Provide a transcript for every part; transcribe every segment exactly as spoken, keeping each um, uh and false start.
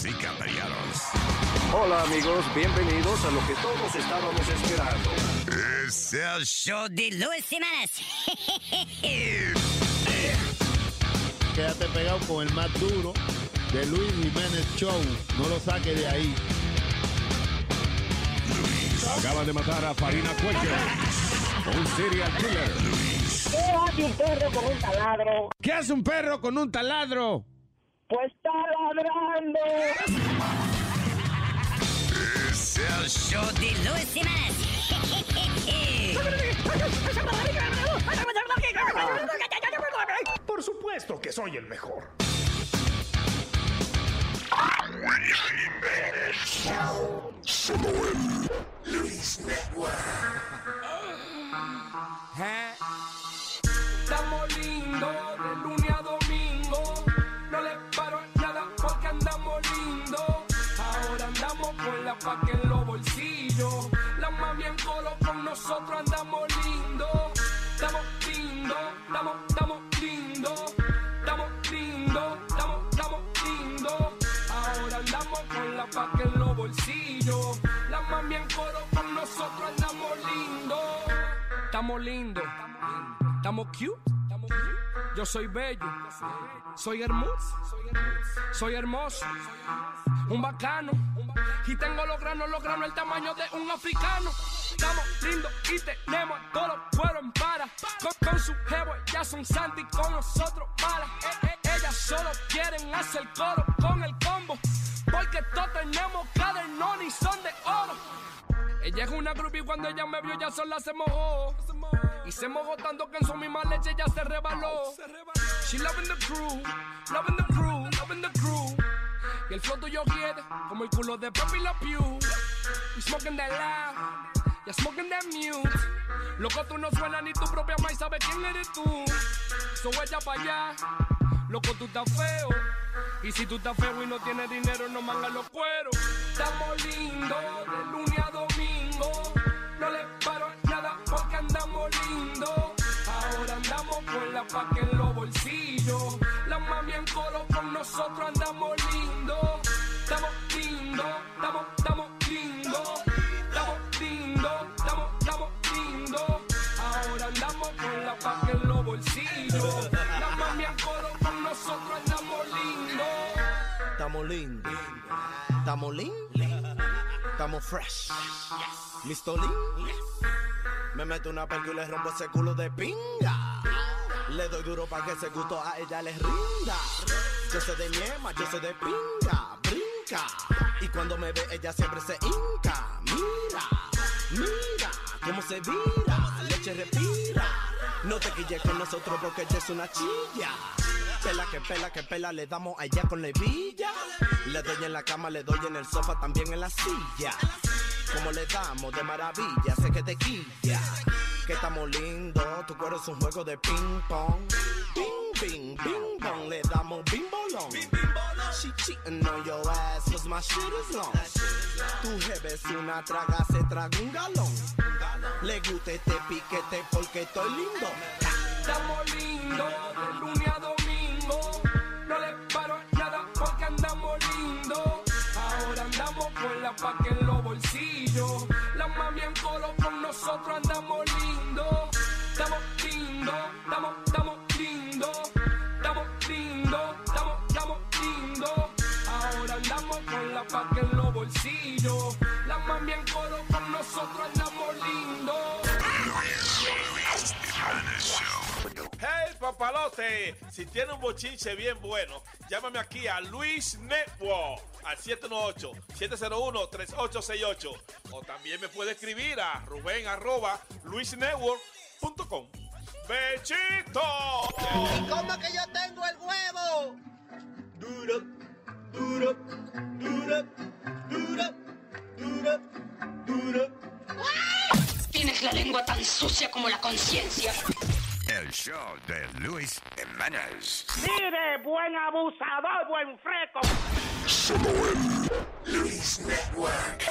Damas y caballeros. Hola amigos, bienvenidos a lo que todos estábamos esperando. Es el show de Luis Jiménez. Quédate pegado con el más duro de Luis Jiménez Show. No lo saques de ahí. Acaban de matar a Farina Cuello, un serial killer. ¿Qué hace un perro con un taladro? ¿Qué hace un perro con un taladro? Pues está ladrando. Es el show de Luis Jiménez. Por supuesto que soy el mejor. Luis Jiménez Show. Solo en Luis Network. Estamos lindos de lunes a domingo. No le paro nada porque andamos lindos. Ahora andamos con la paca en los bolsillos. La mami en coro con nosotros andamos lindos. Estamos lindos, estamos, estamos lindos. Estamos lindos, estamos, estamos lindos. Ahora andamos con la paca en los bolsillos. La mami en coro con nosotros andamos lindos. Estamos lindos, estamos cute. Yo soy bello, soy hermoso, soy hermoso, un bacano. Y tengo los granos, los granos el tamaño de un africano. Estamos lindos y tenemos todos los cueros en para. Con, con su jevo ya son santi, con nosotros malas. Eh, eh, ellas solo quieren hacer coro con el combo, porque todos tenemos cadernón y son de oro. Ella es una groupie y cuando ella me vio ya sola se mojó. Y se mojó tanto que en su misma leche ya se rebaló. She loving the crew, loving the crew, loving the crew. Y el flow tuyo quiere como el culo de Pepe La Pew. We smoking that loud, ya smoking that mute. Loco, tú no suenas ni tu propia maíz sabe quién eres tú. So ella pa' allá, loco, tú estás feo. Y si tú estás feo y no tienes dinero, no mangas los cueros. Estamos lindos de lunes a domingo. No le paro nada porque andamos lindos. Ahora andamos con la paca en los bolsillos. La mami en coro con nosotros andamos lindos. Estamos lindos, estamos, estamos lindos. Estamos lindos, estamos, estamos lindos. Ahora andamos con la paca en los bolsillos. La mami en coro con nosotros andamos lindos. Estamos lindos, estamos lindos, estamos fresh. ¿Listo, Lin? Me meto una perca y le rompo ese culo de pinga. Le doy duro para que ese gusto a ella les rinda. Yo soy de ñema, yo soy de pinga, brinca. Y cuando me ve ella siempre se hinca. Mira, mira cómo se vira, leche respira. No te quilles con nosotros porque ella es una chilla. Pela que pela que pela le damos a ella con la hebilla. Le doy en la cama, le doy en el sofá, también en la silla. Como le damos de maravilla, sé que te quilla. Que estamos lindos, tu cuero es un juego de ping pong. Ping, ping, ping pong, le damos bing bolón. She cheating on your ass, cause my shit is long. Tu jefe es una traga, se traga un galón. Le gusta este piquete porque estoy lindo. Estamos lindos de lunes a domingo. No le paro nada porque andamos lindos. Ahora andamos con la paca en los bolsillos. La mami en coro con nosotros andamos lindos. Estamos lindos, estamos, estamos lindos. Estamos lindos, estamos, estamos lindos. Ahora andamos con la paca en los bolsillos. La mami en coro con nosotros andamos lindos. Hey papalote, si tiene un bochinche bien bueno, llámame aquí a Luis Network al siete uno ocho, siete cero uno, tres ocho seis ocho. O también me puede escribir a Rubén arroba luisnetwork punto com. ¡Bechito! ¿Y cómo que yo tengo el huevo? Duro, duro, duro, duro, duro, duro. Tienes la lengua tan sucia como la conciencia. El show de Luis Jiménez. Mire, buen abusador, buen freco. Solo en Luis Network.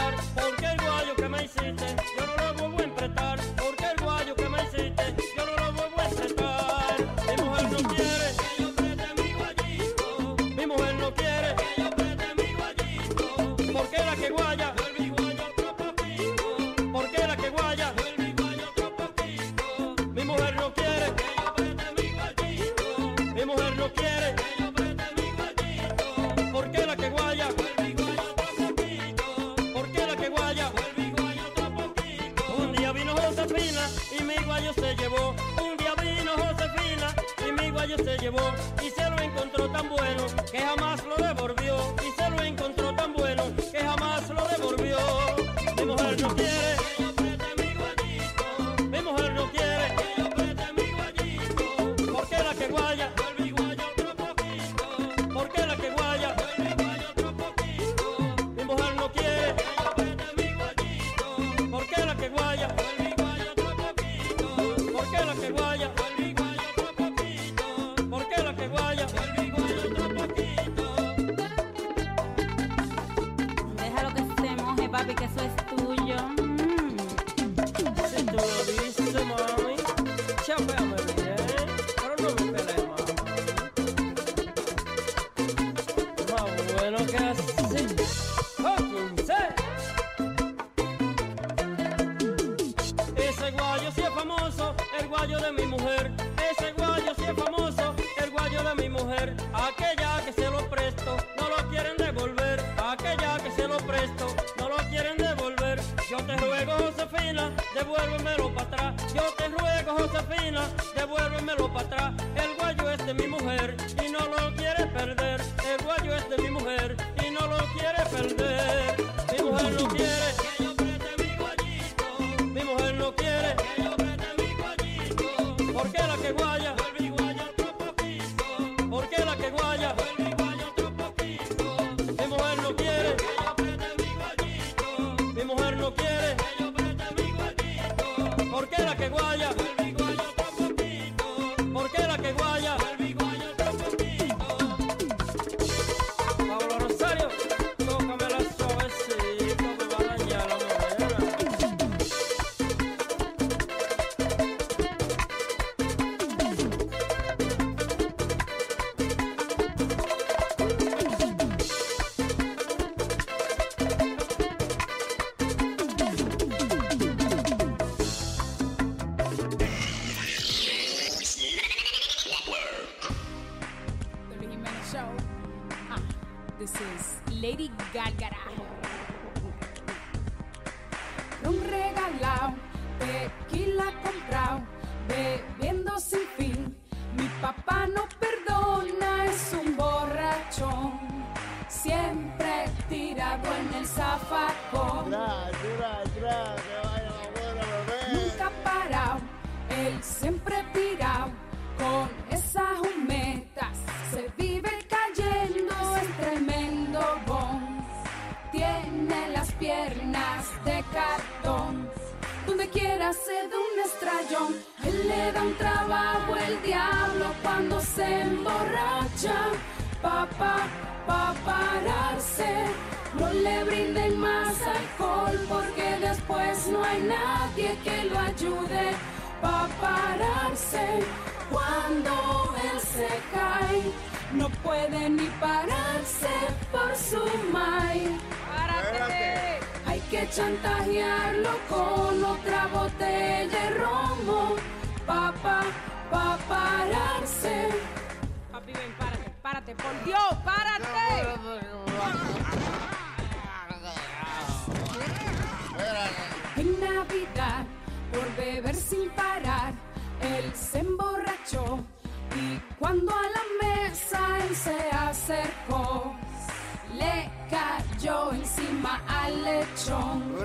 emprestar, porque el guayo que me hiciste, yo no lo vuelvo a emprestar, porque el guayo que me hiciste, yo no lo vuelvo a emprestar. Mi mujer no quiere que yo preste mi guayito, mi mujer no quiere que yo preste mi guayito, porque la que guaya, vuelve y guaya otro poquito, porque la que guaya, vuelve y guaya otro poquito. Mi mujer no quiere que yo preste mi guayito, mi mujer no quiere que yo preste mi guayito, porque la que guaya, vuelve y guaya otro poquito, porque la que guaya, vuelve y guaya otro poquito. Un día vino Josefina y mi guayo se llevó, un día vino Josefina y mi guayo se llevó, y se lo encontró tan bueno que jamás lo devolvió, y se lo encontró tan bueno que jamás lo devolvió. Mi mujer no quiere que yo preste mi guayito, mi mujer no quiere que yo preste mi guayito, porque la que guaya, vuelve y guaya otro poquito, porque la que guaya, vuelve y guaya otro poquito. Mi mujer no quiere que yo preste mi guayito, porque la que guaya, vuelve y guaya otro poquito, porque la que guaya, vuelve y guaya otro poquito, porque la que guaya, vuelve y guaya otro poquito. Déjalo que se moje, papi, que eso es tuyo. Mm. Si tú lo dices, mami, chapéame bien, pero no me pelees, mami. Más bueno que así. ¡Óquense! Ese guayo sí es famoso, el guayo de mi mujer. Ese guayo sí es famoso, el guayo de mi mujer. Aquella que se lo presto, no lo quieren devolver. Aquella que se lo presto, no lo quieren devolver. Yo te ruego, Josefina, devuélvemelo para atrás. Yo te ruego, Josefina, devuélvemelo para atrás. El guayo es de mi mujer y no lo quiere perder. El guayo es de mi mujer y no lo quiere perder. Mi mujer no quiere que yo preste mi guayito, mi mujer no quiere que yo preste mi guayito, porque la que guaya, vuelve y guaya otro poquito, porque la que guaya, vuelve y guaya otro poquito. Mi mujer no quiere que yo preste mi guayito, mi mujer no quiere que yo preste mi guayito, porque la que guaya, vuelve y guaya otro poquito, porque la que guaya, vuelve y guaya otro poquito. Pablo Rosario, tócame la suavecito, me va a dañar la morena. The Luis Jiménez Show. Ah, this is Lady Gárgara. Un regalao, tequila comprado, bebiendo sin fin. Mi papá no perdona, es un borrachón. Siempre tirado en el zafacón. Nunca parado, él siempre tirado. Con esas humetas se vive cayendo, es tremendo bon. Tiene las piernas de cartón, donde quiera se da un estrellón. Él le da un trabajo el diablo cuando se emborracha. Papá, pa' pararse, no le brinden más alcohol, porque después no hay nadie que lo ayude. Pa' pararse, cuando él se cae, no puede ni pararse por su maíz. ¡Párate! Hay que chantajearlo con otra botella de romo, papá, pa' pararse. Papi, ven, párate, párate, por Dios, párate. En Navidad, por beber sin parar, él se emborrachó, y cuando a la mesa él se acercó, le cayó encima al lechón.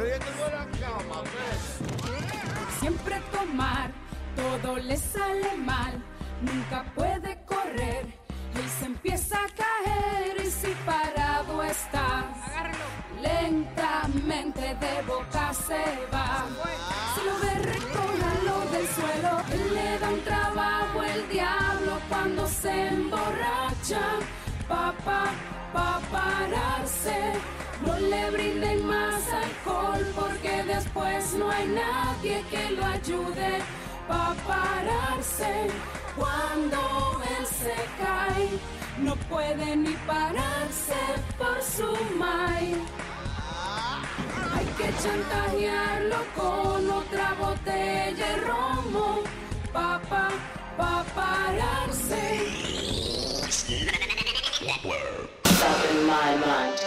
Siempre tomar, todo le sale mal, nunca puede correr, él se empieza a caer, y si parado está, lentamente de boca se va. Si lo ve, recójalo del suelo, él le da un trabajo el diablo cuando se emborracha. Papá, pa' pararse, no le brinden más alcohol, no hay nadie que lo ayude pa' pararse. Cuando él se cae, no puede ni pararse por su mind. Hay que chantajearlo con otra botella de romo pa' pa, pa pararse. Stop in my mind.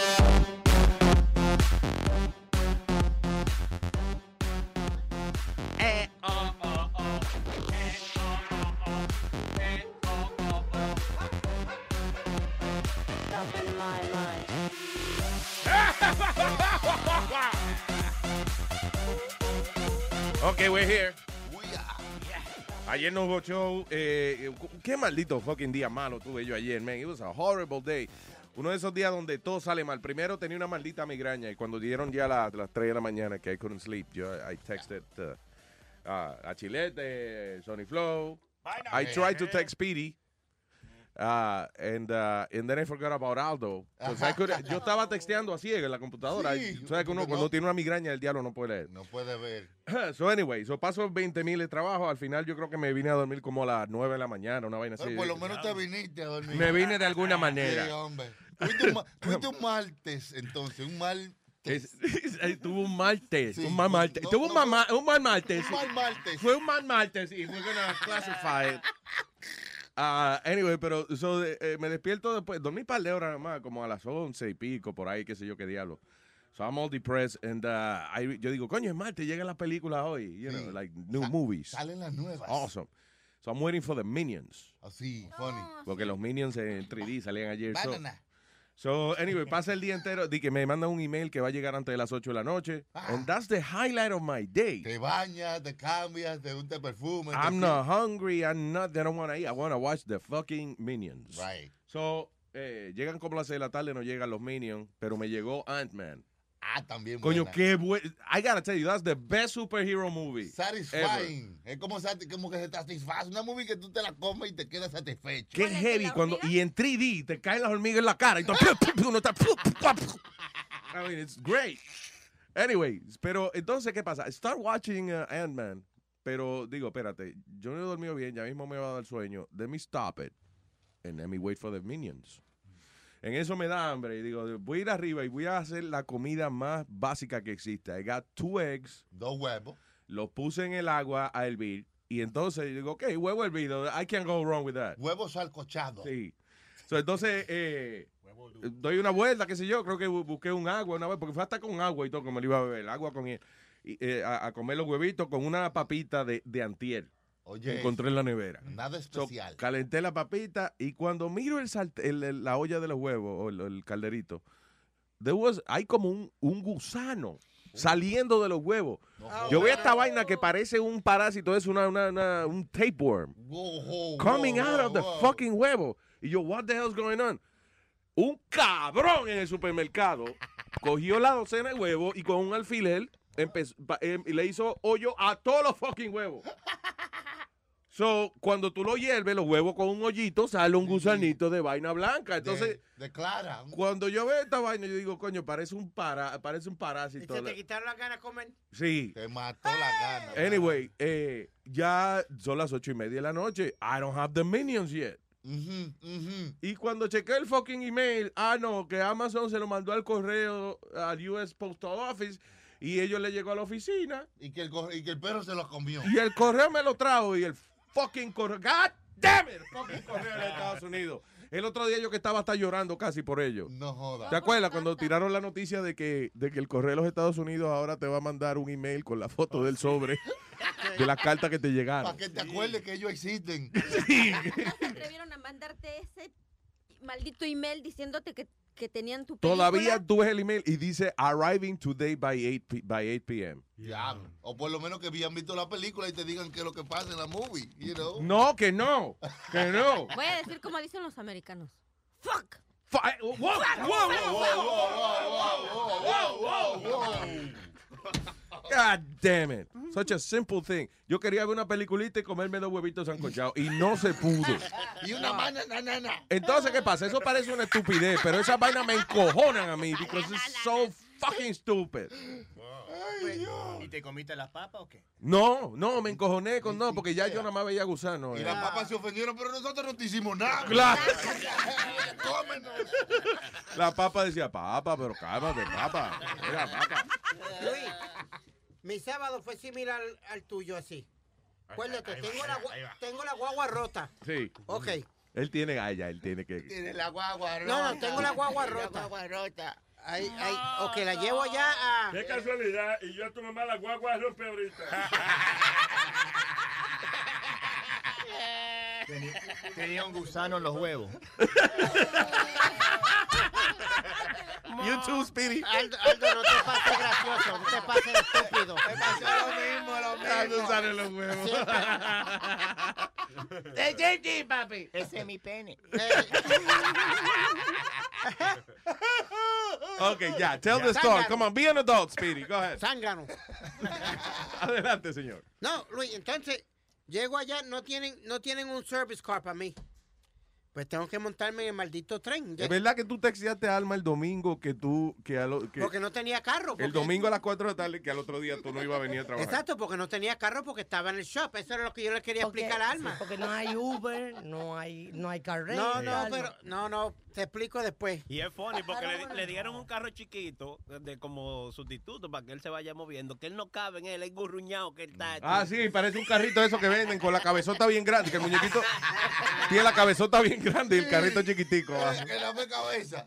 Eh, oh, oh, oh. Eh, oh, oh, oh. Eh, oh, oh, oh. Stop in my mind. Okay, we're here. Ayer no hubo show. Eh, qué maldito fucking día malo tuve yo ayer, man. It was a horrible day. Uno de esos días donde todo sale mal. Primero tenía una maldita migraña y cuando dieron ya la- las tres de la mañana que I couldn't sleep, yo I texted uh, uh, a Chilete, Sonny Flow. I tried to text Speedy. Uh, and, uh, and then I forgot about Aldo. 'Cause I could- yo estaba texteando así en la computadora. Sí, Y, ¿sabes que uno porque cuando no- tiene una migraña el diablo no puede leer? No puede ver. So anyway, so paso veinte mil de trabajo. Al final yo creo que me vine a dormir como a las nueve de la mañana, una vaina así. Pero por lo menos te viniste a dormir. Me vine de alguna manera. Sí, hombre. Fuiste un, ma- fuiste un martes, entonces, un mal... Es- tuvo un martes, Sí, un mal martes. no, tuvo un, no, mal, un mal martes. Un mal martes. Fue un mal martes y we're gonna classify it. Uh, anyway, pero so, eh, me despierto después, dormí un par de horas nada más, como a las once y pico, por ahí, qué sé yo qué diablo. So I'm all depressed, and uh, I, yo digo, coño, es martes, llegan las películas hoy, you know, like new Sa- movies. Salen las nuevas. Awesome. So I'm waiting for the Minions. Así, funny. Porque los Minions en tres D salían ayer. So, Banana. so, anyway, pasa el día entero. Di que me mandan un email que va a llegar antes de las ocho de la noche. And that's the highlight of my day. Te bañas, te cambias, te untas perfume. I'm te- not hungry. I'm not. I don't want to eat. I want to watch the fucking Minions. Right. So, eh, llegan como las seis de la tarde, no llegan los Minions, pero me llegó Ant-Man. Ah, también Coño, buena. qué bueno. I gotta tell you, that's the best superhero movie. Satisfying. Es como, sati- como que se satisface. Una movie que tú te la comes y te quedas satisfecho. Qué heavy cuando y en tres D te caen las hormigas en la cara y tú, uno está I mean, it's great. Anyway, pero entonces ¿qué pasa? Start watching uh, Ant-Man, pero digo, espérate, yo no he dormido bien, ya mismo me va a dar sueño. Let me stop it and let me wait for the Minions. En eso me da hambre y digo, voy a ir arriba y voy a hacer la comida más básica que existe. I got two eggs. Dos huevos. Los puse en el agua a hervir y entonces digo, ok, huevo hervido, I can't go wrong with that. Huevos salcochados. Sí. So, entonces, eh, doy una vuelta, qué sé yo, creo que bu- busqué un agua una vez, porque fue hasta con agua y todo, como lo iba a beber, agua con y, eh, a, a comer los huevitos con una papita de, de antier. Oye, que encontré en la nevera. Nada So, especial. calenté la papita y cuando miro el salt- el- el- la olla de los huevos o el, el calderito, there was- hay como un, un gusano saliendo de los huevos. Yo veo esta vaina que parece un parásito, es una, una, una- un tapeworm Wow, coming wow, out of the wow. fucking huevo. Y yo, what the hell's going on? Un cabrón en el supermercado cogió la docena de huevos y con un alfiler empezó, pa- em, y le hizo hoyo a todos los fucking huevos. So, cuando tú lo hierves, los huevos con un hoyito, sale un gusanito de vaina blanca. Entonces, De, declara. cuando yo veo esta vaina, yo digo, coño, parece un para, parece un ¿Y parásito. se te quitaron las ganas de comer? Sí. Te mató la gana. Anyway, eh, ya son las ocho y media de la noche. I don't have the Minions yet. Ujú, ujú. Y cuando chequé el fucking email, ah, no, que Amazon se lo mandó al correo, al U S Postal Office, y ellos le llegó a la oficina, Y que, el, co- y que el perro se lo comió. y el correo me lo trajo, y el fucking correo, God damn it, fucking correo de Estados Unidos. El otro día yo que estaba hasta llorando casi por ello. No jodas. ¿Te acuerdas cuando tiraron la noticia de que, de que el correo de los Estados Unidos ahora te va a mandar un email con la foto del sobre de las cartas que te llegaron? Para que te acuerdes que ellos existen. Sí. ¿Se atrevieron a mandarte ese maldito email diciéndote que, que tenían tu película? Todavía tú ves el email y dice arriving today by eight p- by eight p m Diablo. O por lo menos que habían visto la película y te digan qué es lo que pasa en la movie. You know? No, que no, que no. Voy a decir como dicen los americanos. Fuck. Fu- wow, wow, wow, wow, wow. God damn it. Such a simple thing. Yo quería ver una peliculita y comerme dos huevitos sancochados y no se pudo. Y una mano, na, na, na. Entonces, ¿qué pasa? Eso parece una estupidez, pero esas vainas me encojonan a mí because it's so fucking stupid. después, ¿y te comiste las papas o qué? No, no, me encojoné con no, porque ya yo nada más veía gusano. Y eh. las papas se ofendieron, pero nosotros no te hicimos nada. Claro. Cómenos. La papa decía, papa, pero cálmate, papa. Era papa. Luis, mi sábado fue similar al, al tuyo así. Acuérdate, ahí tengo, va, la, ahí va, gua- ahí va. tengo la guagua rota. Sí. Ok. Él tiene, ah, ya, él tiene que. Tiene la guagua rota. No, no, tengo la guagua rota. La guagua rota. Ahí, ahí. Ok, la llevo allá a... Qué casualidad. Y yo a tu mamá la guagua rompe ahorita. Tenía, tenía un gusano en los huevos. You too, Speedy. Aldo, Aldo, no te pases gracioso, no te pases estúpido. Me pasó lo mismo, lo mismo. Ah, no salen los huevos. Sí, papi. Ese es mi pene. Okay, ya, tell the story. Come on, be an adult, Speedy. Go ahead. Zángano. Adelante, señor. No, Luis, entonces, llego allá, no tienen, no tienen un service car para mí. Pues tengo que montarme en el maldito tren. ¿Es verdad que tú texteaste a Alma el domingo que tú, que, a lo- que Porque no tenía carro. el porque- domingo a las cuatro de la tarde, que al otro día tú no ibas a venir a trabajar? Exacto, porque no tenía carro porque estaba en el shop. Eso era lo que yo le quería Porque- explicar a Alma. sí, porque no hay Uber, no hay, no hay carrera. No, no, pero, no, no, te explico después. Y es funny porque le, le dieron un carro chiquito de como sustituto para que él se vaya moviendo, que él no cabe en él, es gurruñado que él está. Ah, sí, parece un carrito de esos que venden con la cabezota bien grande, que el muñequito tiene la cabezota bien grande y el carrito chiquitico abajo. Que la fue cabeza.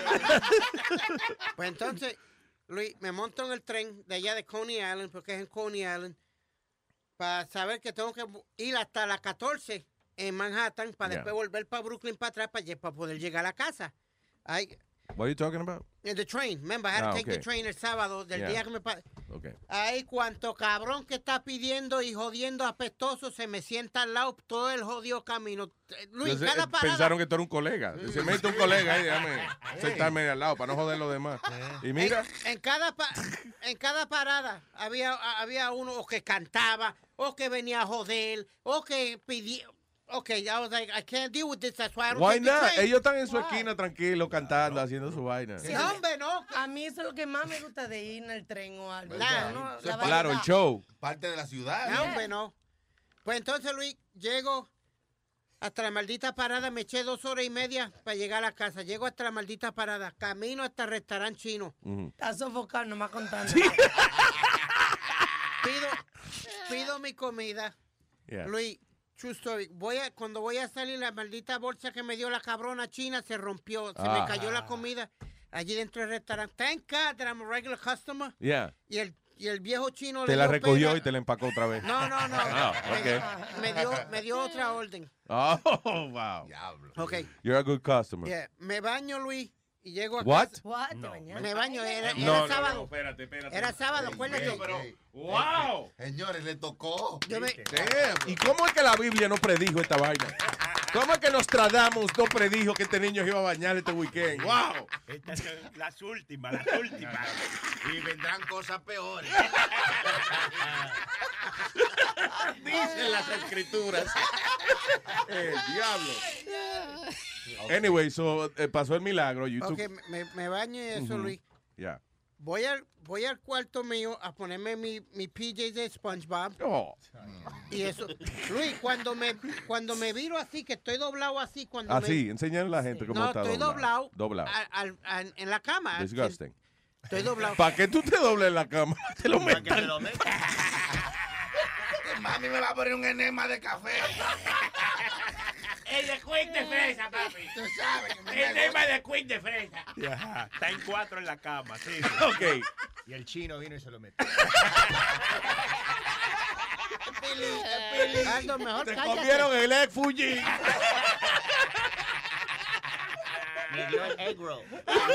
Pues entonces, Luis, me monto en el tren de allá de Coney Island, porque es en Coney Island, para saber que tengo que ir hasta las catorce en Manhattan, para Yeah. después volver para Brooklyn para atrás, para, lle- para poder llegar a la casa. I, What are you talking about? in the train, remember, I had to Ah, take okay. the train el sábado, del Yeah. día que me... pa- Okay. Ahí, cuanto cabrón que está pidiendo y jodiendo apestoso, se me sienta al lado todo el jodido camino. Eh, Luis, Entonces, cada eh, parada... pensaron que tú eras un colega. Se mete un colega ahí, déjame sentarme al lado para no joder los demás. Y mira, En, en cada pa- en cada parada había, había uno o que cantaba, o que venía a joder, o que pidió. Ok, I was like, I can't deal with this, that's why I don't why take the not? train. Ellos están en su esquina tranquilos, cantando, haciendo su vaina. Sí, hombre, no. A mí eso es lo que más me gusta de ir en el tren o algo. Nah, Uno- eso la es Claro, el variedad. show. Parte de la ciudad. No, hombre, no. Pues entonces, Luis, llego hasta la maldita parada, me eché dos horas y media para llegar a la casa. Llego hasta la maldita parada, camino hasta el restaurante chino. Ujú. Está sofocando, nomás contando. Pido, pido mi comida. Yeah. Luis, true story. Voy a, cuando voy a salir, la maldita bolsa que me dio la cabrona china se rompió. Se Ah. me cayó la comida allí dentro del restaurante. Thank God that I'm a regular customer. Yeah. Y el, y el viejo chino Te le la dio recogió pena. y te la empacó otra vez. No, no, no. Ah, me, ok. me dio, me dio otra orden. Oh, wow. Ok. You're a good customer. Yeah. Me baño, Luis, y llego a What? casa. What? No. Me baño, era, era No, no, sábado. no, espérate, espérate. Era sábado, acuérdate. Ey, pero- ¡Wow! Señores, le tocó. Yo me- Damn. ¿Y cómo es que la Biblia no predijo esta vaina? ¿Cómo es que Nostradamus no predijo que este niño se iba a bañar este weekend? ¡Wow! Estas son las últimas, las últimas. Y vendrán cosas peores. Dicen las escrituras. El diablo. Anyway, so, eh, pasó el milagro. You Ok, took- me, me baño y eso, Ujú. Luis. Yeah. Voy al, voy al cuarto mío a ponerme mi, mi P Js de SpongeBob. Oh. Y eso. Luis, cuando me, cuando me viro así, que estoy doblado así, cuando Así, me... enseñale a la gente cómo No, está estoy doblado. doblado. Doblado. al- al- al- en la cama. Disgusting. Estoy doblado. ¿Para qué tú te dobles en la cama? Te lo metas. Mami me va a poner un enema de café. El de Quick de fresa, papi. Tú sabes. El tema de Quick de fresa. Está en cuatro en la cama, sí. Ok. Y el chino vino y se lo metió. Aldo, mejor Te cállate. comieron el egg Fuji. Me dio el egg roll.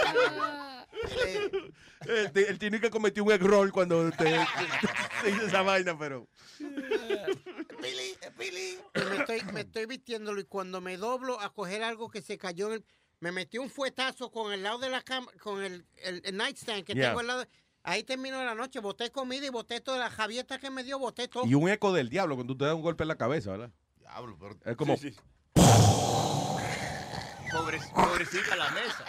El, el chino que cometió un egg roll cuando te, te- te hizo esa vaina, pero... Pili, pili. Y me estoy, me estoy vistiéndolo y cuando me doblo a coger algo que se cayó en el... Me metí un fuetazo con el lado de la cama, con el, el, el nightstand que Yeah. tengo al lado. Ahí terminó la noche, boté comida y boté toda la javieta que me dio, boté todo. Y un eco del diablo cuando tú te das un golpe en la cabeza, ¿verdad? Diablo, pero... Es como... Sí, sí. Pobre, pobrecita la mesa.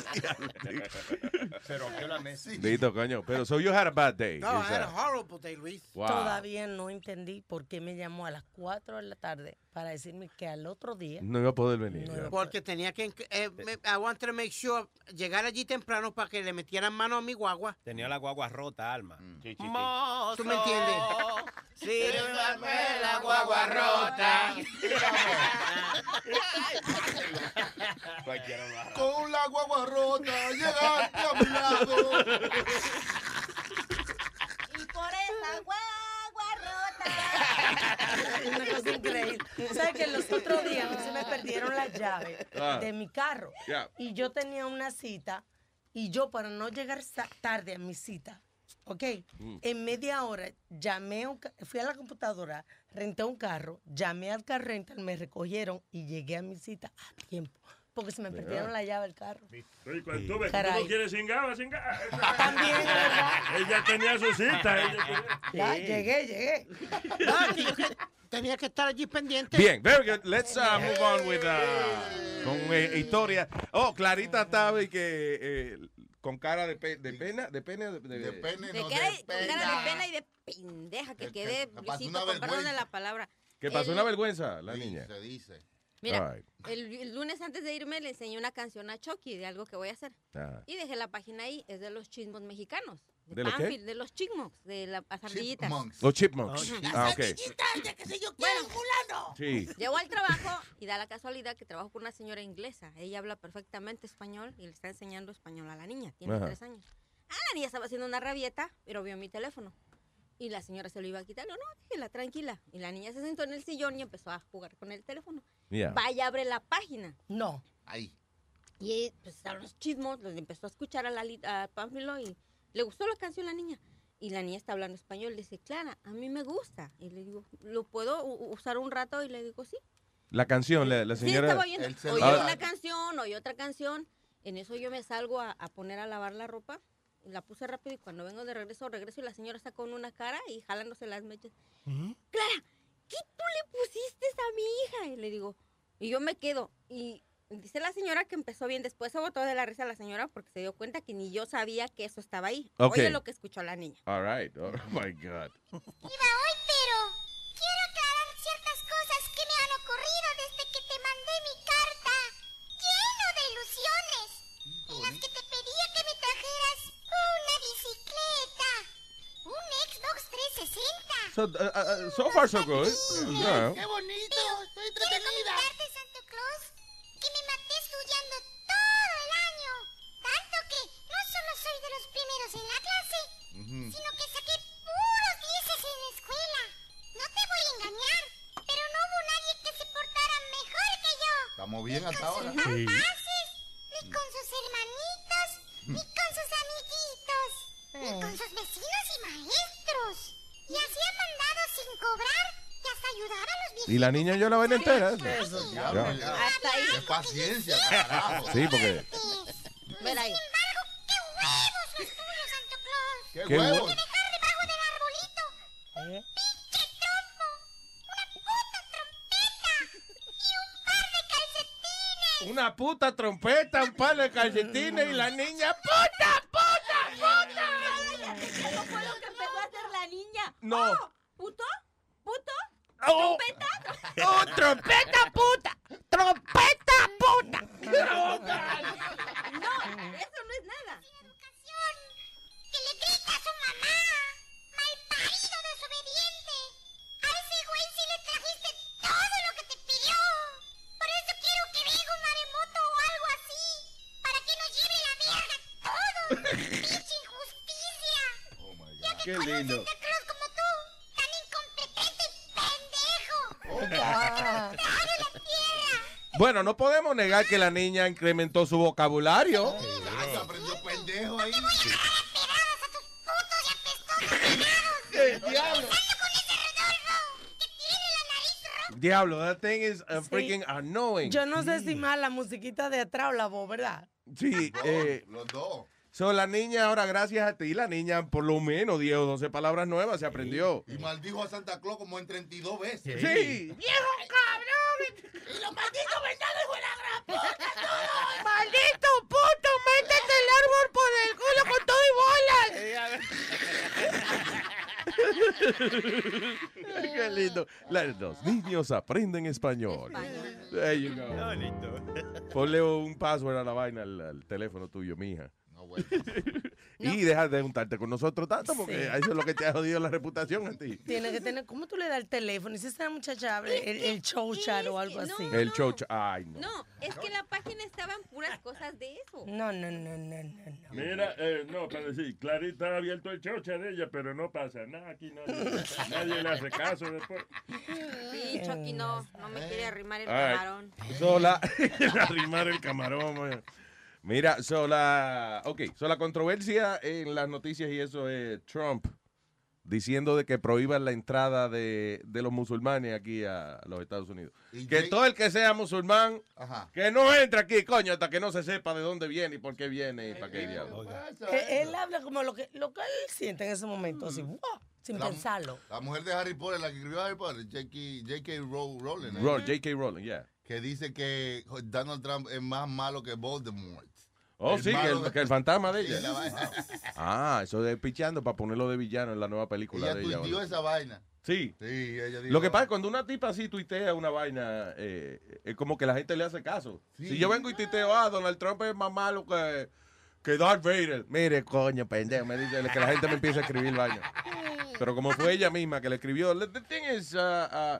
Se rompió la mesa. Dito, coño. Pero so you had a bad day. No, I Is had a that- horrible day, Luis. Wow. Todavía no entendí por qué me llamó a las cuatro de la tarde para decirme que al otro día... No iba a poder venir. ya. Porque tenía que... Eh, me- I wanted to make sure... Llegar allí temprano para que le metieran mano a mi guagua. Tenía la guagua rota, Alma. Sí, sí, Mozo, ¿tú me entiendes? Sírveme la guagua rota. Con la guagua rota, llegaste a mi lado. Y por esa guagua rota. Una cosa increíble. ¿Sabes que los otros días a mí se me perdieron las llaves Ah. de mi carro? Yeah. Y yo tenía una cita y yo para no llegar sa- tarde a mi cita, ¿ok? Mm. En media hora llamé, a un ca- fui a la computadora, renté un carro, llamé al car rental, me recogieron y llegué a mi cita a tiempo. Porque se me Yeah. perdieron la llave del carro. Oye, cuando tú ves que tú Caray. no quieres cingar, va a cingar. También, ¿verdad? Ella tenía su cita. Ella tenía... Ya, llegué, llegué. No, que yo que- tenía que estar allí pendiente. Bien, very good. Let's uh, move on with uh, con eh, historia. Oh, Clarita estaba y que eh, con cara de, pe- de pena, de pena, de, de- De pene, De no, cara, de con cara de pena. pena y de pendeja que Que- quedé, que pasó Luisito, una con perdón de vergüenza. la palabra. que pasó El- una vergüenza la niña. Se dice. Mira, All right. el, el lunes antes de irme le enseñé una canción a Chucky de algo que voy a hacer. Ah. Y dejé la página ahí, es de los chismos mexicanos. ¿De los qué? Banfield, de los chipmunks, de las ardillitas. Los chipmunks. Ujú. Ah, ok. que sé yo quiero, fulano. Sí. Llego al trabajo y da la casualidad que trabajo con una señora inglesa. Ella habla perfectamente español y le está enseñando español a la niña. Tiene Ajá. tres años. Ah, la niña estaba haciendo una rabieta, pero vio mi teléfono. Y la señora se lo iba a quitar. No, no, déjela, tranquila. Y la niña se sentó en el sillón y empezó a jugar con el teléfono. Yeah. Vaya, abre la página. No. Ahí. Y pues estaban los chismos, los empezó a escuchar a, la, li- a Pánfilo y le gustó la canción a la niña. Y la niña está hablando español. Le dice, Clara, a mí me gusta. Y le digo, ¿lo puedo u- usar un rato? Y le digo, sí. La canción, la, la Sí, señora. estaba oyendo. el Oí celular. una canción, oí otra canción. En eso yo me salgo a, a poner a lavar la ropa. La puse rápido y cuando vengo de regreso, regreso y la señora está con una cara y jalándose las mechas. Clara, ¿qué tú le pusiste a mi hija? Y le digo, y yo me quedo. Y dice la señora que empezó bien. Después se botó de la risa la señora porque se dio cuenta que ni yo sabía que eso estaba ahí. Ok. Oye lo que escuchó la niña. All right. Oh my God. Iba hoy, pero quiero aclarar ciertas cosas que me han ocurrido desde que te mandé mi carta, lleno de ilusiones, en las que te pedía que me trajeras una bicicleta, un Xbox trescientos sesenta. So, uh, uh, so far so good. Yeah. ¡Qué bonito! ¡Estoy Quiero entretenida! comentarte, Santo Claus, que me maté estudiando todo el año, tanto que no solo soy de los primeros en la clase, sino que saqué puros dieces en la escuela. No te voy a engañar, pero no hubo nadie que se portara mejor que yo. Estamos bien hasta ahora. Sus papás, ni con sus hermanitos, ni con sus amiguitos, ni con sus vecinos y maestros. Y hacía mandados sin cobrar y hasta ayudar a los viejitos. Y la niña yo la ven entera. Eso, Ya. Hasta ahí. ¡Qué paciencia, carajo! Sí, porque. Mira ahí. ¡Qué huevos los tuyos, Santo Claus! ¡Qué ¿Qué huevos! hue- Dejar debajo del arbolito ¿Eh? pinche trompo, una puta trompeta y un par de calcetines. Una puta trompeta, un par de calcetines y la niña. ¡Puta, puta, puta! ¿Cómo fue lo que empezó a hacer la niña? No. Oh, ¿puto? ¿Puto? Oh. ¿Trompeta? ¡Oh, trompeta, puta! ¡Trompeta, puta! No, eso no es nada. Educación, que le grita a su mamá, malparido desobediente. A ese güey sí le trajiste todo lo que te pidió. Por eso quiero que venga un maremoto o algo así, para que nos lleve la verga todo. Pinche injusticia. Ya que Qué con un lindo. Santa Claus como tú, tan incompetente y pendejo. Ah. ¡Dale la tierra! Bueno, no podemos negar que la niña incrementó su vocabulario. Ah, se aprendió pendejo ahí. ¡El diablo! Diablo, that thing is uh, Sí. freaking annoying. Yo no sé si más la musiquita de atrás o la voz, ¿verdad? Sí, eh, Los dos. so, la niña ahora, gracias a ti, la niña por lo menos diez o doce palabras nuevas se aprendió. Y maldijo a Santa Claus como en treinta y dos veces. Sí. ¡Viejo cabrón! Y los malditos vendados, hijo de la gran puta, todos. ¡Maldito puto! ¡Métete el árbol por el culo con todo y bolas! Qué lindo. Los niños aprenden español. There you go. Qué bonito. Ponle un password a la vaina al, al teléfono tuyo, mija. No, bueno. Y deja de juntarte con nosotros tanto, porque Sí. eso es lo que te ha jodido la reputación a ti. Tiene que tener, ¿cómo tú le das el teléfono? Y si esa muchacha abre el, el show chat o algo así. El chocho. Ay, no. No, es que en la página estaban puras cosas de eso. No, no, no, no, no. no. Mira, eh, no, para decir, Clarita ha abierto el chocha de ella, pero no pasa nada aquí, nadie, nadie le hace caso después. Sí, Chucky no, no me quiere arrimar el Ay, camarón. Sola. Arrimar el camarón. man. Mira, sola. Ok, so la controversia en las noticias y eso es Trump diciendo de que prohíban la entrada de, de los musulmanes aquí a los Estados Unidos. Y Que Jay- todo el que sea musulmán, Ajá. que no entre aquí, coño, hasta que no se sepa de dónde viene y por qué viene y para qué diablo. Él, él habla como lo que, lo que él siente en ese momento, así, ¡wow! sin La- pensarlo. La mujer de Harry Potter, la que escribió Harry Potter, J K Rowling, ¿eh? Ro- J K Rowling, yeah. que dice que Donald Trump es más malo que Voldemort. Oh, El sí, que malo el, de- que el fantasma de Sí, ella. la vaina. Ah, eso de pichando para ponerlo de villano en la nueva película Ella de ella. tuiteó ahora. esa vaina. Sí. Sí, ella dijo. Lo que pasa es que cuando una tipa así tuitea una vaina, eh, es como que la gente le hace caso. Sí. Si yo vengo y tuiteo, ah, Donald Trump es más malo que, que Darth Vader. Mire, coño, pendejo, me dice que la gente me empieza a escribir vaina. Pero como fue ella misma que le escribió, the thing is, uh, uh,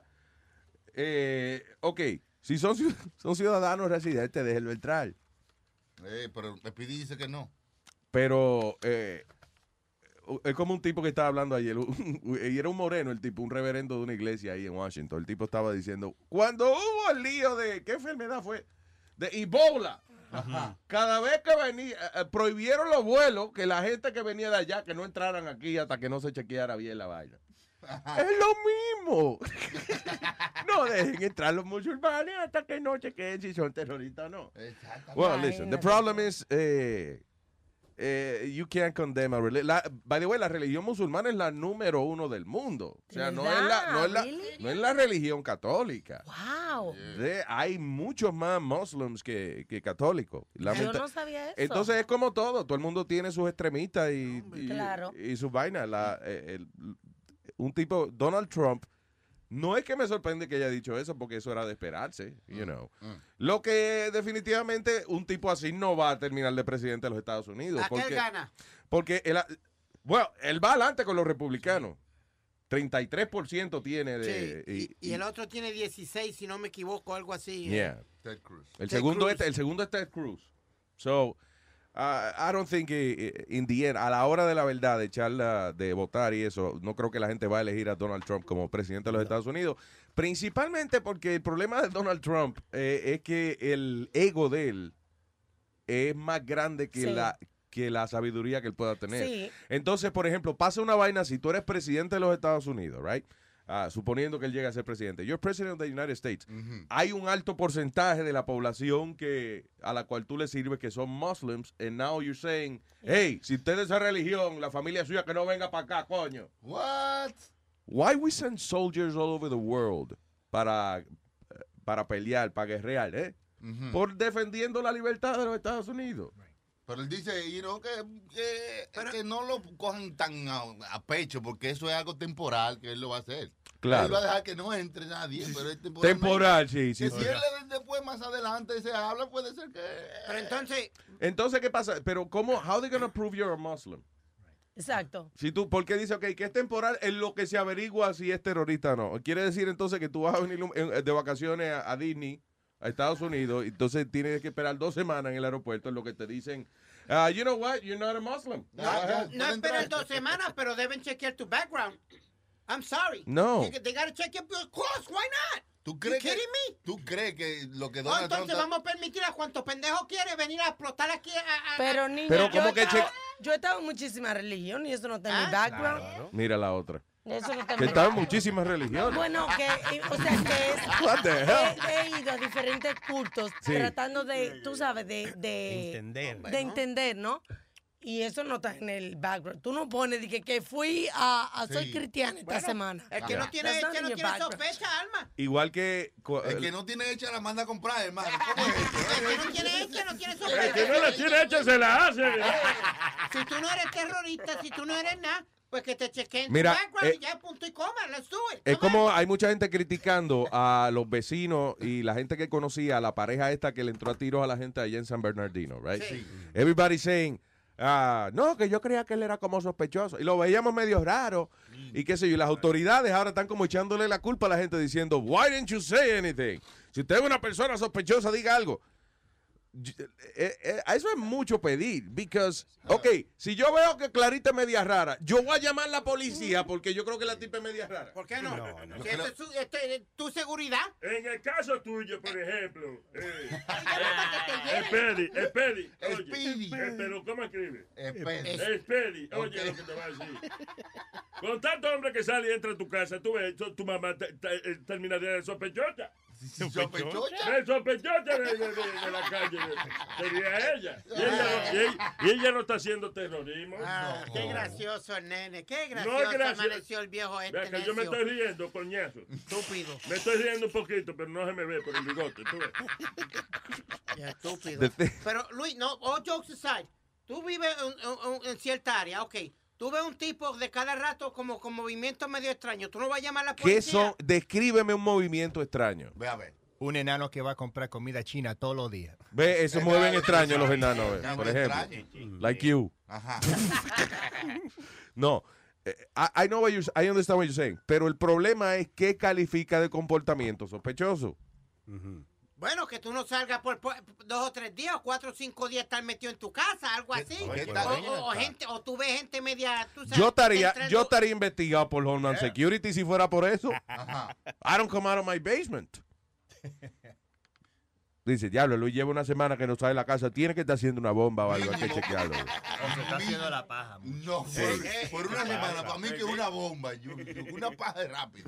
eh, ok, si son, ciu- son ciudadanos residentes, déjenlo entrar. Eh, pero Speedy dice que no. Pero eh, es como un tipo que estaba hablando ayer, y era un moreno el tipo, un reverendo de una iglesia ahí en Washington. El tipo estaba diciendo, cuando hubo el lío de, ¿qué enfermedad fue? De Ebola. Ajá. Cada vez que venía, eh, prohibieron los vuelos, que la gente que venía de allá, que no entraran aquí hasta que no se chequeara bien la vaina. Es lo mismo. No dejen entrar los musulmanes hasta que no chequeen si son terroristas o no. Exactamente. Well, listen, the problem is, eh, eh, you can't condemn a religion. By the way, la religión musulmana es la número uno del mundo. O sea, no es la, no es la, no es la religión católica. ¡Wow! De- hay muchos más muslims que, que católicos. Yo Lamenta- no sabía eso. Entonces es como todo. Todo el mundo tiene sus extremistas y, y, Claro. y sus vainas. La, eh, el- un tipo, Donald Trump, no es que me sorprende que haya dicho eso, porque eso era de esperarse, you know. Mm. Lo que definitivamente un tipo así no va a terminar de presidente de los Estados Unidos. Aquel Porque, gana. porque él, ha- bueno, él va adelante con los republicanos. treinta y tres por ciento tiene de... Sí, y, y el otro tiene dieciséis, si no me equivoco, algo así. Yeah. Ted Cruz. El Ted segundo, Cruz. es, el segundo es Ted Cruz. So, uh, I don't think, eh, in the end, a la hora de la verdad, de echarla, de votar y eso, no creo que la gente va a elegir a Donald Trump como presidente de los Estados Unidos. Principalmente porque el problema de Donald Trump eh, es que el ego de él es más grande que Sí. la que la sabiduría que él pueda tener. Sí. Entonces, por ejemplo, pasa una vaina, si tú eres presidente de los Estados Unidos, right? Ah, suponiendo que él llegue a ser presidente. You're president of the United States. Ujú. Hay un alto porcentaje de la población que a la cual tú le sirves que son Muslims, and now you're saying, hey, si usted es esa religión, la familia suya que no venga para acá, coño. What? Why we send soldiers all over the world para, para pelear, para guerrear, eh? Ujú. Por defendiendo la libertad de los Estados Unidos. Pero él dice, you know, que, que, que no lo cojan tan a, a pecho, porque eso es algo temporal que él lo va a hacer. Claro. Él va a dejar que no entre nadie, pero es temporal. Temporal, sí, sí. Que sí. si él le- después, más adelante, se habla, puede ser que... Pero entonces, Entonces, ¿qué pasa? Pero, ¿cómo? How they gonna prove you're a Muslim? Exacto. Si tú, porque dice, ok, que es temporal en lo que se averigua si es terrorista o no. Quiere decir entonces que tú vas a venir un- en- de vacaciones a, a Disney, a Estados Unidos, y entonces tienes que esperar dos semanas en el aeropuerto en lo que te dicen, ah, you know what, you're not a Muslim. no, no esperan dos semanas, pero deben chequear tu background. I'm sorry. No. They, they gotta check your of course, why not? ¿Tú crees, You que, kidding me? ¿Tú crees que lo que No, Donald Trump... entonces vamos a permitir a cuantos pendejos quiere venir a explotar aquí a... a- a- Pero niña, Pero yo, como he que estado, che- yo he estado en muchísimas religiones y eso no está en Ah, mi background. Mira la otra. Eso no está en Que mi están muchísimas religiones. Bueno, que, eh, o sea, que es, What the hell? he, he ido a diferentes cultos Sí. tratando de, tú sabes, de, de, Entender. de entender, ¿no? Y eso no está en el background. Tú no pones de que, que fui a, a soy Sí. cristiana esta Bueno, semana. El que no tiene, That's el not que in no your tiene background. sospecha, Alma. Igual que... cu- El que no tiene hecha la manda a comprar, hermano. ¿Cómo es El esto? que no tiene hecha no tiene El sospecha. que no la tiene hecha se la hace. Si tú no eres terrorista, si tú no eres nada, pues que te chequen Mira, tu background eh, y ya punto y coma. Let's do it. Es Come como hay mucha gente criticando a los vecinos y la gente que conocía a la pareja esta que le entró a tiros a la gente allá en San Bernardino, right? Sí. Everybody saying, ah, no, que yo creía que él era como sospechoso. Y lo veíamos medio raro. Y qué sé yo, y las autoridades ahora están como echándole la culpa a la gente diciendo, why didn't you say anything? Si usted es una persona sospechosa, diga algo. Y- eh, eh, Eso es mucho pedir, because, ok, si yo veo que Clarita es media rara, yo voy a llamar a la policía porque yo creo que la tipa es media rara. ¿Por qué no? Si esto es su- este es tu seguridad. En el caso tuyo, por ejemplo, eh, Espedi, Espedi, oye, Speedy. eh, pero ¿cómo escribe? Espedi. Espedi, oye Ok. lo que te va a decir. Con tanto hombre que sale y entra a tu casa, tú ves, tu, tu mamá te- te- eh, terminaría de sospechosa. ¿Sospechosa? El sospechosa de, de- de- de la calle sería ella. Y ella, y ella, y ella no está haciendo terrorismo. Ah, qué gracioso, nene. Qué gracioso No es gracioso. amaneció el viejo este Vea que yo me necio. estoy riendo, coñazo. Estúpido. Me estoy riendo un poquito, pero no se me ve por el bigote. ¿Tú ves? Ya, estúpido. The thi- Pero, Luis, no, all jokes aside, tú vives en, en- en cierta área, ok. Tú ves un tipo de cada rato como con movimientos medio extraños. Tú no vas a llamar a la ¿Qué policía. son? Descríbeme un movimiento extraño. Ve a ver. Un enano que va a comprar comida china todos los días. Ve, eso mueven extraños los enanos, ve, Ya por muy ejemplo. extraño. Like you. Ajá. No, eh, I, I know what you're, I understand what you're saying, pero el problema es qué califica de comportamiento sospechoso. Bueno, que tú no salgas por, por dos o tres días, o cuatro o cinco días estar metido en tu casa, algo así. ¿Qué O, tal? o- o gente, o tú ves gente media, tú sabes, Yo estaría, entrando- yo estaría investigado por Homeland Security si fuera por eso. Ajá. I don't come out of my basement. Dice, diablo, Luis lleva una semana que no sale de la casa, tiene que estar haciendo una bomba o algo, hay que chequearlo. O se está haciendo la paja. No, por, Eh, por una semana, para mí que es una bomba, yo- yo- una paja de rápido.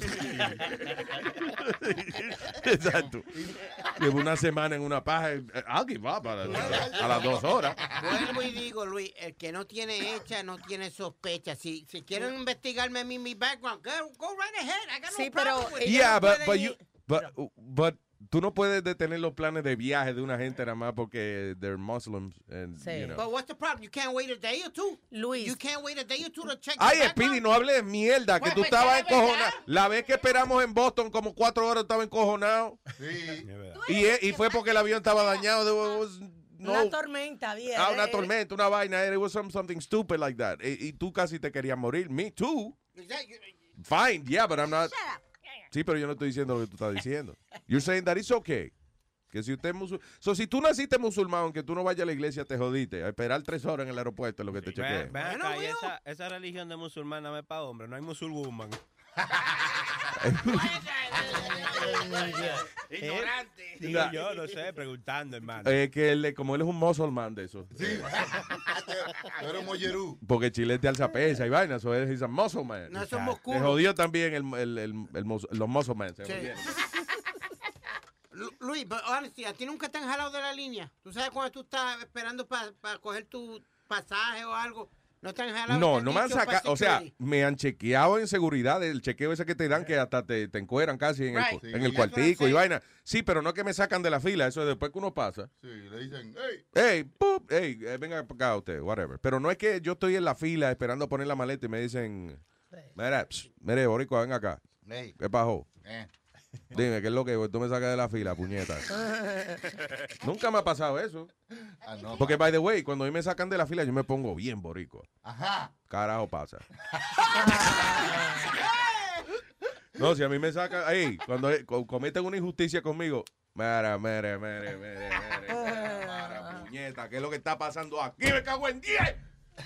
Exacto. Llevo una semana en una paja, eh, I'll give up a, la- a las dos horas. Vuelvo y digo, Luis, el que no tiene hecha no tiene sospecha. Si, si quieren investigarme a mí mi background, go, go right ahead. I got no Sí, pero problem with it. ellos Yeah, no but, pueden but, ir- you, but, but tú no puedes detener los planes de viaje de una gente nada más porque they're Muslims. And, Sí. you know. But what's the problem? You can't wait a day or two. Luis. You can't wait a day or two to check Ay, your Speedy, background. no hable de mierda, que Pues, tú pues, estabas es verdad. encojonado. La vez que esperamos en Boston, como cuatro horas, estaba encojonado. Sí. Y, e- y fue porque el avión estaba dañado. There was no- Una tormenta, bien. ah, una eh, tormenta, una vaina. It was some- something stupid like that. Y, y tú casi te querías morir. Me too. Exactly. Fine, yeah, but I'm not. Sí, pero yo no estoy diciendo lo que tú estás diciendo. You're saying that it's okay. Que si usted es musulmán. So, si tú naciste musulmán, aunque tú no vayas a la iglesia, te jodiste. A esperar tres horas en el aeropuerto es lo que te Ven, chequeen. ven Bueno, acá, y bueno. esa, esa religión de musulmana no es para hombres, no hay musulmán. Ignorante. Digo Nah. yo, no sé, preguntando, hermano. Eh, que él, como él es un musulmán de eso. Sí. Tú eres mollerú. Porque Chile te alza pesa y vaina. So él es a musulman. No somos Te culos. jodió también el, el, el, el mus- los musulmanes. se Sí. jodieron. Lu- Luis, but honestly, a ti nunca te han jalado de la línea. Tú sabes cuando tú estás esperando para coger tu pasaje o algo, no te han jalado. No, te han no me han dicho pa' sacado, o sea, security. me han chequeado en seguridad, el chequeo ese que te dan que hasta te, te encueran casi en Right. el, Sí, en el that's cuartico what y I'm vaina. Sí, pero no que me sacan de la fila, eso es después que uno pasa. Sí, le dicen, hey. Hey, pup, hey, eh, venga para acá usted, whatever. Pero no es que yo estoy en la fila esperando poner la maleta y me dicen, mira, psh, mire, boricua, ven acá. Hey. ¿Qué pasó? Eh. Dime, ¿qué es lo que tú me sacas de la fila, puñeta? Nunca me ha pasado eso. Ah, no, Porque, by the way, cuando a mí me sacan de la fila, yo me pongo bien boricua. Ajá. Carajo pasa. No, si a mí me sacan, ahí, cuando co- cometen una injusticia conmigo, mira, mire, mire, mire, mire, mira, puñeta, ¿qué es lo que está pasando aquí? Me cago en diez.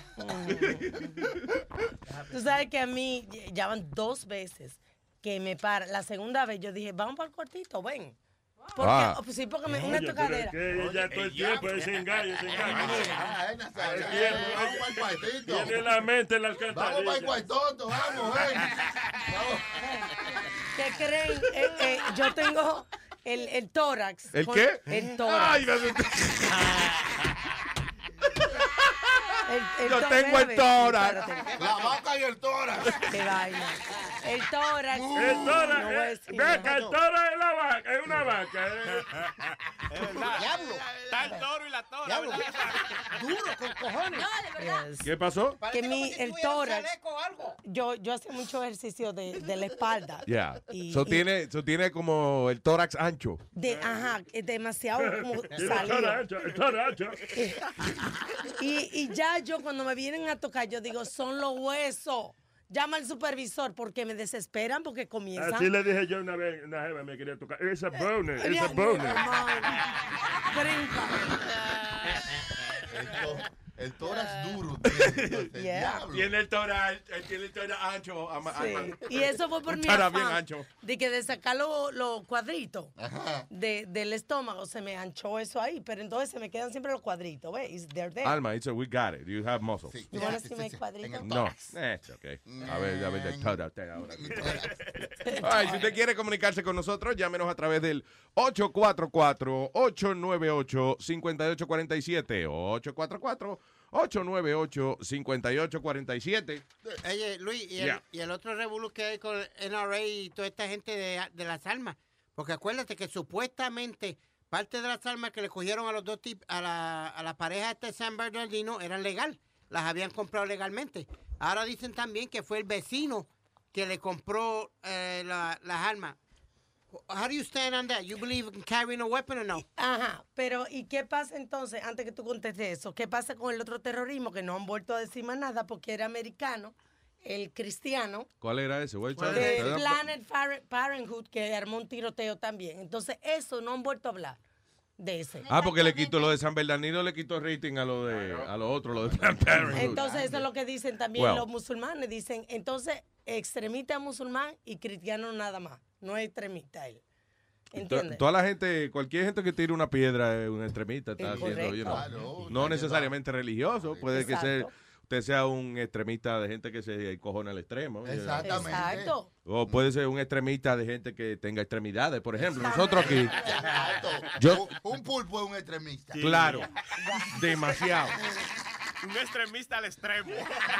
Tú sabes que a mí ya van dos veces que me para. La segunda vez yo dije, vamos para el cuartito, ven. Porque, Ah. oh, sí, porque me, una Oye, pero es tocadera. que ella todo el tiempo ese engaño, ese engaño. Ah, eh, Nazario, El eh, tiempo, Vamos para el cuartito. Tiene la mente en la Vamos para el alcantarilla. cuartoto, vamos, ven. Vamos. ¿Qué creen? Eh, eh, yo tengo el, el tórax. ¿El con- qué? El tórax. Ay, me asusté. El, el Yo to- tengo el espérate, tórax. espérate. La vaca y el tórax. Qué vaina. El tórax. El tórax, No voy a eh, decir ve acá, nada. el tórax es la vaca, es una vaca. eh. Es verdad. Diablo. Está el toro y la tora. Diablo. ¿verdad? Duro, con cojones. No, de verdad. Yes. ¿Qué pasó? Que Parece como mi, si el tuviera un tórax, chaleco o algo. yo, yo hacía mucho ejercicio de, de la espalda. Ya. Y- So y- tiene, so tiene como el tórax ancho. De, ajá, es demasiado como Tiene salido. tórax, el tórax. Y, y ya yo cuando me vienen a tocar, yo digo, son los huesos. Llama al supervisor porque me desesperan porque comienzan. Así le dije yo una vez, una jeva me quería tocar. Esa boner, esa Mira, boner. Brinca. El, tó- el tórax duro. Yeah. Tiene el tórax, tiene el tórax ancho. ama- Sí. ama- Y eso fue por un mi tórax bien afán ancho. de que de sacar los los cuadritos Ajá. de, del estómago, se me anchó eso ahí, pero entonces se me quedan siempre los cuadritos, ¿ves? They're there. Alma, it's a, we got it. You have muscles. Sí. You wanna Sí, see sí, my sí. cuadrito? En el No, tórax. eh, it's okay. A ver, a ver, el tórax ten ahora. Ay, si usted quiere comunicarse con nosotros, llámenos a través del ocho cuatro cuatro, ocho nueve ocho, cinco ocho cuatro siete. ocho cuatro cuatro, ocho nueve ocho, cinco ocho cuatro siete. Oye, Luis, y el, Yeah. y el otro revolú que hay con el N R A y toda esta gente de, de las armas. Porque acuérdate que supuestamente parte de las armas que le cogieron a los dos tipos, a la, a la pareja de San Bernardino, eran legal. Las habían comprado legalmente. Ahora dicen también que fue el vecino que le compró eh, la- las armas. How do you stand on that? You believe in carrying a weapon or no? Ajá, pero ¿y qué pasa entonces, antes que tú contestes eso, qué pasa con el otro terrorismo que no han vuelto a decir más nada porque era americano, el cristiano, ¿Cuál era ese? Güey? de Planet Par- Parenthood, que armó un tiroteo también? Entonces eso no han vuelto a hablar de ese. Ah, porque le quitó lo de San Bernardino, le quitó rating a lo de a lo otro, lo de Planned Parenthood. Entonces eso es lo que dicen también Well. los musulmanes, dicen, entonces extremista musulmán y cristiano nada más, no es extremista él. To- ¿Entiendes? Toda la gente, cualquier gente que tire una piedra es un extremista, está Es haciendo, you know, correcto. no necesariamente religioso, puede que sea, Exacto. usted sea un extremista de gente que se cojona al extremo. you know. Exactamente. Exacto. O puede ser un extremista de gente que tenga extremidades, por ejemplo. Nosotros aquí, Exacto. Yo- Un- Un pulpo es un extremista. claro, demasiado. Un extremista al extremo.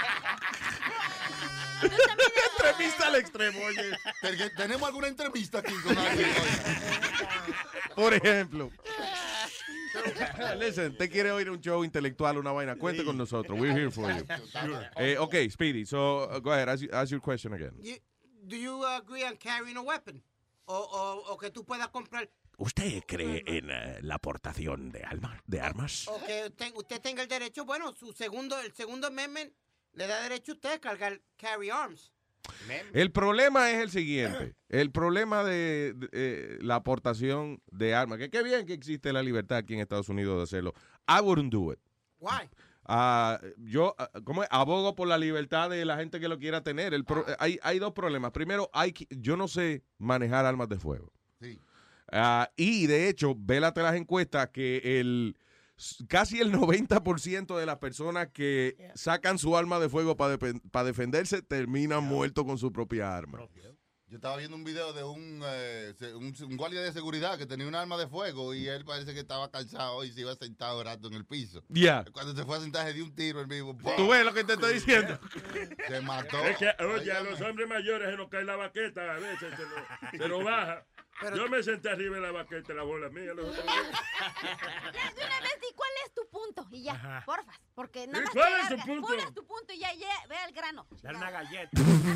Extremista al extremo, oye. Porque tenemos alguna entrevista aquí con alguien. Por ejemplo. Listen, ¿te quiere oír un show intelectual, una vaina? Cuente con nosotros. We're here for you. Eh, okay, Speedy. So uh, go ahead. Ask, ask your question again. You- do you agree on carrying a weapon? O, o, o que tú puedas comprar, ¿Usted cree en eh, la aportación de, alma, de armas? o que usted, usted tenga el derecho, bueno, su segundo, el segundo amendment le da derecho a usted a cargar, carry arms. El problema es el siguiente. El problema de, de, eh, la aportación de armas. Que qué bien que existe la libertad aquí en Estados Unidos de hacerlo. I wouldn't do it. Why? Ah, yo, ah, ¿cómo es? Abogo por la libertad de la gente que lo quiera tener. El pro- hay, hay dos problemas. Primero, hay, que- yo no sé manejar armas de fuego. Sí. Ah, y de hecho, vélate las encuestas que el casi el noventa por ciento de las personas que sacan su arma de fuego para defenderse terminan muertos con su propia arma. Yo estaba viendo un video de un, eh, se- un, un guardia de seguridad que tenía un arma de fuego y él parece que estaba calzado y se iba sentado rato en el piso. Ya. Cuando se fue a sentar se dio un tiro el mismo. ¿Tú ves lo que te estoy diciendo? Se mató. Es que, oye, a los hombres mayores se nos cae la baqueta a veces, se nos, se nos baja. Yo me senté arriba en la baqueta, la bola mía. Los otros días. Ya, de una vez di cuál es tu punto y ya, Ajá. porfas, porque nada ¿Y más cuál te es tu largas. punto? ¿Cuál es tu punto? Y ya, ya, ve al grano. Dale una galleta.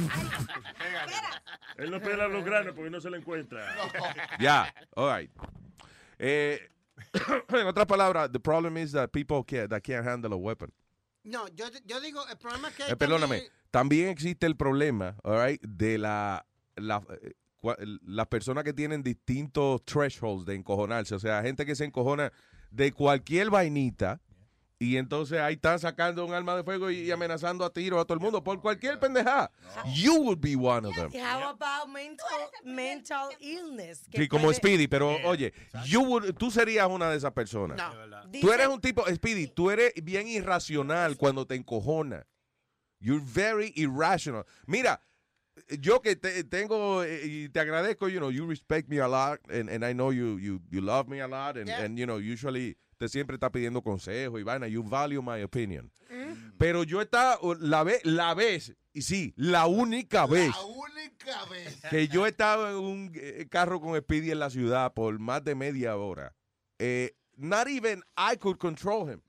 Él no pela los granos porque no se le encuentra. Ya, all right. Eh, en otras palabras, the problem is that people can't, that can't handle a weapon. No, yo, yo digo, el problema es que... hay Eh, perdóname, también- también existe el problema, all right, de la, la eh, cua- las personas que tienen distintos thresholds de encojonarse, o sea, gente que se encojona de cualquier vainita y entonces ahí están sacando un arma de fuego y, y amenazando a tiro a todo el mundo por cualquier pendejada. You would be one of them. Y how about mental, mental illness? Que Sí, como puede- Speedy, pero oye, you would- tú serías una de esas personas. Tú eres un tipo, Speedy, tú eres bien irracional cuando te encojona. You're very irrational. Mira, yo que te, tengo eh, y te agradezco, you know, you respect me a lot and, and I know you, you, you love me a lot and, Yeah. and, you know, usually te usted siempre está pidiendo consejos y vaina. You value my opinion. Pero yo estaba, la vez, la vez, y sí, la única vez. La única vez. Que yo estaba en un eh, carro con Speedy en la ciudad por más de media hora. Eh, not even I could control him.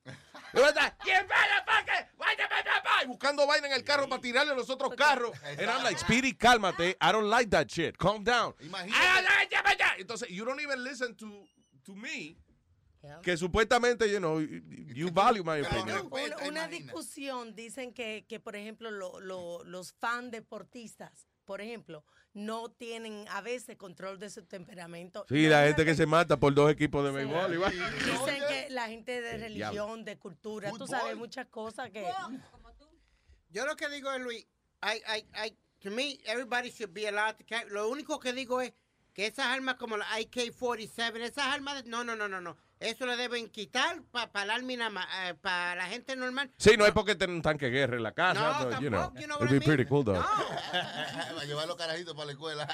Buscando vaina en el carro para tirarle a los otros carros. And I'm like, Speedy, cálmate. I don't like that shit. Calm down. Entonces, you don't even listen to, to me. Que supuestamente, you know, you value my opinion. Una, una discusión, dicen que, que por ejemplo, lo, lo, los fan deportistas, por ejemplo, no tienen a veces control de su temperamento. Sí, la gente que se mata por dos equipos de Sí. béisbol. y va. Dicen que la gente de religión, de cultura, tú sabes, muchas cosas que... Yo lo que digo es, Luis, I, I, I, to me, everybody should be allowed to carry. Lo único que digo es que esas armas como la A K cuarenta y siete, esas armas, de, no, no, no, no, no. Eso le deben quitar para pa la, uh, pa la gente normal. Sí, no hay por qué tener un tanque de guerra en la casa. No, so, tampoco, you know, you know it'd what I be pretty mean? cool, though. Va a llevar los carajitos para la escuela.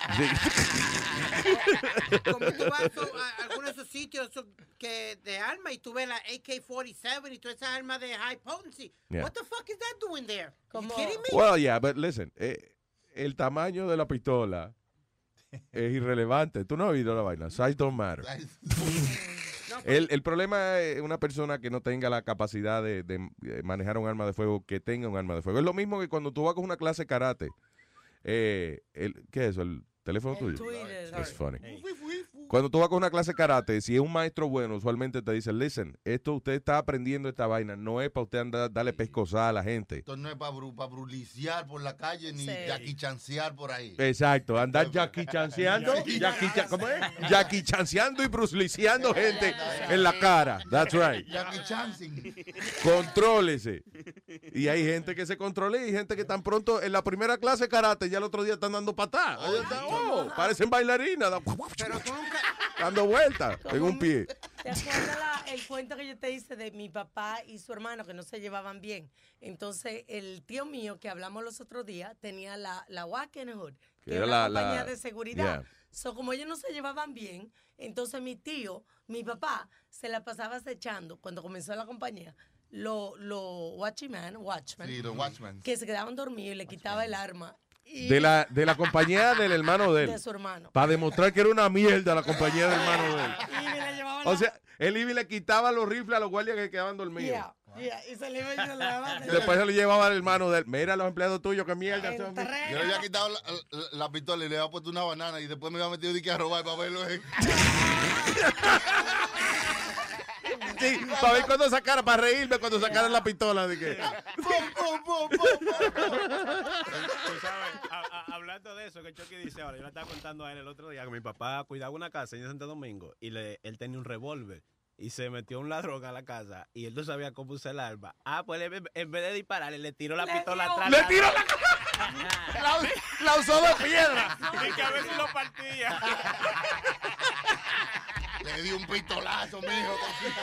Como tú vas a, a algunos de esos sitios esos que de armas y tú ves la A K cuarenta y siete y todas esas armas de high potency. Yeah. What the fuck is that doing there? Are you kidding me? Well, yeah, but listen, eh, el tamaño de la pistola es irrelevante. Tú no has oído la vaina. Size don't matter. El, el problema es una persona que no tenga la capacidad de, de manejar un arma de fuego, que tenga un arma de fuego. Es lo mismo que cuando tú vas con una clase de karate. Eh, el, ¿Qué es eso? ¿El teléfono El tuyo? Twitter. That's funny. Cuando tú vas con una clase de karate, si es un maestro bueno, usualmente te dice, listen, esto usted está aprendiendo esta vaina, no es para usted andar, darle pescosada a la gente. Esto no es para bru pa bruliciar por la calle ni Sí. yaquichancear por ahí. Exacto, andar yaquichanceando, yaquicha- ¿cómo es? Yaquichanceando y brusliciando gente en la cara. That's right. Yaquichancing. Contrólese. Y hay gente que se controla y hay gente que tan pronto en la primera clase de karate ya el otro día están dando patadas. Oh, parecen bailarinas. da- Dando vueltas en un pie. ¿Te acuerdas la- el cuento que yo te hice de mi papá y su hermano que no se llevaban bien? Entonces, el tío mío que hablamos los otros días tenía la, la Wackenhood, que Que era era una la- compañía la- de seguridad. yeah. So, como ellos no se llevaban bien, entonces mi tío, mi papá, se la pasaba acechando cuando comenzó la compañía. Los lo watchman, watchman, Sí, los watchmen. que se quedaban dormidos y le quitaba el arma. Y- De la, de la compañía del hermano de él. De su hermano. Para demostrar que era una mierda la compañía del hermano de él. Y me la llevaban O sea, él iba y le quitaba los rifles a los guardias que quedaban dormidos. Yeah, yeah, y se le iba y se le daba. Y después se lo llevaba al hermano de él. Mira los empleados tuyos, qué mierda son. Yo le había quitado la, la- la pistola y le había puesto una banana y después me había metido de que a robar para verlo. eh. Sí, para ver cuando sacara, para reírme cuando sacaran la pistola. De que, Tú sabes, a- a- hablando de eso que Chucky dice ahora, yo le estaba contando a él el otro día que mi papá cuidaba una casa en Santo Domingo y le, él tenía un revólver y se metió un ladrón a la casa y él no sabía cómo usar el arma. Ah, pues él, en vez de dispararle, le tiró la Le pistola dio. atrás. ¡Le tiró la la, la usó de piedra! Y que a veces lo partía. Le di un pistolazo, mijo.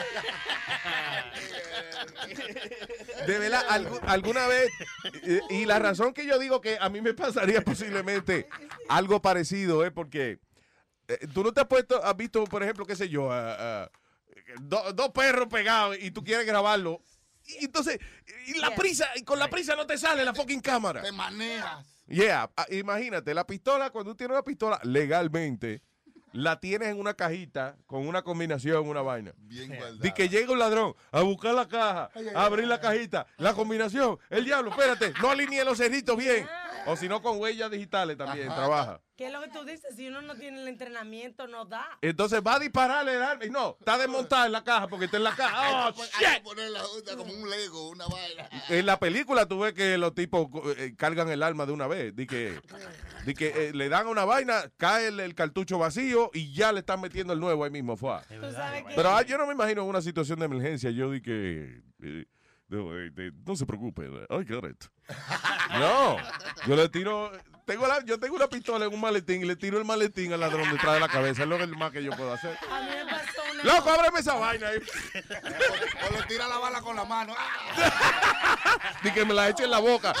De verdad, algu- alguna vez, eh, y la razón que yo digo que a mí me pasaría posiblemente algo parecido es porque eh, tú no te has puesto, has visto, por ejemplo, qué sé yo, a- a, do- dos perros pegados y tú quieres grabarlo. Y entonces, y la prisa, y con la prisa no te sale la fucking cámara. Te manejas. Yeah, ah, imagínate, la pistola, cuando tú tienes una pistola legalmente, la tienes en una cajita con una combinación, una vaina. Bien guardada. De que llega un ladrón a buscar la caja, a abrir la cajita, la combinación, el diablo, espérate, no alinee los cerritos bien. O si no, con huellas digitales también trabaja. ¿Qué es lo que tú dices? Si uno no tiene el entrenamiento, no da. Entonces va a dispararle el arma y no, está desmontada en la caja porque está en la caja. ¡Oh, Hay que shit! ponerla junta como un Lego, una vaina. En la película tú ves que los tipos eh, cargan el arma de una vez. De que, de que eh, le dan una vaina, cae el, el cartucho vacío y ya le están metiendo el nuevo ahí mismo. Fue. Tú sabes que... Pero ah, yo no me imagino una situación de emergencia. Yo di que... eh, no, eh, de- no se preocupe. I get it. No, yo le tiro... Tengo la, yo tengo una pistola en un maletín y le tiro el maletín al ladrón detrás de la cabeza. Es lo que- más que yo puedo hacer. A mí me pasó una... ¡Loco, ábreme esa vaina ahí! O le tira la bala con la mano. Di que me la eche en la boca.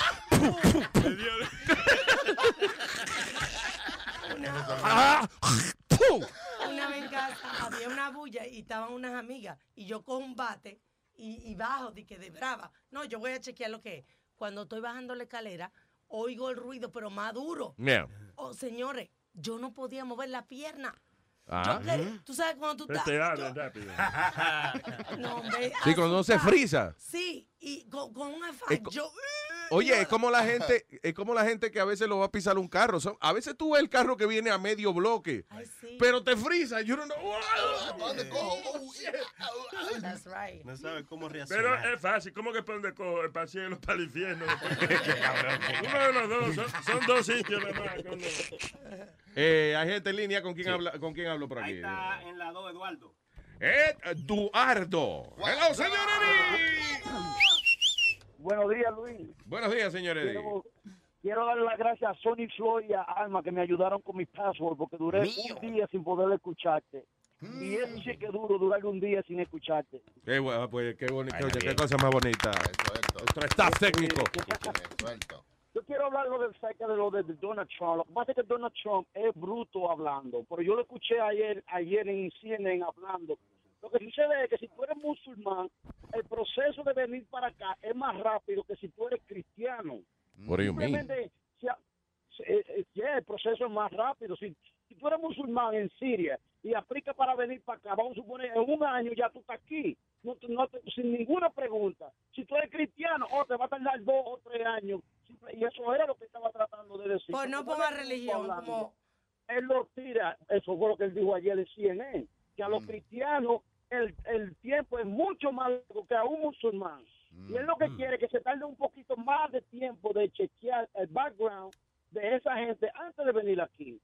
Ah, ¡pum! Una vez en casa había una bulla y estaban estaban unas amigas y yo con un bate y, y bajo de que de brava. No, yo voy a chequear lo que es. Cuando estoy bajando la escalera, oigo el ruido, pero más duro. Yeah. Oh, señores, yo no podía mover la pierna. Ah. Yo quería- tú sabes cuando tú Pero estás... te hablan rápido. No, hombre, Sí, cuando no se asustada. frisa. Sí, y con, con un Es afán. co- Yo... Oye, es como la gente, es como la gente que a veces lo va a pisar un carro. Son- a veces tú ves el carro que viene a medio bloque, pero te frisa. Yo no know. ¿Dónde cojo? That's right. No sabe cómo reaccionar. Pero es fácil. ¿Cómo que para dónde cojo? ¿Para el cielo, para el infierno? Uno de los dos. Son, son dos sitios nada más. que uno- Eh, hay gente en línea con quién habla, con quién hablo por aquí. Ahí está en la dos, Eduardo. Eduardo. Hello, señor Eddie. Buenos días, Luis. Buenos días, señor Eddie. Quiero, quiero darle las gracias a Sony Floyd y a Alma que me ayudaron con mi password porque duré Mío. un día sin poder escucharte. Y eso sí que es duro, durar un día sin escucharte. Qué bueno, pues qué bonito. Ay, Oye, qué bien. cosa más bonita. Nuestro staff técnico. Yo quiero hablar lo del cerca de lo de Donald Trump. Lo que pasa es que Donald Trump es bruto hablando, pero yo lo escuché ayer ayer en C N N hablando. Lo que sucede es que si tú eres musulmán, el proceso de venir para acá es más rápido que si tú eres cristiano. What do you mean? Simplemente, si a- eh, eh, yeah, el proceso es más rápido. Si, si tú eres musulmán en Siria y aplica para venir para acá, vamos a suponer, en un año ya tú estás aquí, no, te- no te- sin ninguna pregunta. Si tú eres cristiano, oh, te va a tardar dos o tres años. Simple- Y eso era lo que estaba tratando de decir. Pues no Como ponga él estuvo religión, hablando, como- Él lo tira, eso fue lo que él dijo ayer en C N N, que a los cristianos el, el tiempo es mucho más largo que a un musulmán. Y él lo que quiere es que se tarde un poquito más de tiempo de chequear el background de esa gente antes de venir aquí.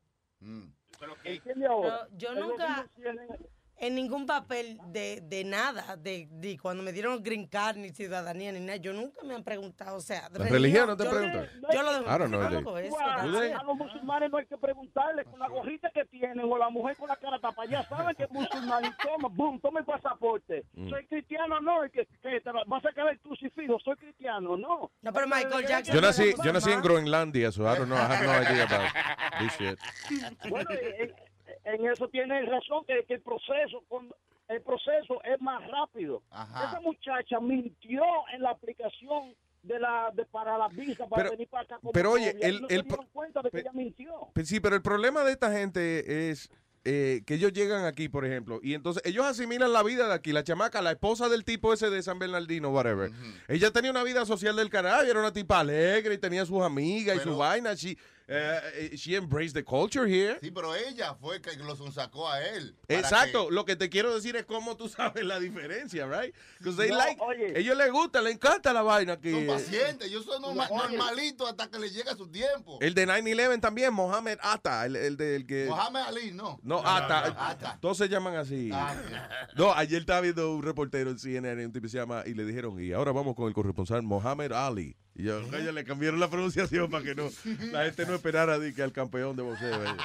¿Entiende ahora? Pero yo Es lo nunca, que dice C N N. en ningún papel de, de nada, de, de cuando me dieron green card, ni ciudadanía, ni nada, yo nunca me han preguntado, o sea, de ¿La religión no te yo- preguntan? Yo lo dejo. I don't know, yo Eddie. hago eso, A, that's it. a los musulmanes no hay que preguntarle con la gorrita que tienen o la mujer con la cara tapada. Ya saben que es musulmán y toma, boom, toma el pasaporte. Mm. Soy cristiano, no, y que, que te vas a quedar crucifijo, soy cristiano, no. No, pero Michael Jackson. Yo nací, yo nací en Groenlandia, so I don't know, I have no idea about this shit. Bueno, en, en eso tiene razón, que, que el proceso con, el proceso es más rápido. Esa muchacha mintió en la aplicación de la de, para la visa para Pero- venir para acá como pero oye, novia. el- no el se dieron pro- cuenta de que ella mintió. Pues sí, pero el problema de esta gente es eh, que ellos llegan aquí, por ejemplo, y entonces ellos asimilan la vida de aquí. La chamaca, la esposa del tipo ese de San Bernardino, whatever. Ella tenía una vida social del carajo, era una tipa alegre y tenía sus amigas y su vaina. She, eh, she embraced the culture here. Sí, pero ella fue que lo sacó a él. para Exacto, lo que te quiero decir es cómo tú sabes la diferencia, right? Because they No, like, oye. ellos les gusta, les encanta la vaina aquí. Son pacientes, ellos son norma- Oye. normalitos hasta que les llega su tiempo. El de nueve once también, Mohamed Atta, el, el del que... Mohamed Ali, no. No, no, Atta. no, Atta. Todos se llaman así. No, ayer estaba viendo un reportero en C N N, un tipo que se llama, y le dijeron, y ahora vamos con el corresponsal Mohamed Ali. Y yo, oye, le cambiaron la pronunciación para que no la gente no esperara de que al campeón de boxeo. eh.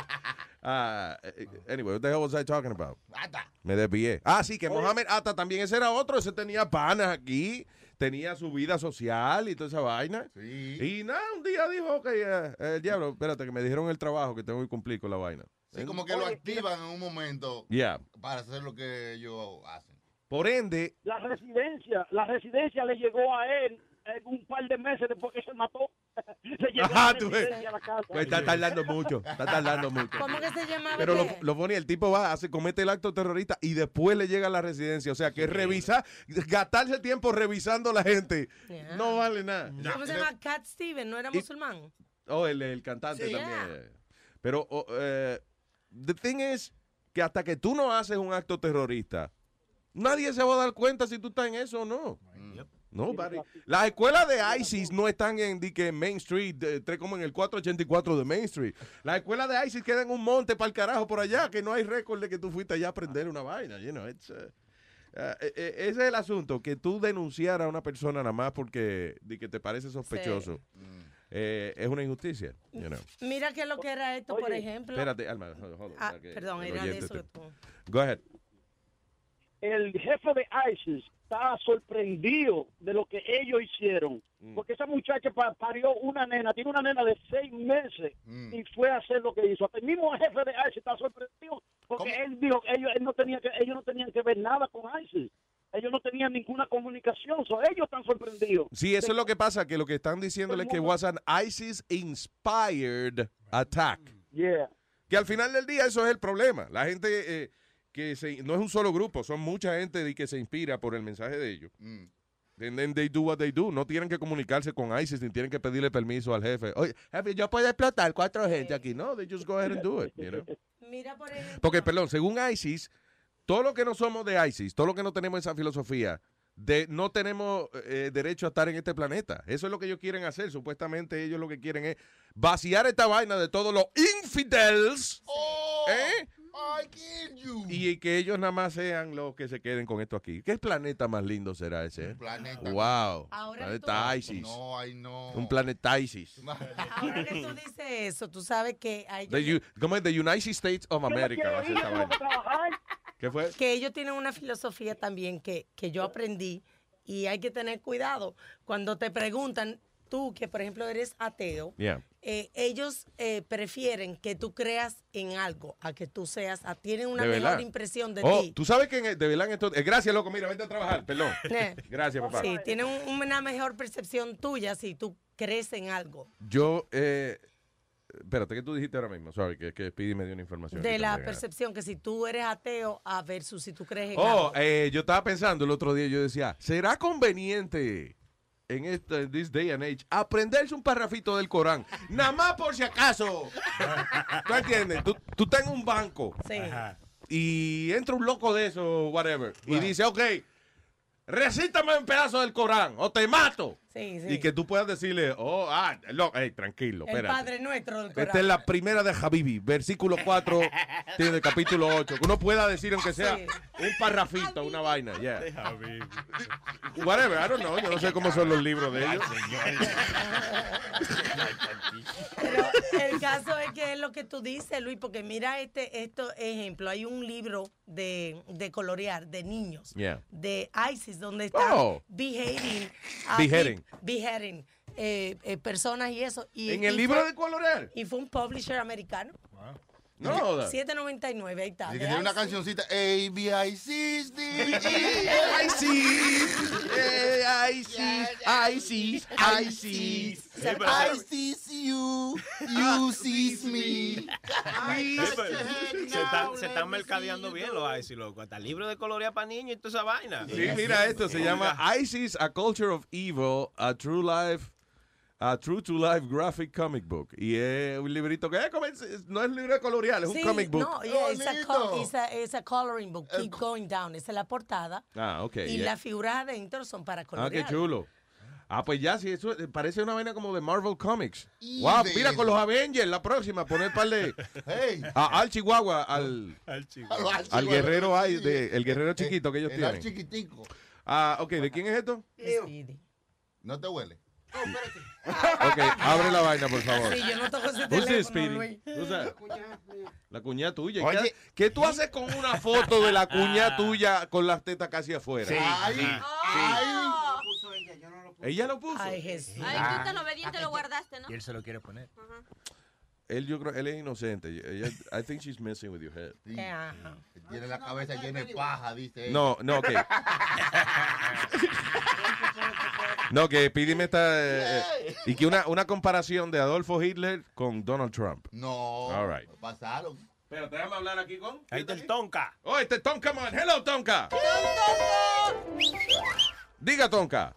Ah, eh, anyway, what the hell was I talking about? Me desvié. Ah, sí, que Mohamed Atta también, ese era otro, ese tenía panas aquí, tenía su vida social y toda esa vaina. Y nada, un día dijo, ok, eh, el diablo, espérate, que me dijeron el trabajo que tengo que cumplir con la vaina. Sí, como que lo activan en un momento Yeah. para hacer lo que ellos hacen. Por ende, La residencia, la residencia le llegó a él en un par de meses después que se mató. Le llegó Ajá, la tú ves. residencia a la casa. pues, está tardando mucho, está tardando mucho. ¿Cómo que se llamaba? Pero lo, qué? lo funny, el tipo va, hace, comete el acto terrorista y después le llega a la residencia. O sea, que revisar, gastarse tiempo revisando a la gente, Yeah. no vale nada. ¿Cómo se llama? Cat Steven, ¿no era musulmán? Oh, el, el cantante Sí. también. Pero, oh, eh, the thing is que hasta que tú no haces un acto terrorista, nadie se va a dar cuenta si tú estás en eso o no. Nobody. Las escuelas de ISIS no están en, di que en Main Street, de- tre- como en el cuatrocientos ochenta y cuatro de Main Street. Las escuelas de ISIS quedan en un monte para el carajo por allá, que no hay récord de que tú fuiste allá a aprender una vaina. You know, it's, uh, uh, eh, eh, ese es el asunto, que tú denunciar a una persona nada más porque di que te parece sospechoso. eh, es una injusticia. You know. Mira qué es lo que era esto, por ejemplo. Espérate, Alma. hold- hold on, Ah, para que perdón, el era de oyente eso te- que tú. Go ahead. El jefe de ISIS está sorprendido de lo que ellos hicieron. Porque esa muchacha pa- parió una nena, tiene una nena de seis meses y fue a hacer lo que hizo. Hasta el mismo jefe de ISIS está sorprendido porque que él dijo que ellos, él no tenía que, ellos no tenían que ver nada con ISIS. Ellos no tenían ninguna comunicación. So, ellos están sorprendidos. Sí, eso es lo que pasa, que lo que están diciéndole es que was an ISIS-inspired attack. Yeah. Que al final del día eso es el problema. La gente eh, que se, no es un solo grupo, son mucha gente de que se inspira por el mensaje de ellos. Mm. And then they do what they do. No tienen que comunicarse con ISIS ni tienen que pedirle permiso al jefe. Oye, jefe, yo puedo explotar cuatro gente aquí. No, they just go ahead and do it. You know? Mira, por ejemplo. Porque, perdón, según ISIS, todo lo que no somos de ISIS, todo lo que no tenemos esa filosofía, de no tenemos eh, derecho a estar en este planeta. Eso es lo que ellos quieren hacer. Supuestamente ellos lo que quieren es vaciar esta vaina de todos los infidels. Oh, ¿eh? I killed you. Y que ellos nada más sean los que se queden con esto aquí. ¿Qué planeta más lindo será ese? Un planeta. Wow. Ahora planeta tú- ISIS. No, ay, no. Un planeta ISIS. Ahora que tú dices eso, tú sabes que hay The U- ¿Cómo es? The United States of America. Va a ser esta vaina. ¿Qué fue? que ellos tienen una filosofía también que, que yo aprendí y hay que tener cuidado. Cuando te preguntan, tú que por ejemplo eres ateo, Yeah. eh, ellos eh, prefieren que tú creas en algo a que tú seas, a- tienen una De mejor verdad. impresión de Oh, ti. tú sabes que en- de verdad en esto. eh, gracias, loco. Mira, vente a trabajar. Perdón. Eh, Gracias, papá. Sí, tienen un- una mejor percepción tuya si tú crees en algo. Yo, eh, espérate, ¿qué tú dijiste ahora mismo? Sorry, que, que Speedy me dio una información. De aquí la también. percepción que si tú eres ateo a versus si tú crees en Oh, algo. eh, yo estaba pensando el otro día, yo decía, ¿será conveniente en este this day and age aprenderse un parrafito del Corán? Nada más por si acaso. ¿Tú entiendes? Tú, tú estás en un banco Sí. y entra un loco de eso, whatever, y dice, ok, recítame un pedazo del Corán o te mato. Sí, sí. Y que tú puedas decirle, oh, ah, lo, hey, tranquilo, El espérate. Padre Nuestro del Corán. Esta es la primera de Habibi, versículo cuatro tiene el capítulo ocho. Que uno pueda decir, aunque sea Sí. un parrafito, una vaina. Yeah. Whatever, I don't know. Yo no sé cómo son los libros de ellos. Pero el caso es que es lo que tú dices, Luis, porque mira este esto ejemplo. Hay un libro de, de colorear de niños Yeah. de ISIS donde están Oh. beheading, a Beheading. peop- beheading, eh, eh, personas y eso. Y, ¿En el y libro fue- de colorear? Y fue un publisher americano. No joda. siete noventa y nueve, ahí está. Y que de tiene una ISIS. cancioncita A, B, I, C, D, ISIS, eh, ISIS, ISIS, ISIS. I sees you, you sees me. Sí, pero se están, se están mercadeando bien los ISIS, loco. Hasta libro de colorear para niños y toda esa vaina. Sí, mira esto, se llama ISIS, A Culture of Evil, a True Life, a True to Life Graphic Comic Book. Y es un librito que es como- es- no es un libro de colorear, es un Sí, comic book. No, yeah, it's, a co- it's, a, it's a coloring book. Keep going down. Esa es la portada. Ah, ok. y yeah. las figuras adentro son para Ah, colorear. qué chulo. Ah, pues ya, sí, eso eh, parece una vaina como de Marvel Comics. Y Wow, de- mira, con los Avengers, la próxima, poner par de... Hey. a- al Chihuahua, al, Al al guerrero, ay, de, el guerrero chiquito que ellos El al tienen. chiquitico. Ah, ok, ¿de quién es esto? No te huele. Ok, abre la vaina, por favor. Sí, yo no toco ese Who's this, teléfono, Speedy? Luis. Who's that? La cuñada tuya. Oye. ¿Qué, qué tú haces con una foto de la cuñada tuya con las tetas casi afuera? Sí, Ay, sí, ay. ¿Ella lo puso? Ay, Jesús. Ay, tú tan obediente lo guardaste, ¿no? Y él se lo quiere poner. Él, yo creo, él es inocente. Ella, I think she's messing with your head. Sí. Tiene la cabeza llena de paja, dice ella. No, no, que... no, que Speedy está... eh, eh, y que una, una comparación de Adolfo Hitler con Donald Trump. No. All right. Pasaron. Pero déjame hablar aquí con... Ahí está el Tonka. Oh, este es Tonka, man. Hello, Tonka. Diga, Tonka.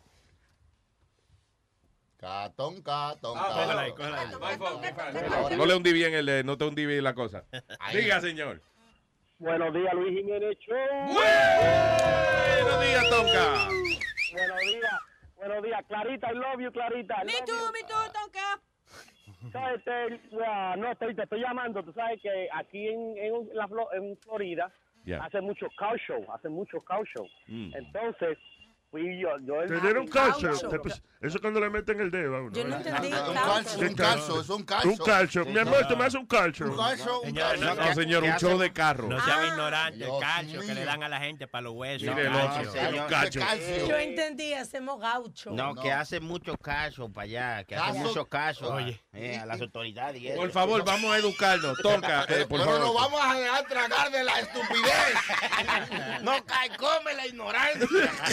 Catón, catón, Ah, Cógela ahí, catón. cógela ahí. No le hundí bien el, eh, no te hundí bien la cosa. Diga, señor. Buenos días, Luis Jiménez Show. Buenos días, Tonka. Buenos días. Buenos días. Clarita, I love you, Clarita. I Me love tú, you. me tú, Tonka. ¿Sabes? Te, uh, no, te, te estoy llamando. Tú sabes que aquí en, en, la, Flo- en Florida Yeah. hacen muchos cow show, hacen muchos cow show. Mm. Entonces, fui yo. yo el- Tener un calcio. Caucho. te pus- Eso es cuando le meten el dedo a uno. Yo no ¿verdad? entendí. Un Caucho. calcio, un ¿Qué calcio, es un calcio. Un calcio. Mi amor, tú me haces un calcio. Un calcio, un Señor, calcio. No, no, señor, un show de carro. No sean Ah. ignorantes, el Dios calcio que mío. le dan a la gente para los huesos. Mire el calcio. otro, señor. los cachos. Calcio. Yo entendí, hacemos gaucho. No, No. que hace mucho caso para allá, que hace Caso- mucho caso Oye. eh, a las autoridades. Y eso. Por favor, vamos a educarnos. Tonka, eh, por Pero favor. nos vamos a dejar tragar de la estupidez. No cae, come la ignorancia.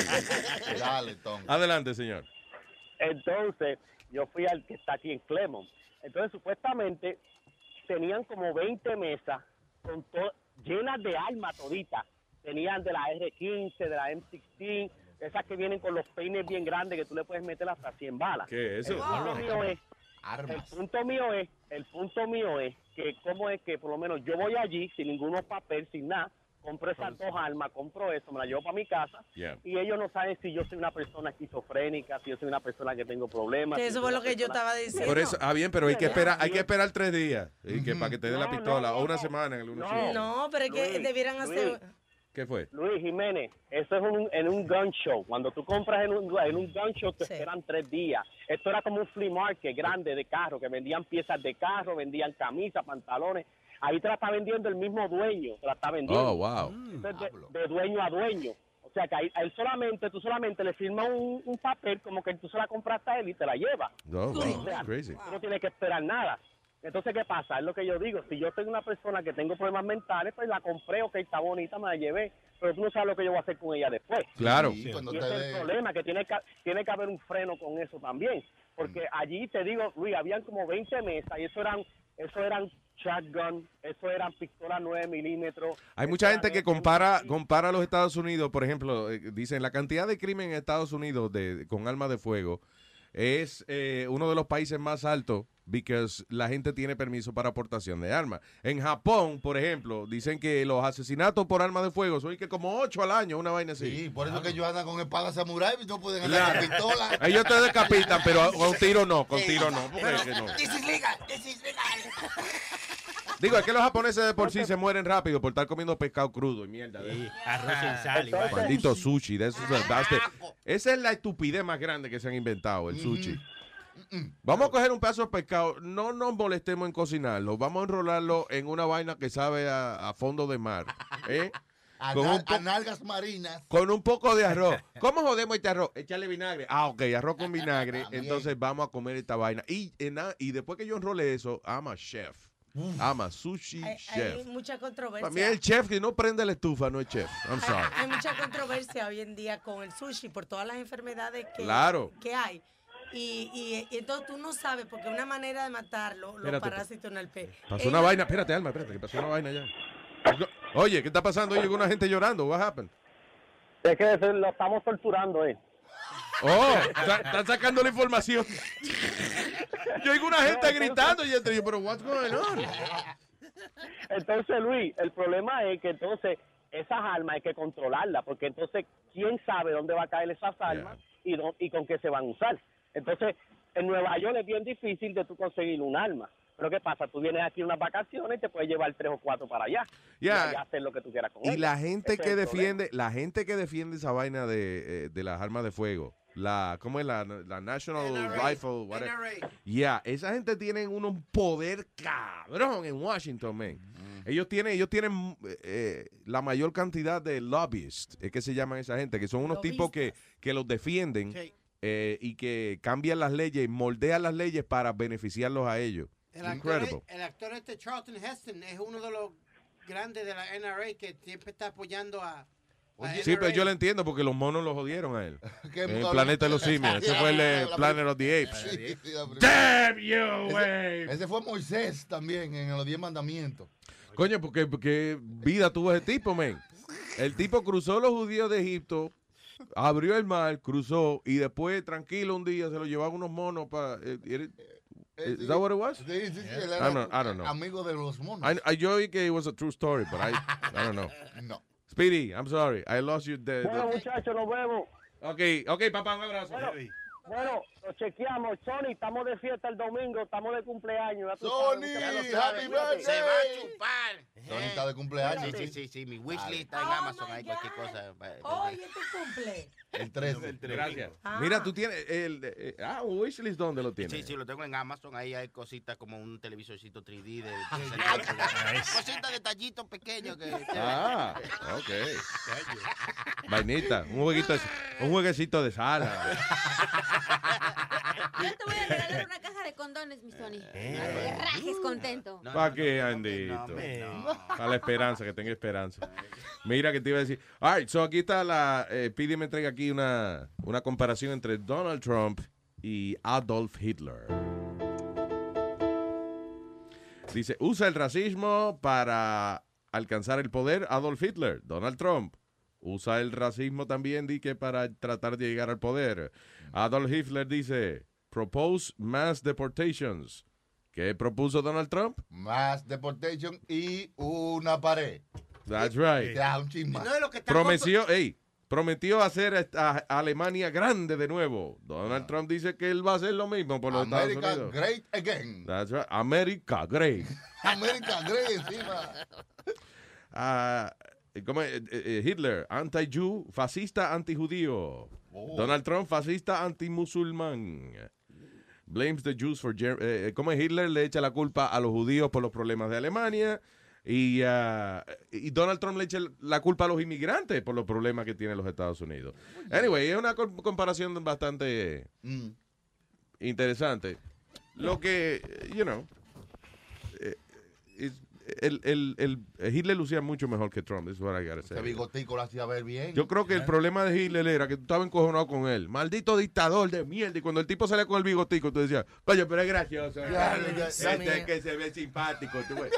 Dale, Tom. Adelante, señor. Entonces, yo fui al que está aquí en Clemont. Entonces, supuestamente, tenían como veinte mesas con to- llenas de armas toditas. Tenían de la R quince, de la M dieciséis, esas que vienen con los peines bien grandes que tú le puedes meter hasta cien balas. ¿Qué es eso? El punto mío es, el Armas. punto mío es, el punto mío es que cómo es que por lo menos yo voy allí sin ninguno papel, sin nada, compro esas dos armas, compro eso, me la llevo para mi casa Yeah. y ellos no saben si yo soy una persona esquizofrénica, si yo soy una persona que tengo problemas. Que si eso soy fue una lo que yo persona- estaba diciendo. Por eso, ah, bien, pero hay que esperar, hay que Bien. esperar tres días y que, Ujú. para que te dé No, la no, pistola, no, o una no. semana en algunos No. sitios. No, pero es que Luis, debieran Luis. hacer... ¿Qué fue? Luis Jiménez, eso es un, en un gun show. Cuando tú compras en un, en un gun show te Sí. esperan tres días. Esto era como un flea market grande de carro, que vendían piezas de carro, vendían camisas, pantalones. Ahí te la está vendiendo el mismo dueño, te la está vendiendo. Oh, wow. Entonces, de, de dueño a dueño. O sea que ahí, a él solamente, tú solamente le firmas un, un papel como que tú se la compraste a él y te la llevas. Oh, wow. O sea, Crazy. tú no tienes que esperar nada. Entonces, ¿qué pasa? Es lo que yo digo. Si yo soy una persona que tengo problemas mentales, pues la compré, ok, está bonita, me la llevé. Pero tú no sabes lo que yo voy a hacer con ella después. Claro. Sí, cuando Y te ese es dé- el problema, que tiene que tiene que haber un freno con eso también. Porque allí, te digo, Luis, habían como veinte mesas y eso eran, eso eran shotgun, eso eran pistolas nueve milímetros. Hay eso mucha eran gente que R compara, quince. compara los Estados Unidos, por ejemplo, eh, dicen la cantidad de crimen en Estados Unidos de, con armas de fuego es eh, uno de los países más altos porque la gente tiene permiso para aportación de armas. En Japón, por ejemplo, dicen que los asesinatos por armas de fuego son que como ocho al año, una vaina así. Sí, por eso que ellos andan con espada samurai y no pueden andar con pistola. Ellos te decapitan, pero con tiro no, con tiro no. Porque es que no. This is legal, this is legal. Digo, es que los japoneses de por sí se mueren rápido por estar comiendo pescado crudo y mierda. de- Sí, arroz sin sal. y Entonces- vaina. Maldito sushi. De eso, that's the- esa es la estupidez más grande que se han inventado, el sushi. Vamos a coger un pedazo de pescado, no nos molestemos en cocinarlo, vamos a enrolarlo en una vaina que sabe a, a fondo de mar, ¿eh? A, Con na- un po- a nalgas marinas. Con un poco de arroz. ¿Cómo jodemos este arroz? Échale vinagre. Ah, ok, arroz con vinagre. También. Entonces vamos a comer esta vaina. Y, en a- y después que yo enrole eso, I'm a chef. I'm a sushi Hay, chef. hay mucha Para mí controversia. el chef que no prende la estufa no es chef. I'm Hay, sorry. hay mucha controversia hoy en día con el sushi por todas las enfermedades que, Claro. que hay. Y, y, y entonces tú no sabes, porque una manera de matarlo, los Espérate, parásitos en el pez. Pasó una vaina. Espérate, Alma, espérate, que pasó una vaina ya. Oye, ¿qué está pasando? Oye, una gente llorando. What happened? Es que eso lo estamos torturando, ¿eh? Oh, está- están sacando la información. Yo oigo una gente gritando y yo te digo, pero what's going on? Entonces, Luis, el problema es que entonces esas armas hay que controlarlas, porque entonces, ¿quién sabe dónde va a caer esas armas y, dó- y con qué se van a usar? Entonces, en Nueva York es bien difícil de tú conseguir un arma. Pero ¿qué pasa? Tú vienes aquí unas vacaciones y te puedes llevar tres o cuatro para allá. Ya. Y allá hacer lo que tú quieras con Y ellas. la gente Ese que es el problema. defiende, la gente que defiende esa vaina de, eh, de las armas de fuego, la, ¿cómo es la, la National N R A, Rifle? whatever. N R A. Yeah, esa gente tiene un poder cabrón en Washington, man. Ellos tienen, ellos tienen eh, la mayor cantidad de lobbyists, es que se llaman esa gente, que son unos tipos que, que los defienden Sí. eh, y que cambian las leyes, moldean las leyes para beneficiarlos a ellos. El actor, Incredible. el actor este Charlton Heston es uno de los grandes de la N R A que siempre está apoyando a... a Sí, pero N R A. yo lo entiendo porque los monos lo jodieron a él. ¿Qué En el mono? planeta de los simios. Ese fue el de La- Planet of the Apes. Sí, sí, la primera. Damn you, Ese, güey. ese fue Moisés también en los diez mandamientos. Coño, porque, porque vida tuvo ese tipo, men. El tipo cruzó los judíos de Egipto, abrió el mar, cruzó y después, tranquilo, un día se lo llevaban unos monos para... ¿Is that what it was? Sí, sí, sí, él I era don't, I don't know. amigo de los monos. I, I, yo oí que it was a true story, but I, I don't know. No. Speedy, I'm sorry. I lost you. The, Bueno, the... muchachos, nos vemos. Ok, ok, papá, un abrazo. Bueno, bueno, lo chequeamos. Sony, estamos de fiesta el domingo, estamos de cumpleaños. ya tú sabes, Sony, ya lo sabes, happy cuídate. birthday. Se va a chupar. Tony está de cumpleaños. Sí, sí, sí, sí. Mi wishlist está en Oh, Amazon. my Hay cualquier cosa. Hoy es tu cumple. El trece. Gracias. Ah. Mira, tú tienes el... eh, ah, un wishlist, ¿dónde lo tienes? Sí, sí, lo tengo en Amazon. Ahí hay cositas como un televisorcito tres D de... Cositas, detallitos pequeños que... Ah, ok. Vainita, un jueguito, de- un jueguecito de sala. Yo te voy a regalar una caja de condones, mi Sony. Eh. Te rajes contento. ¿Para qué, Andito? A la esperanza, que tenga esperanza. Mira que te iba a decir. All right, so aquí está la... Eh, Pidi me trae aquí una, una comparación entre Donald Trump y Adolf Hitler. Dice, usa el racismo para alcanzar el poder Adolf Hitler. Donald Trump usa el racismo también, di que para tratar de llegar al poder. Adolf Hitler dice, propose mass deportations. ¿Qué propuso Donald Trump? Mass deportation y una pared. That's right. Ya, un chisma. No es lo que está Prometió, ey, prometió hacer a, a Alemania grande de nuevo. Donald Trump dice que él va a hacer lo mismo por los America Estados Unidos. great again. That's right. America great. America great encima. Ah, ¿cómo es? Eh, eh, Hitler, anti-Jew, fascista, anti-judío. Oh. Donald Trump, fascista, anti-musulmán. Blames the Jews for... Ger- eh, ¿Cómo es? Hitler le echa la culpa a los judíos por los problemas de Alemania. Y, uh, y Donald Trump le echa la culpa a los inmigrantes por los problemas que tienen los Estados Unidos. Anyway, es una co- comparación bastante Mm. interesante. Lo que, you know, eh, es- el, el, el Hitler lucía mucho mejor que Trump. That's what I gotta say. Ese bigotico lo hacía ver bien. Yo creo que el problema de Hitler era que tú estabas encojonado con él. Maldito dictador de mierda. Y cuando el tipo salía con el bigotico, tú decías, coño, pero es gracioso. Ya, ya, ya, Este ya. es que se ve simpático. Tú, ves.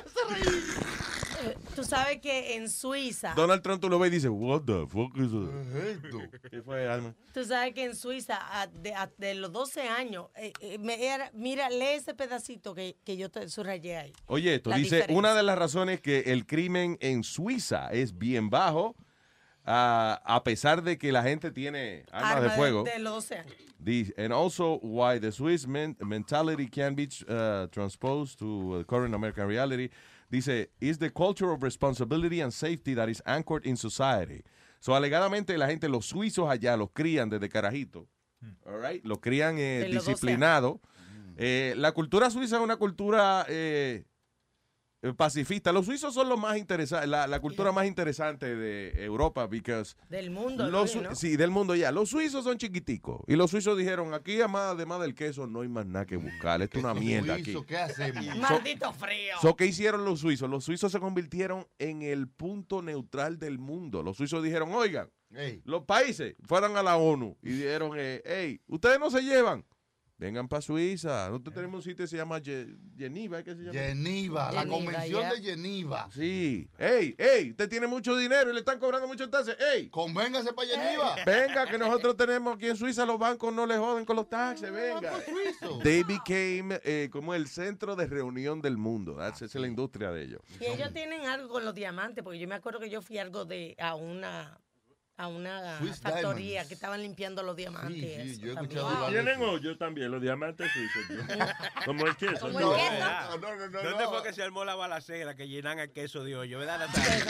Eh, Tú sabes que en Suiza, Donald Trump tú lo ves y dices, what the fuck is that? ¿Qué fue, Alma? tú sabes que en Suiza, a- de, a- de los doce años, eh, eh, me era- mira, lee ese pedacito que, que yo te subrayé ahí. Oye, esto La dice, diferencia. una de las razones que el crimen en Suiza es bien bajo, ah, a pesar de que la gente tiene armas Arma de fuego. De, los doce años. Dice, and also why the Swiss men- mentality can be uh, transposed to uh, current American reality. Dice, is the culture of responsibility and safety that is anchored in society. So, alegadamente, la gente, los suizos allá, los crían desde carajito. All right? Los crían eh, De los doce disciplinados. Eh, la cultura suiza es una cultura eh, eh, pacifista. Los suizos son los más interesantes, la, la cultura más interesante de Europa, because Del mundo, los, Luis, ¿no? sí, del mundo ya. Los suizos son chiquiticos. Y los suizos dijeron, aquí además, además del queso no hay más nada que buscar. Esto es una mierda aquí. Suizo, ¿qué hacemos? Maldito frío. So, ¿qué hicieron los suizos? Los suizos se convirtieron en el punto neutral del mundo. Los suizos dijeron, oigan, Ey, los países fueron a la ONU y dijeron, eh, hey, ustedes no se llevan. Vengan para Suiza. Nosotros tenemos un sitio que se llama Ge- Geneva, ¿eh? ¿qué se llama? Geneva, la Geneva, convención ya. de Geneva. Sí. Ey, ey, usted tiene mucho dinero y le están cobrando mucho taxes. Ey, Convéngase para Geneva. venga, que nosotros tenemos aquí en Suiza, los bancos no le joden con los taxes, venga. They became eh, como el centro de reunión del mundo. That's- esa es la industria de ellos. Y ellos tienen algo con los diamantes, porque yo me acuerdo que yo fui algo de a una a una Swiss factoría Diamonds. que estaban limpiando los diamantes. Sí, y sí, eso yo he también. escuchado hablar de Tienen eso. hoyo también, los diamantes suizos. ¿no? Como el queso. Como ¿no? el queso. No, no, no, no. ¿Dónde no. fue que se armó la balacera que llenan el queso de hoyo? ¿Verdad,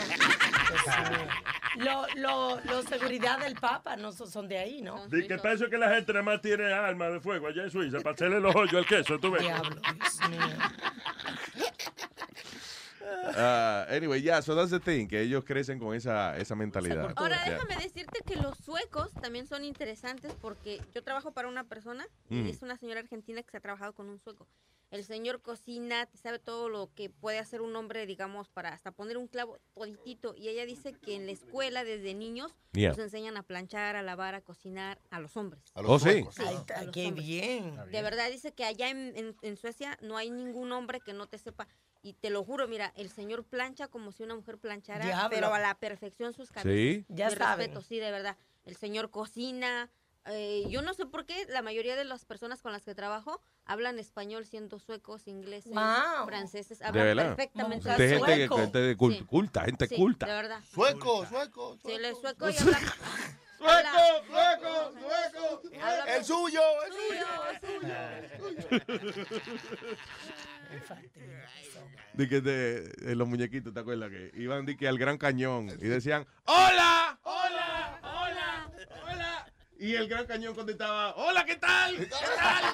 Lo, lo, lo seguridad del Papa no son, son de ahí, ¿no? Di que pienso que la gente nada más tiene armas de fuego allá en Suiza para hacerle los hoyos al queso, tú ves. Diablo, Dios mío. Uh, anyway, yeah, so that's the thing, que ellos crecen con esa, esa mentalidad. Ahora Yeah. déjame decirte que los suecos también son interesantes porque yo trabajo para una persona Mm. y es una señora argentina que se ha trabajado con un sueco. El señor cocina, sabe todo lo que puede hacer un hombre, digamos, para hasta poner un clavo toditito. Y ella dice que en la escuela desde niños Yeah. nos enseñan a planchar, a lavar, a cocinar a los hombres. A los Oh, sí. suecos. Ay, a los qué hombres. bien. De verdad dice que allá en, en- en Suecia no hay ningún hombre que no te sepa. Y te lo juro, mira, el señor plancha como si una mujer planchara, Diablo. pero a la perfección sus cabezas. Sí. Ya Mi saben. respeto, sí, de verdad. El señor cocina. eh, yo no sé por qué la mayoría de las personas con las que trabajo hablan español siendo suecos, ingleses, Wow. franceses. De Hablan verdad. perfectamente Vamos, De Sueco. gente, que- gente de cul- Sí. culta, gente Sí, culta. de verdad. Sueco, sueco, Sí, él es sueco. sueco y habla... Sueco, sueco, sueco. habla- El suyo, el suyo, suyo. el suyo. Infantil, eso. de que de, de los muñequitos, ¿te acuerdas? Que iban de que al Gran Cañón y decían, ¡hola! ¡Hola! ¡Hola! ¡Hola! Y el Gran Cañón contestaba, ¡hola! ¿Qué tal? ¿Qué tal?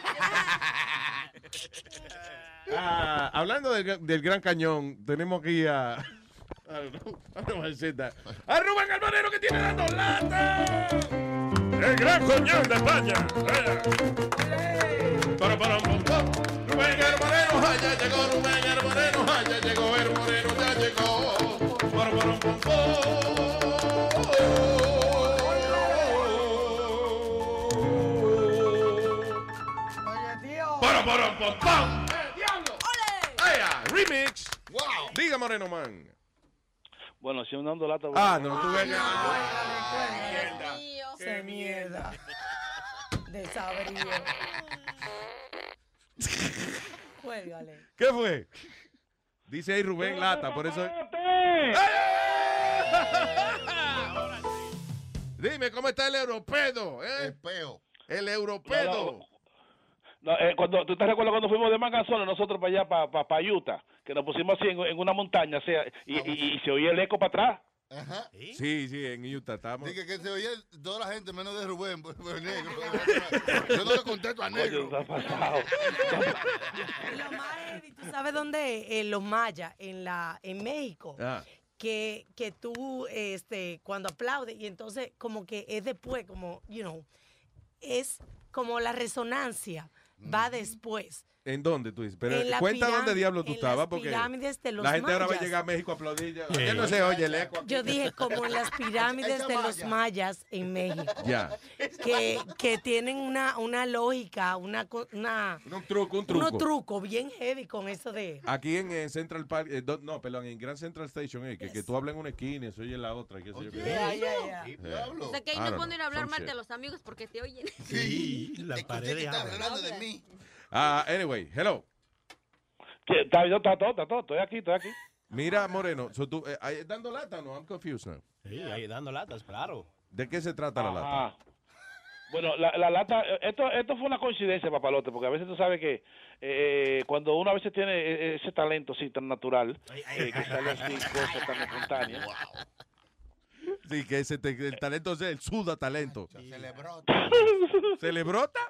Ah, hablando del, del Gran Cañón, tenemos aquí a... a, a, a Rubén Alvarero que tiene dando lata. El Gran Cañón de España. Para, para, para. Rubén el Moreno, ya llegó Rubén el Moreno, ya llegó el Moreno, ya llegó. Para, para, para, para, para, para, para. Remix. Wow. Diga, Moreno Man. Bueno, si uno dando lata. Ah, no, tú ves que. Se mierda. Desabrío. Cuélgale. ¿Qué fue? Dice ahí Rubén Lata, por eso. Dime, ¿cómo está el europeo? ¿Eh? El peo. El europeo. No, no. No, eh, cuando, ¿tú te recuerdas cuando fuimos de Manganzón nosotros para allá, para, para, para Utah? Que nos pusimos así en, en una montaña, o sea, y, y, y, y se oía el eco para atrás. Ajá. Sí, sí, en Utah estamos. Dije que se oía toda la gente menos de Rubén, pues, pues, negro. Yo no le contesto a negro. Oye, pasado. Lo más heavy, ¿tú sabes dónde? En los mayas, en la, en México. Ah. Que, que tú, este, cuando aplaudes, y entonces como que es después, como, you know, es como la resonancia va después. ¿En dónde tú dices? Pero En la cuenta piram- dónde diablo tú en estabas, las porque pirámides de los la gente ahora va a mayas. llegar a México a aplaudir. Ya, Sí. ya no se oye el eco. aquí. Yo dije como en las pirámides de los mayas en México. Ya. Que, que tienen una, una lógica, una, co- una Un truco, un truco. unos trucos bien heavy con eso de... Aquí en, en Central Park, eh, do- no, perdón, en Grand Central Station, eh, que, que tú hablas en una esquina y se oye en la otra. Qué sé yo qué. Ya, ya, ya. Yeah. O sea que ahí I no don't pueden ir know, a hablar some mal shit. de los amigos porque te oyen. Sí, la escuché pared que estaba habla. hablando de mí. Ah, anyway, hello. ¿Qué? Está, yo, está todo, está todo, estoy aquí, estoy aquí. Mira, Moreno, so tú, eh, ahí ¿dando lata o no? I'm confused now. Sí, ahí dando latas, claro. ¿De qué se trata la lata? Ajá. Bueno, la, la lata, esto esto fue una coincidencia, papalote, porque a veces tú sabes que eh, cuando uno a veces tiene eh, ese talento así tan natural, eh, que sale así cosas tan espontáneas. Sí, que ese te- el talento es el suda talento. Se le brota. ¿Se le brota?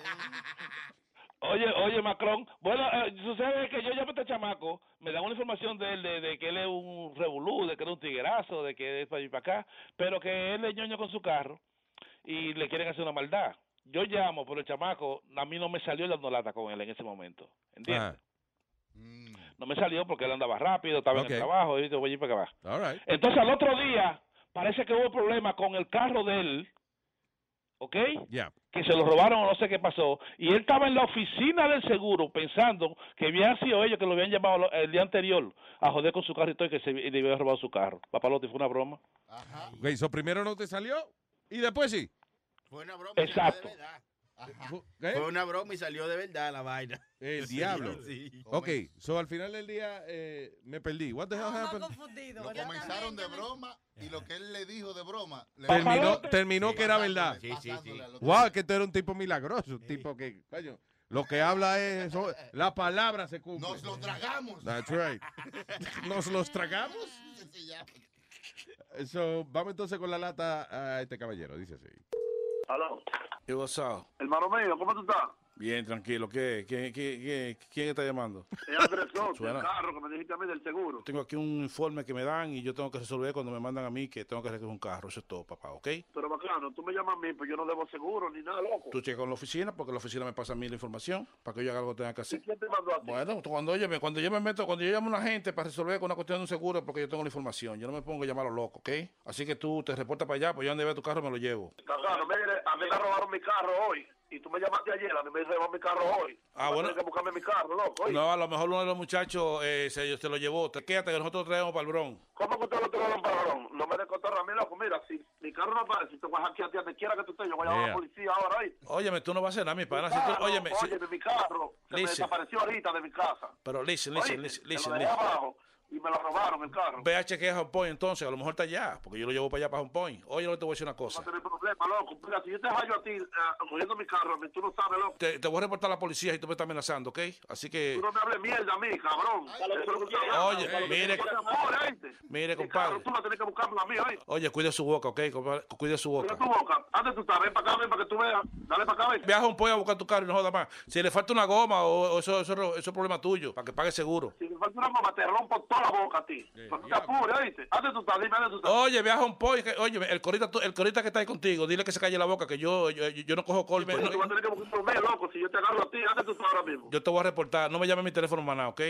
Oye, oye, Macron, bueno, eh, sucede que yo llamo a este chamaco, me dan una información de él, de, de que él es un revolú, de que él es un tiguerazo, de que es para ir para acá, pero que él es ñoño con su carro y le quieren hacer una maldad. Yo llamo, pero el chamaco, a mí no me salió dando lata con él en ese momento, ¿entiendes? Ah. No me salió porque él andaba rápido, estaba Ok. en el trabajo, y yo voy a ir para acá. All right. Entonces al otro día, parece que hubo problema con el carro de él, ¿ok? Ya. Que se lo robaron o no sé qué pasó, y él estaba en la oficina del seguro pensando que habían sido ellos que lo habían llamado lo- el día anterior a joder con su carro y todo, y que se y le habían robado su carro. Papalote, fue una broma. Ok, so primero no te salió y después sí. Fue una broma. Exacto. ¿Eh? Fue una broma y salió de verdad la vaina. El Sí, diablo. sí. Ok, so al final del día eh, me perdí. What the hell happened? confundido. Lo comenzaron de broma y lo que él le dijo de broma. le- Terminó, terminó que era verdad. Sí, sí, sí. Wow, que tú eres un tipo milagroso, un tipo que, coño, lo que habla es, son- las palabras se cumplen. Nos lo tragamos. That's right. ¿Nos los tragamos? So, vamos entonces con la lata a este caballero, dice así. Aló, ¿Qué pasó? hermano mío, ¿cómo tú estás? Bien, tranquilo. ¿Qué? ¿Qué, qué, qué- quién está llamando? Es Andrés Soto, Suena. el carro que me dijiste a mí del seguro. Tengo aquí un informe que me dan y yo tengo que resolver cuando me mandan a mí que tengo que recoger un carro. Eso es todo, papá, ¿ok? Pero bacano, tú me llamas a mí, pues yo no debo seguro ni nada, loco. Tú checas con la oficina porque la oficina me pasa a mí la información para que yo haga algo que tenga que ¿Y hacer. quién te mandó a ti? Bueno, cuando yo, me, cuando yo me meto, cuando yo llamo a una gente para resolver con una cuestión de un seguro, porque yo tengo la información. Yo no me pongo a llamar a los locos, ¿ok? Así que tú te reportas para allá, pues yo donde vea tu carro me lo llevo. Bacano, mire, a mí me robaron mi carro hoy. Y tú me llamaste ayer, a mí me robaron mi carro hoy. Ah, Tú bueno. tienes que buscarme mi carro, loco. oye. No, a lo mejor uno de los muchachos eh, se, se lo llevó. Te quédate que nosotros traemos para el Bron. ¿Cómo que usted lo trajeron para Barón? No me descontaron a mí, loco. Mira, si mi carro no aparece, te voy a hackear donde quiera que tú estés. Yo voy a llamar a Yeah. la policía ahora ahí. Óyeme, tú no vas a hacer nada, mi pana. Si Carro, tú- óyeme, si- óyeme, mi carro se me Listen. desapareció ahorita de mi casa. pero listen, Oye, listen, listen, te lo listen, dejé listen. abajo. y me lo robaron el carro. Ve a chequear a Home Point entonces, a lo mejor está allá, porque yo lo llevo para allá para Home Point. Oye, no te voy a decir una No cosa. va a tener problema, loco. Mira, si yo te hallo a ti eh, cogiendo mi carro, a mí, tú no sabes, loco. Te, te voy a reportar a la policía si tú me estás amenazando, ¿ok? Así que... Tú no me hables mierda a mí, cabrón. Eso es lo que tú hablas. Oye, Para lo que mire- tú te amores, ¿oíste? Mire, Mi carro, compadre. tú vas a tener que buscarlo a mí, ¿oíste? Oye, cuide su boca, ¿ok? compadre? Cuide su Mira boca. tu boca. Antes tú estás, ven para acá, ven para que tú veas. Dale para acá, ven. Viaja a Home Point a buscar tu carro y no joda más. Si le falta una goma o, o eso, eso, eso es problema tuyo, para que pague seguro. Si me falta una goma, te rompo toda la boca a ti. No te apures, ¿oíste? Antes tú estás, dime, antes tú estás. Oye, viaja a Home Point. que- Oye, el corita, tú- el corita que está ahí contigo, dile que se calle la boca, que yo, yo, yo no cojo golpe. Tú vas a tener que buscar un mes, loco. Si yo te agarro a ti, antes tú estás ahora mismo. Yo te voy a reportar. No me llames mi teléfono maná, ¿ok?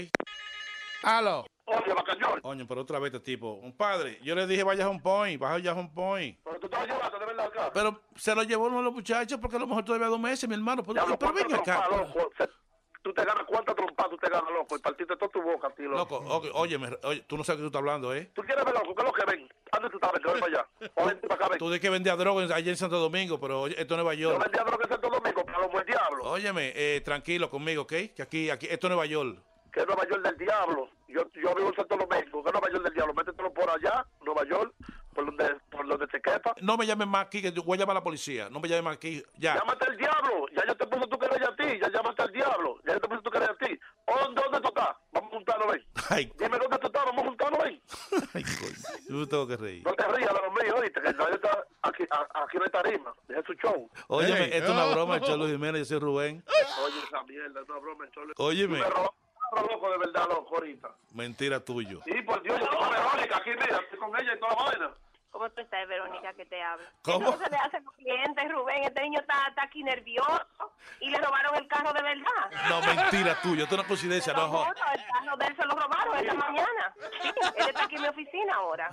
Aló. Oye, Bacayón. Coño, pero otra vez este tipo. Un padre, yo le dije vaya a Home Point, vaya a Home Point. Pero tú te vas a llevar, de verdad, acá. Pero se lo llevó uno de los muchachos porque a lo mejor todavía dos meses, mi hermano. Pero, Diablo, pero ¿cuántas venga acá. trompas, loco? Se- Tú te ganas cuántas trompas tú te ganas, loco. Y partiste toda tu boca a ti, loco. Loco, ok, óyeme, oye, tú no sabes que tú estás hablando, ¿eh? ¿Tú quieres ver, loco? ¿Qué es lo que ven? Antes tú sabes que ven para allá. O ven para acá, ven. Tú de que vendías droga en- allá en Santo Domingo, pero oye, esto es Nueva Yo York. vendía droga en Santo Domingo, para los buen diablo. Óyeme, eh, tranquilo conmigo, ¿ok? Que aquí, aquí, esto es Nueva York. Que es Nueva York del diablo. Yo, yo vivo en Santo Domingo. Que es Nueva York del diablo. Métetelo por allá, Nueva York, por donde, por donde te quepa. No me llames más aquí, que yo voy a llamar a la policía. No me llames más aquí, ya. Llámate al diablo. Ya yo te puse tu querella a ti. Ya llámate al diablo. Ya yo te puse tu querella a ti. ¿Dónde, dónde tú estás? Vamos a juntarnos, ven. Ay, Dime dónde tú estás. Vamos a juntarnos, ven. ay, coño. Yo tengo que reír. No te rías de los míos, oíste. Que nadie está aquí, a- aquí no hay tarima. Deja su show. Óyeme, Hey, esto es una oh. broma, el Cholo Jiménez, yo soy Rubén. Oye, esa mierda. Es una broma. Chole. Óyeme. Tú me robas, loco, de verdad, loco, ahorita. Mentira tuyo. Sí, por Dios, yo estoy con Verónica aquí, mira. Estoy con ella y toda la vaina. ¿Cómo tú estás, Verónica, que te habla? ¿Cómo? Eso se le hace a los clientes, Rubén. Este niño está, está aquí nervioso y le robaron el carro de verdad. No, mentira tuyo, esto no es coincidencia, no. jo- No, el carro de él se lo robaron esta mañana. Sí, él está aquí en mi oficina ahora.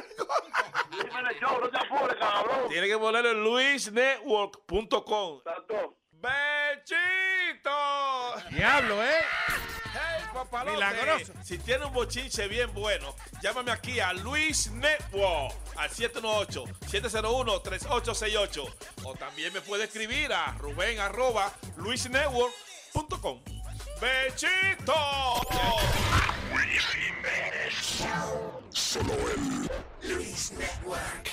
Dime, yo, no te apures, cabrón. Tiene que ponerlo en luis network punto com. Santo. ¡Bechito! Diablo, ¿eh? Hey, papalote. Milagroso. Si tiene un bochinche bien bueno, llámame aquí a Luis Network al siete uno ocho, siete cero uno, tres ocho seis ocho. O también me puede escribir a Rubén arroba luis network punto com. ¡Bechito! Solo el Luis Network.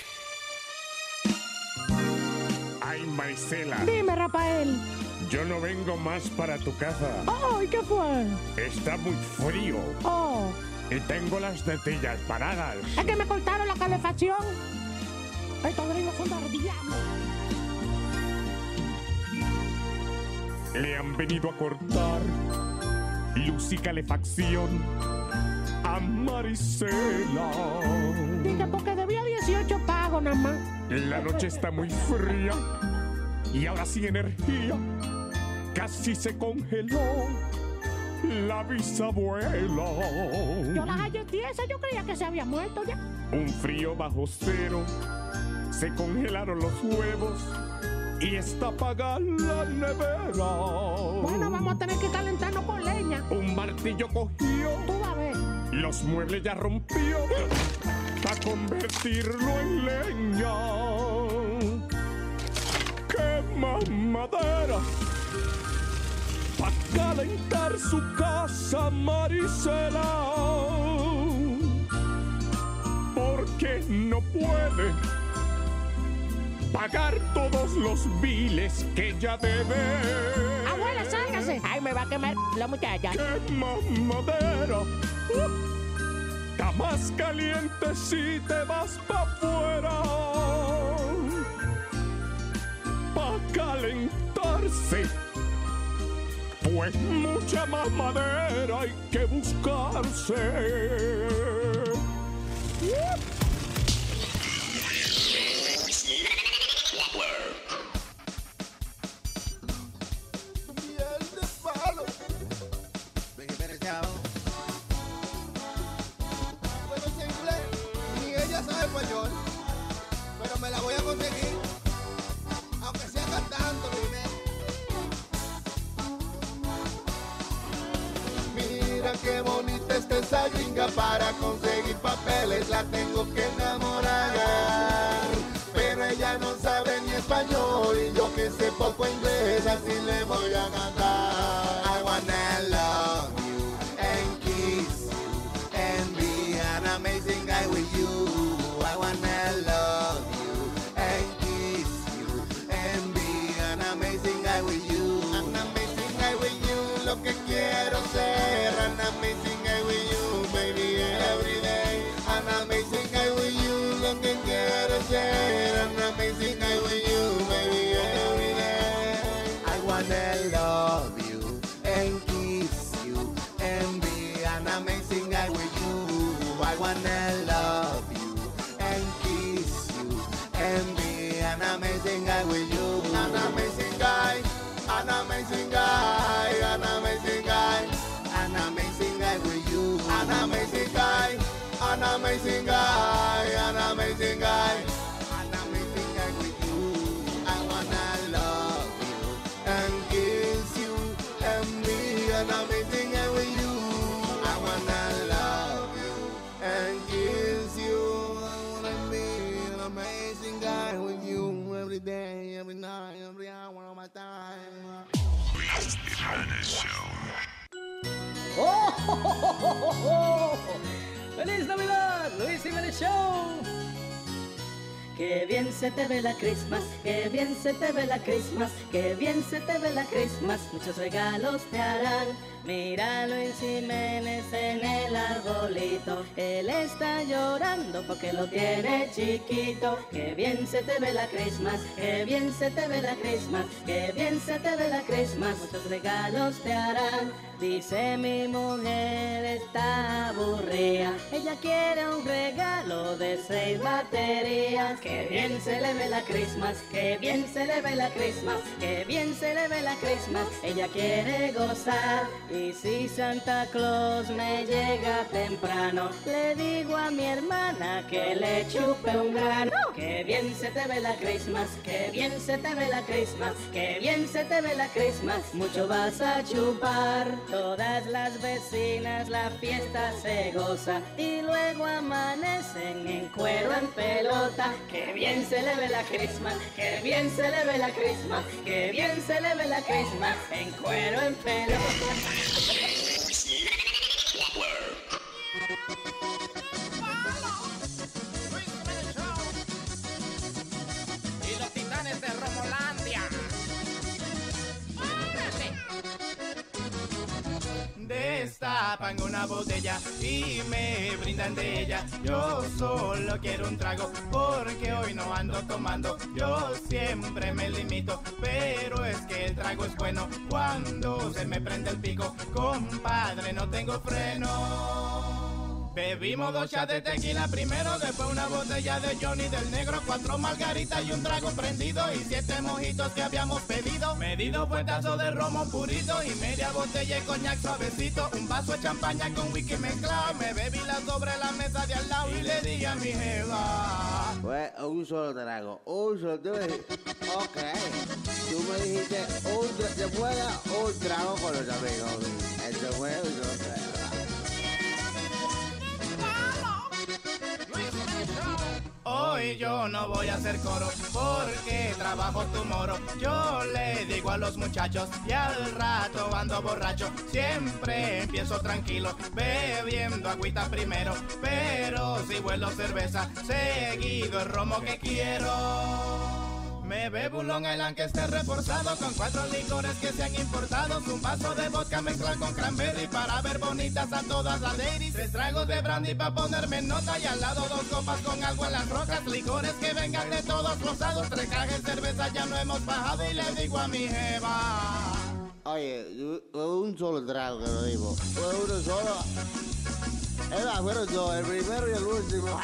Ay, Marisela, Dime, Rafael. yo no vengo más para tu casa. Oh, ¿y qué fue? Está muy frío Oh, y tengo las tetillas paradas. es que me cortaron la calefacción. Estos gringos son del diablo. Le han venido a cortar luz y calefacción a Marisela. Dije porque debía dieciocho pagos nada más. La noche está muy fría y ahora sin energía. Casi se congeló la bisabuela. Yo las hallé tiesas, yo creía que se había muerto ya. Un frío bajo cero, se congelaron los huevos y está apagada la nevera. Bueno, vamos a tener que calentarnos con leña. Un martillo cogió, Tú vas a ver. los muebles ya rompió para convertirlo en leña. Quema madera para calentar su casa, Marisela, porque no puede pagar todos los biles que ella debe. Abuela, sálgase. Ay, me va a quemar la muchacha. Quema madera. Uh, está más caliente si te vas pa' afuera. Pa' calentarse. Pues mucha más madera hay que buscarse. Uh. Miel de palo. Bueno, sé inglés, ni ella sabe español, pero me la voy a conseguir, aunque sea cantando, dime. Mira qué bonita está esa gringa, para conseguir papeles la tengo que enamorar. Pero ella no sabe ni español y yo que sé poco inglés, así le voy a cantar. I wanna love you and kiss you and be night with you. I wanna love you and kiss you and be an amazing guy with you. An amazing guy with you, lo que quiero ser. An amazing guy with you, baby, every day. An amazing guy with you, lo que quiero ser. An amazing guy with you, baby, every day. I wanna love you and kiss you and be an amazing guy with you. I wanna love you and kiss you and be an amazing guy with you. An amazing guy, an amazing guy, an amazing guy, an amazing guy with you. An amazing guy, an amazing guy, an amazing guy, an amazing guy with you. I wanna love you and kiss you and be an amazing guy with you. I wanna love you and kiss you. I wanna be an amazing guy with you every day, every night, every hour of my time. ¡Oh! ¡Oh, oh, oh, oh! ¡Feliz Navidad! ¡Luis Jiménez Show! Qué bien se te ve la Christmas, qué bien se te ve la Christmas, qué bien se te ve la Christmas, muchos regalos te harán. Mira a Luis Jiménez en el arbolito, él está llorando porque lo tiene chiquito. Qué bien se te ve la Christmas, qué bien se te ve la Christmas, qué bien se te ve la Christmas, muchos regalos te harán. Dice mi mujer está aburrida, ella quiere un regalo de seis baterías. Qué bien se le ve la Christmas, qué bien se le ve la Christmas, qué bien se le ve la Christmas, ella quiere gozar. Y si Santa Claus me llega temprano, le digo a mi hermana que le chupe un grano. Qué bien se te ve la Christmas, qué bien se te ve la Christmas, qué bien se te ve la Christmas, mucho vas a chupar. Todas las vecinas la fiesta se goza y luego amanecen en cuero en pelota. Qué bien se le ve la Christmas, qué bien se le ve la Christmas, qué bien se le ve la Christmas en cuero en pelota. Y los titanes de Romolandia. Destapan una botella y me brindan de ella. Yo solo quiero un trago porque hoy no ando tomando. Yo siempre me limito, pero es que el trago es bueno cuando se me prende el pico. Compadre, no tengo freno. Bebimos dos shots de tequila primero, después una botella de Johnny del Negro, cuatro margaritas y un trago prendido y siete mojitos que habíamos pedido. Medido puertazo de romo purito y media botella de coñac suavecito, un vaso de champaña con whisky mezclado. Me bebí la sobre la mesa de al lado y le dije a mi jeva. Pues un solo trago, un solo trago. Ok, tú me dijiste un tra se fuera un trago con los amigos. Eso fue un solo trago. Hoy yo no voy a hacer coro porque trabajo tu moro. Yo le digo a los muchachos y al rato ando borracho. Siempre empiezo tranquilo bebiendo agüita primero, pero si vuelo cerveza seguido el romo que quiero. Me bebo un Long Island que esté reforzado con cuatro licores que sean importados, un vaso de vodka mezclado con cranberry para ver bonitas a todas las ladies, tres tragos de brandy para ponerme en nota y al lado dos copas con algo en las rocas, licores que vengan de todos los lados, tres cajas de cerveza ya no hemos bajado y le digo a mi jeva. Oye, un solo trago que lo digo, fue uno solo. Era, fueron dos, el primero y el último.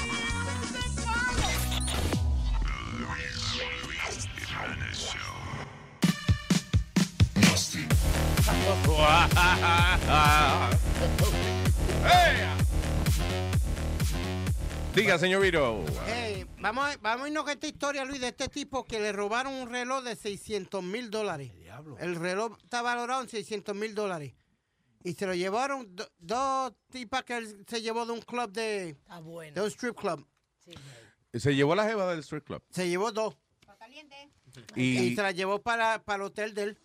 Diga, señor Viro. Hey, vamos, a, vamos a irnos con esta historia, Luis, de este tipo que le robaron un reloj de seiscientos mil dólares. El reloj está valorado en seiscientos mil dólares. Y se lo llevaron do, dos tipas que él se llevó de un club de, ah, bueno. de un strip club. Sí, ¿Se llevó la jeva del strip club? Se llevó dos. Y, y se la llevó para, para el hotel de él.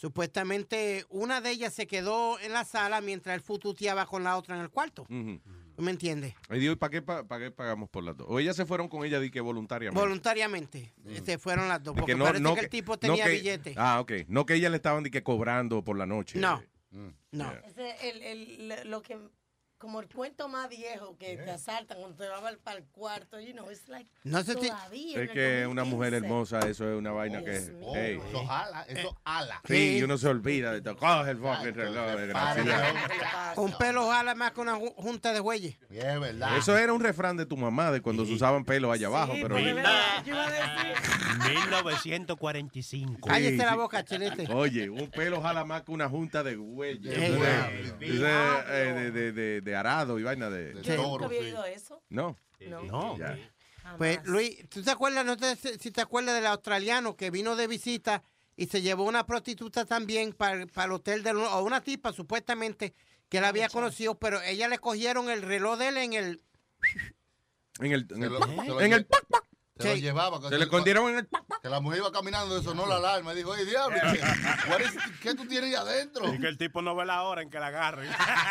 Supuestamente una de ellas se quedó en la sala mientras él fututeaba con la otra en el cuarto. Uh-huh. ¿Tú me entiendes? Y digo, ¿para qué, pa- para qué pagamos por las dos? O ellas se fueron con ella di que voluntariamente. Voluntariamente. Se fueron las dos. Di Porque que no- parece no que el que- tipo no tenía que- billete. Ah, ok. No que ella le estaban di que cobrando por la noche. No. Mm. No. Yeah. Ese, el, el, lo que, como el cuento más viejo que te asaltan cuando te vas para el cuarto, you know, it's like, No sé si- todavía en Es el que una mujer dos mil quince. hermosa, eso es una vaina que... Dios mío. hey. Eso jala, eso ala. Sí, y uno se olvida de todo. Coge el fucking reloj, desgraciado. Un pelo jala más que una ju- junta de güeyes. Es verdad. Eso era un refrán de tu mamá de cuando se usaban pelos allá abajo, pero... porque verdad, yo iba a decir, mil novecientos cuarenta y cinco. Cállese Sí, la sí. boca, chilete. Oye, un pelo jala más que una junta de güeyes. Sí, Eso güey. es- eso es, eh, de, de, de, de arado y vaina de... yo nunca había oído eso. No. No. No. Ya. Pues, Luis, ¿tú te acuerdas? No sé si te acuerdas del australiano que vino de visita y se llevó una prostituta también para el hotel de o una tipa supuestamente que él había conocido, pero ella le cogieron el reloj de él en el En el... En Se el... lo- se lo en el lle- Se lo Sí. llevaba. que se le escondieron en el... Que la mujer iba caminando y sonó la alarma. Y dijo, oye, diablo, ¿qué, what is- ¿qué tú tienes ahí adentro? Y que el tipo no ve la hora en que la agarren.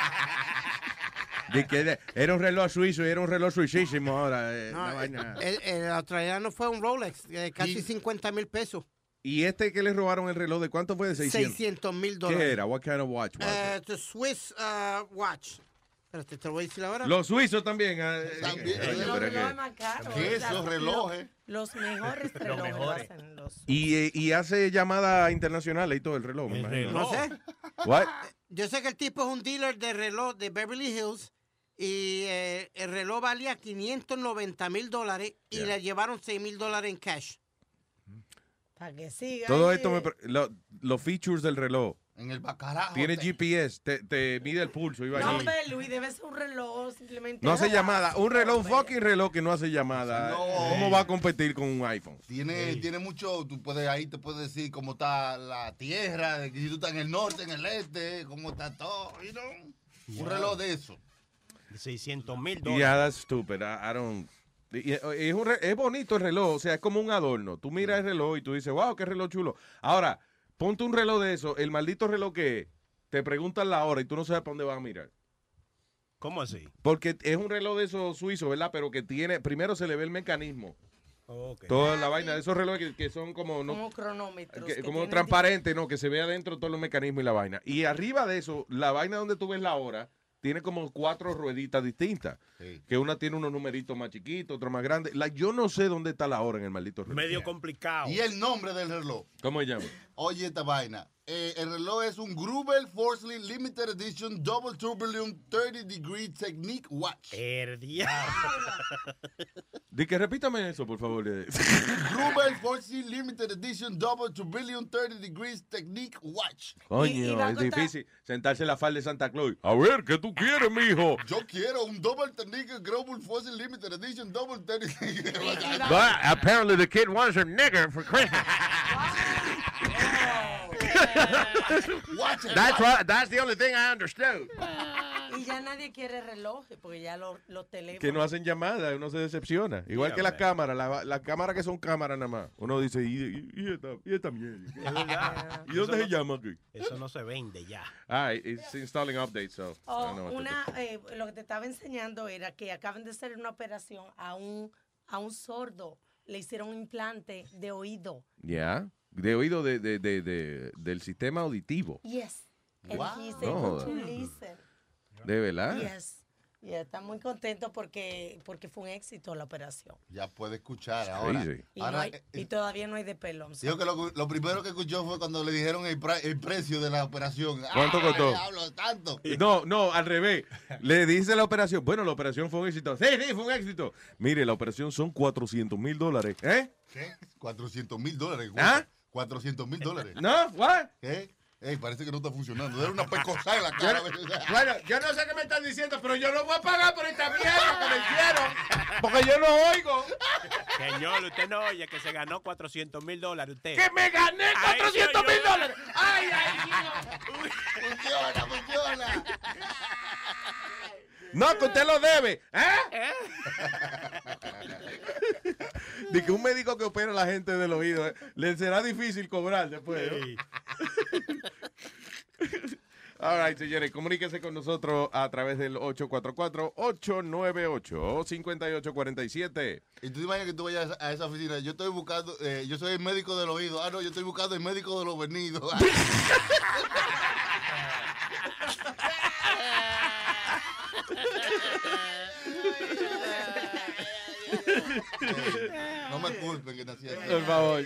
De que de- era un reloj suizo y era un reloj suicísimo ahora. eh, No, una vaina. el, el australiano fue un Rolex de casi cincuenta mil pesos. ¿Y este que le robaron el reloj de cuánto fue? De seiscientos. seiscientos mil dólares. ¿Qué era? What kind of watch was it? Eh, the Swiss uh, watch. Espérate, te lo voy a decir ahora. Los suizos también. eh, También. eh, Los pero es que- relojes más caros. ¿Qué o sea, esos relojes? Los mejores relojes lo mejores. hacen los... y, eh, y hace llamadas internacionales y todo el reloj, me El imagino. No sé. What? Yo sé que el tipo es un dealer de reloj de Beverly Hills y eh, el reloj valía quinientos noventa mil dólares y Yeah. le llevaron seis mil dólares en cash. Para que siga. Todo ahí. esto, me, pre- lo- los features del reloj. En el bacarajo. Tiene G P S, te, te mide el pulso y No, vaina. hombre, Luis, debe ser un reloj simplemente. No hace reloj. llamada. Un reloj, un fucking reloj que no hace llamada. No. ¿Cómo va a competir con un iPhone? Tiene, tiene mucho, tú puedes ahí te puedes decir cómo está la tierra, de que si tú estás en el norte, en el este, cómo está todo, you know? Un reloj de eso. seiscientos mil dólares. Yeah, that's stupid. I, I don't... y- y- Es, un re- es bonito el reloj, o sea, es como un adorno. Tú miras el reloj y tú dices, wow, qué reloj chulo. Ahora, ponte un reloj de eso, el maldito reloj que es, te preguntan la hora y tú no sabes para dónde vas a mirar. ¿Cómo así? Porque es un reloj de esos suizos, ¿verdad? Pero que tiene, primero se le ve el mecanismo. Okay. Toda la vaina de esos relojes que, que son como... No, Como cronómetros. que- que como tienen transparente, ¿no? Que se ve adentro todos los mecanismos y la vaina. Y arriba de eso, la vaina donde tú ves la hora, tiene como cuatro rueditas distintas. Sí. Que una tiene unos numeritos más chiquitos, otra más grandes. La, yo no sé dónde está la hora en el maldito reloj. Medio complicado. Y el nombre del reloj. ¿Cómo se llama? Oye, esta vaina. Eh, el reloj es un Gruber Forsley Limited Edition Double Tourbillon thirty Degree Technique Watch. El diablo. Di que repítame eso, por favor. Gruber Forsley Limited Edition Double Tourbillon thirty Degrees Technique Watch. Coño, Y- y va a es costar- difícil sentarse en la falda de Santa Claus. A ver, ¿qué tú quieres, mijo? Yo quiero un Double Technique Gruber Forsley Limited Edition Double thirty. But apparently the kid wants a nigger for Christmas. Watch it. That's right. That's the only thing I understood. Y ya nadie quiere relojes porque ya los, los teléfonos. Que no hacen llamadas, uno se decepciona. Igual que las hombre. cámaras, las la cámaras que son cámaras nada más. Uno dice, ¿y, y, y esta, y esta mierda? Es verdad. ¿Y dónde Eso se no- llama aquí? Eso no se vende ya. Ah, it's installing updates, so. I Oh, don't know what to una, do. eh, lo que te estaba enseñando era que acaban de hacer una operación a un, a un sordo. Le hicieron un implante de oído. Yeah. De oído de, de, de, de- del sistema auditivo. Yes. And Wow. he's No able joda. to listen. ¿De verdad? Yes. Y está muy contento porque, porque fue un éxito la operación. Ya puede escuchar ahora. Crazy. Y, Ahora, no hay- eh, y todavía no hay de pelo. I'm Dijo sorry. que lo, lo primero que escuchó fue cuando le dijeron el, pra- el precio de la operación. ¿Cuánto ¡Ah, costó? diablo, tanto! No, no, al revés. Le dice la operación. Bueno, la operación fue un éxito. Sí, sí, fue un éxito. Mire, la operación son cuatrocientos mil dólares. ¿Eh? ¿Qué? cuatrocientos mil dólares. güey. ¿Ah? cuatrocientos mil dólares. ¿No? ¿What? ¿Qué? Ey, parece que no está funcionando. Era una pescosa en la cara. Bueno, yo no sé qué me están diciendo, pero yo no voy a pagar por esta mierda que me hicieron. Porque yo no oigo. Señor, usted no oye que se ganó cuatrocientos mil dólares usted. ¡Que me gané Ay, cuatrocientos mil yo- dólares! ¡Ay, ay, Dios! Funciona, funciona. No, que usted lo debe. ¿Eh? De que un médico que opera a la gente del oído, eh, le será difícil cobrar después. ¿no? All right, señores, comuníquese con nosotros a través del ocho cuatro cuatro, ocho nueve ocho, cinco ocho cuatro siete. Y tú te imaginas que tú vayas a esa oficina. Yo estoy buscando, eh, yo soy el médico del oído. Ah, no, yo estoy buscando el médico de los venidos. No me culpen que nací así. Por favor.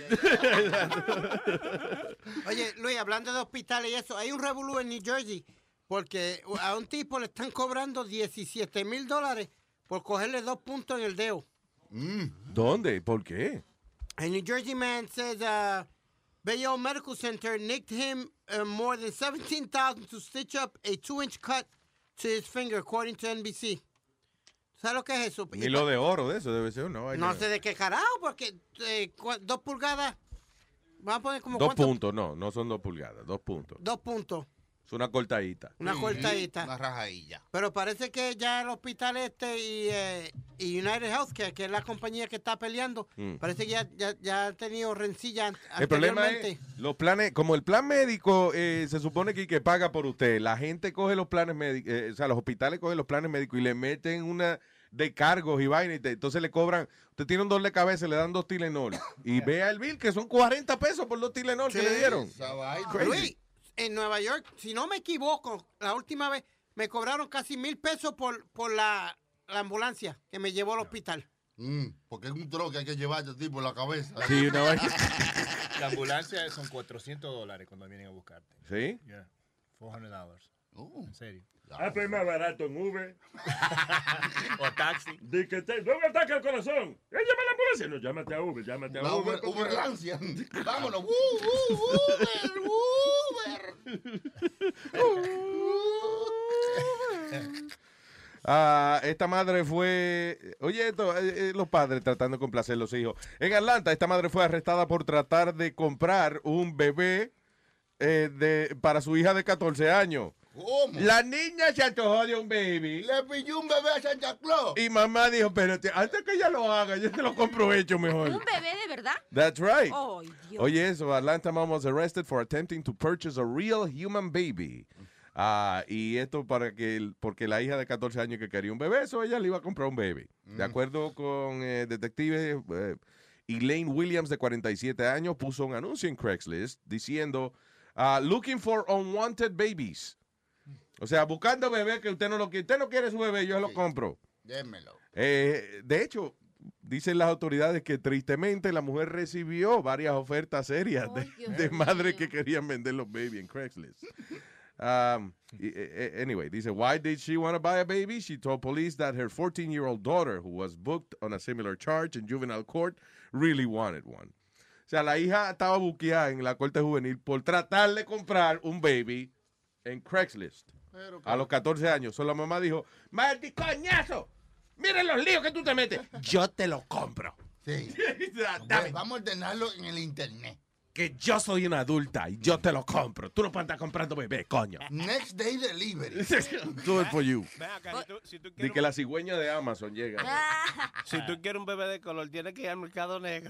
Oye, Luis, hablando de hospitales y eso, hay un revolú en New Jersey porque a un tipo le están cobrando diecisiete mil dólares por cogerle dos puntos en el dedo. ¿Dónde? ¿Por qué? A New Jersey man says uh, Bayonne Medical Center nicked him uh, more than seventeen thousand to stitch up a two-inch cut to his finger, according to N B C. ¿Sabes lo que es eso? Ni lo de oro de eso debe ser, ¿no? No sé de qué carajo, porque eh, cu- dos pulgadas, vamos a poner como Dos cuánto- puntos, no, no son dos pulgadas, dos puntos. Dos puntos, Es una cortadita. una cortadita. Una rajadilla. Pero parece que ya el hospital este y, eh, y United Healthcare, que es la compañía que está peleando, Mm. parece que ya, ya, ya han tenido rencilla an- El problema anteriormente. es, los planes, como el plan médico eh, se supone que, que paga por usted, la gente coge los planes médicos, eh, o sea, los hospitales cogen los planes médicos y le meten una de cargos y vaina, y te- entonces le cobran, usted tiene un dolor de cabeza, le dan dos Tylenol, y vea el bill, que son cuarenta pesos por dos Tylenol que Sí. le dieron. Crazy. Luis, en Nueva York, si no me equivoco, la última vez me cobraron casi mil pesos por, por la, la ambulancia que me llevó al hospital. Mm, porque es un trozo que hay que llevarte a ti por la cabeza. Sí, una vaina. La ambulancia son cuatrocientos dólares cuando vienen a buscarte. ¿Sí? Yeah. cuatrocientos dólares. En serio. Ah, pero es más barato en Uber. O taxi. Di que te, no me ataque el corazón. Eh, llama a la ambulancia. No, llámate a Uber, llámate a La Uber. Uber, Uber Lancia. Vámonos. Uh, uh, Uber, Uber. Ah, esta madre fue, oye esto, eh, eh, los padres tratando de complacer a los hijos. En Atlanta, esta madre fue arrestada por tratar de comprar un bebé eh, de, para su hija de catorce años. ¿Cómo? La niña se antojó de un baby. Le pilló un bebé a Santa Claus. Y mamá dijo, espérate, antes que ella lo haga, yo te lo compro hecho mejor. ¿Un bebé de verdad? That's right. Ay, Dios. Oye, eso, Atlanta mom was arrested for attempting to purchase a real human baby. Ah, y esto para que el- porque la hija de catorce años que quería un bebé, eso ella le iba a comprar un baby. De acuerdo con eh, detective eh, Elaine Williams, de cuarenta y siete años, puso un anuncio en Craigslist diciendo, ah, looking for unwanted babies. O sea, buscando bebé que usted no lo quiere. Usted no quiere su bebé, yo se lo compro. Démelo. Eh, de hecho, dicen las autoridades que tristemente la mujer recibió varias ofertas serias de, de madres que querían vender los babies en Craigslist. Um, y- eh, anyway, dice, why did she want to buy a baby? She told police that her fourteen-year-old daughter, who was booked on a similar charge in juvenile court, really wanted one. O sea, la hija estaba buqueada en la corte juvenil por tratar de comprar un baby en Craigslist. Pero, A los catorce años. Solo la mamá dijo, ¡maldito coñazo! ¡Miren los líos que tú te metes! Yo te lo compro. Sí. Dame. Vamos a ordenarlo en el internet. Que yo soy una adulta y yo te lo compro. Tú no puedes estar comprando bebé, coño. Next day delivery. Do it for you. Ven acá, si tú, si tú Di quieres que la cigüeña de Amazon llega. Si tú quieres un bebé de color, tienes que ir al mercado negro.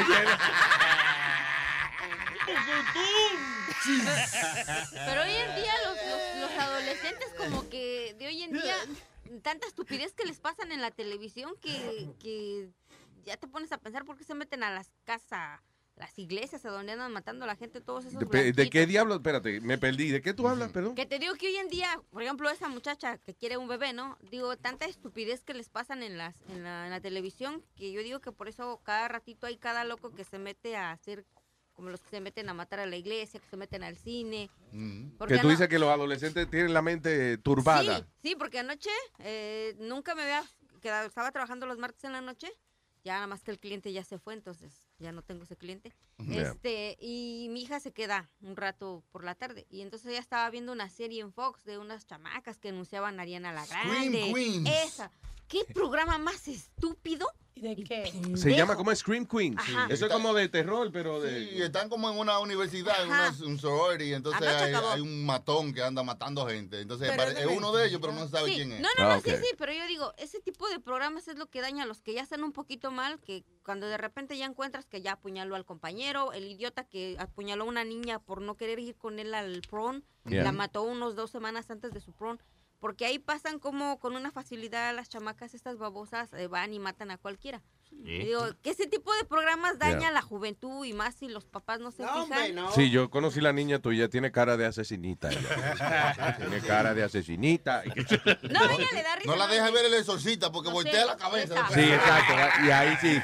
Pero hoy en día los, los, los adolescentes como que de hoy en día tanta estupidez que les pasan en la televisión que, que ya te pones a pensar por qué se meten a las casas, las iglesias, a donde andan matando a la gente, todos esos ¿De, de blanquitos. qué diablo? Espérate, me perdí. ¿De qué tú hablas, perdón? Que te digo que hoy en día, por ejemplo, esa muchacha que quiere un bebé, ¿no? Digo, tanta estupidez que les pasan en las en la, en la televisión que yo digo que por eso cada ratito hay cada loco que se mete a hacer como los que se meten a matar a la iglesia, que se meten al cine. Porque Que tú ano- dices que los adolescentes tienen la mente turbada. Sí, sí, porque anoche eh, nunca me había quedado, estaba trabajando los martes en la noche, ya nada más que el cliente ya se fue, entonces ya no tengo ese cliente. Yeah. Este, y mi hija se queda un rato por la tarde, y entonces ella estaba viendo una serie en Fox de unas chamacas que anunciaban a Ariana la Grande. Queens. Esa. ¿Qué programa más estúpido ¿Y de qué? Se llama como Scream Queens. Ajá. Eso es como de terror, pero de... Sí, están como en una universidad, en una, un sorority, entonces Anoche hay, acabó. hay un matón que anda matando gente. Entonces Pero pare- es es de uno de ellos, pero no se sabe Sí. quién es. No, no, no, Ah, sí, ok. sí, pero yo digo, ese tipo de programas es lo que daña a los que ya están un poquito mal, que cuando de repente ya encuentras que ya apuñaló al compañero, el idiota que apuñaló a una niña por no querer ir con él al prom, Yeah. la mató unos dos semanas antes de su prom, porque ahí pasan como con una facilidad las chamacas estas babosas eh, van y matan a cualquiera. Y digo, que ese tipo de programas daña Yeah. a la juventud y más si los papás no se No, hombre, fijan. no. Sí, yo conocí la niña tuya, tiene cara de asesinita. ella. Tiene cara de asesinita. No, ella le da risa. No la deja ver el exorcista porque No voltea sé, la cabeza. esa. Sí, exacto. Y ahí sí.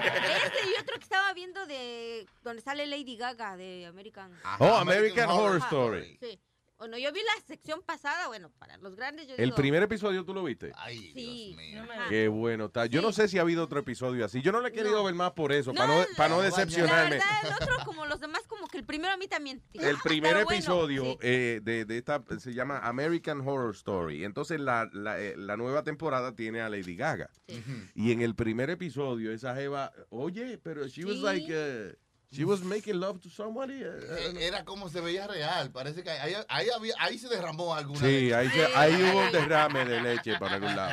Este y otro que estaba viendo de donde sale Lady Gaga de American. Oh, American Horror Ajá. Story. Sí. Bueno, yo vi la sección pasada, bueno, para los grandes yo El digo, primer episodio tú lo viste. sí. Ajá. Qué bueno está. Yo no sé si ha habido otro episodio así. Yo no le he querido ver más por eso, para no, para no La decepcionarme. verdad, el otro como los demás, como que el primero a mí también. Dije, El "Ah, primer pero bueno". episodio Sí. eh, de, de esta se llama American Horror Story. Entonces la, la, eh, la nueva temporada tiene a Lady Gaga. Y en el primer episodio esa jeva, oye, pero she was Sí. like, uh, she was making love to somebody. uh, Eh, Era como se veía real. Parece que ahí, ahí, había- ahí se derramó alguna Sí, leche. ahí, se- ahí hubo un derrame de leche para algún lado.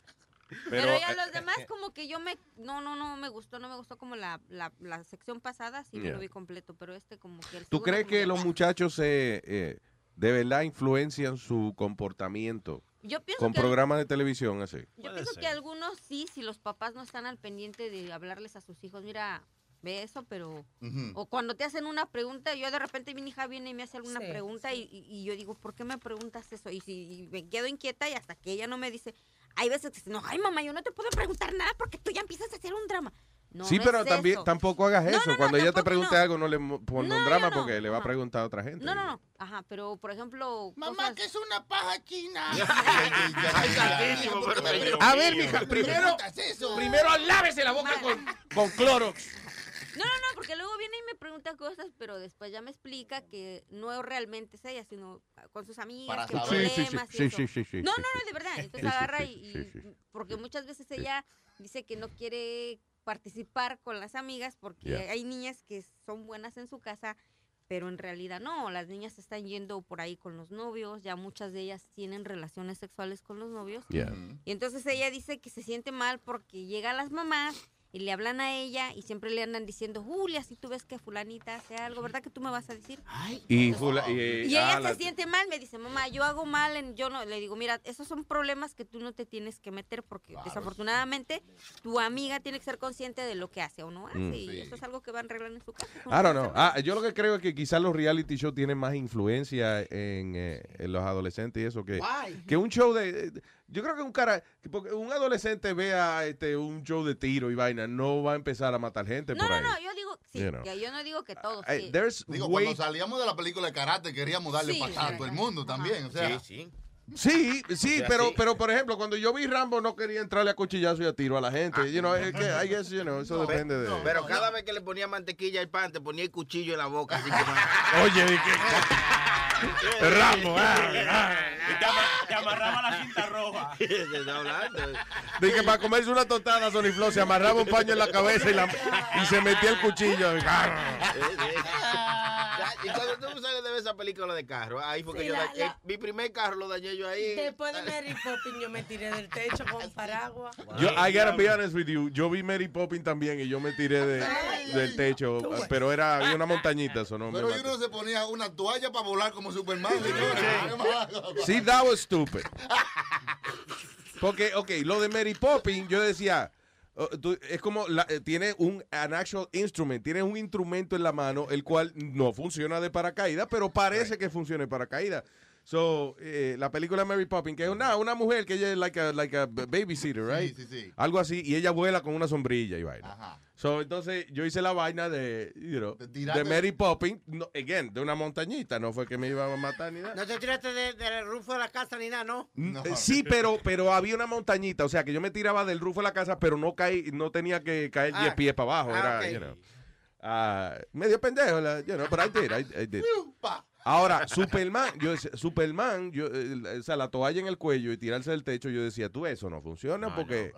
Pero, Pero, ya eh, los demás como que yo me, no, no, no me gustó, no me gustó como la, la, la sección pasada, sí me Yeah. lo vi completo, pero este como que el ¿tú segundo crees como que los muchachos se, eh, de verdad influencian su comportamiento Yo pienso con que- programas de televisión así? Yo pienso que algunos sí, si los papás no están al pendiente de hablarles a sus hijos, mira, ve eso, pero... Ujú. O cuando te hacen una pregunta, yo de repente mi hija viene y me hace alguna Sí, pregunta y, y- y yo digo, ¿por qué me preguntas eso? Y, si, y me quedo inquieta y hasta que ella no me dice, hay veces que dice, no, ay mamá, yo no te puedo preguntar nada porque tú ya empiezas a hacer un drama. No, sí, no pero es también eso. tampoco hagas No, eso. no, no, Cuando ella te tampoco pregunte no. algo, no le mo- ponga No, un yo drama no. porque le va a Ajá. preguntar a otra gente. No, no, no. Ajá, pero por ejemplo. Mamá, ¿qué es una paja china? A ver, mija, primero, primero lávese la boca con, con Clorox. No, no, no, porque luego viene y me pregunta cosas, pero después ya me explica que no realmente es ella, sino con sus amigas, Para que saber. Sí, sí, problemas sí, y sí, eso. sí, sí, No, sí, no, sí. no, de verdad. Entonces Sí, sí, agarra sí, y, sí, y- sí. porque muchas veces ella dice que no quiere participar con las amigas porque Yeah. hay niñas que son buenas en su casa, pero en realidad no, las niñas están yendo por ahí con los novios, ya muchas de ellas tienen relaciones sexuales con los novios. Yeah. Y entonces ella dice que se siente mal porque llegan las mamás y le hablan a ella y siempre le andan diciendo, Julia, si tú ves que fulanita hace algo, ¿verdad que tú me vas a decir? Y, fula- y, Y ella ah, la- se siente mal, me dice, mamá, yo hago mal, en, yo no, le digo, mira, esos son problemas que tú no te tienes que meter porque desafortunadamente tu amiga tiene que ser consciente de lo que hace o no hace Mm. y Sí. eso es algo que va a arreglar en su casa. I don't know. Ah, yo lo que creo es que quizás los reality shows tienen más influencia en, eh, en los adolescentes y eso que, Why? que un show de... Yo creo que un cara... que porque un adolescente vea este, un show de tiro y vaina, no va a empezar a matar gente No, por no, ahí. no, yo digo, sí, You know. que yo no digo que todos. I- sí. there's Digo, way- cuando salíamos de la película de karate queríamos darle Sí, patada a todo el mundo también. O sea, Sí, Sí, sí, sea, pero, sí. pero por ejemplo, cuando yo vi Rambo no quería entrarle a cuchillazo y a tiro a la gente. Ah. You know, es que, I guess, you know, eso No, depende de... Pero cada vez que le ponía mantequilla al pan, te ponía el cuchillo en la boca. Así como... Oye, ¿de qué? Rambo, ah, ah. Y te, ama- te amarraba la cinta roja. Te está hablando. Dije, para comerse una tostada, Sony Flow, se amarraba un paño en la cabeza y, la- y se metía el cuchillo. Y cuando tú sales de ver esa película de carro, ahí fue que Sí, yo la- dañé- la- mi primer carro lo dañé yo ahí. Después de Mary Poppins yo me tiré del techo con paraguas. Yo, I gotta be honest with you, yo vi Mary Poppins también y yo me tiré de, del techo, pero era había una montañita, eso no me pero mató. uno se ponía una toalla para volar como Superman. Sí, that was stupid. Porque, ok, lo de Mary Poppins, yo decía, oh, tú- es como, la- eh, tiene un an actual instrument, tiene un instrumento en la mano, el cual no funciona de paracaídas, pero parece que funciona de paracaídas. So, eh, la película Mary Poppins, que es una, una mujer que ella es like a, like a babysitter, right? Sí, sí, sí. Algo así, y ella vuela con una sombrilla y vaina. So, entonces, yo hice la vaina de, you know, tirarte- de Mary Poppins, no, again, de una montañita, no fue que me iban a matar ni nada. No te tiraste de- del rufo de la casa ni nada, ¿no? Eh, Sí, pero, pero había una montañita, o sea que yo me tiraba del rufo de la casa, pero no caí, no tenía que caer diez Ah. pies para abajo, Ah, era, ok. you know, ah, medio pendejo, la- you know, but I did, I, I did. Ahora, Superman, yo decía, Superman, yo, eh, o sea, la toalla en el cuello y tirarse del techo, yo decía, tú eso no funciona porque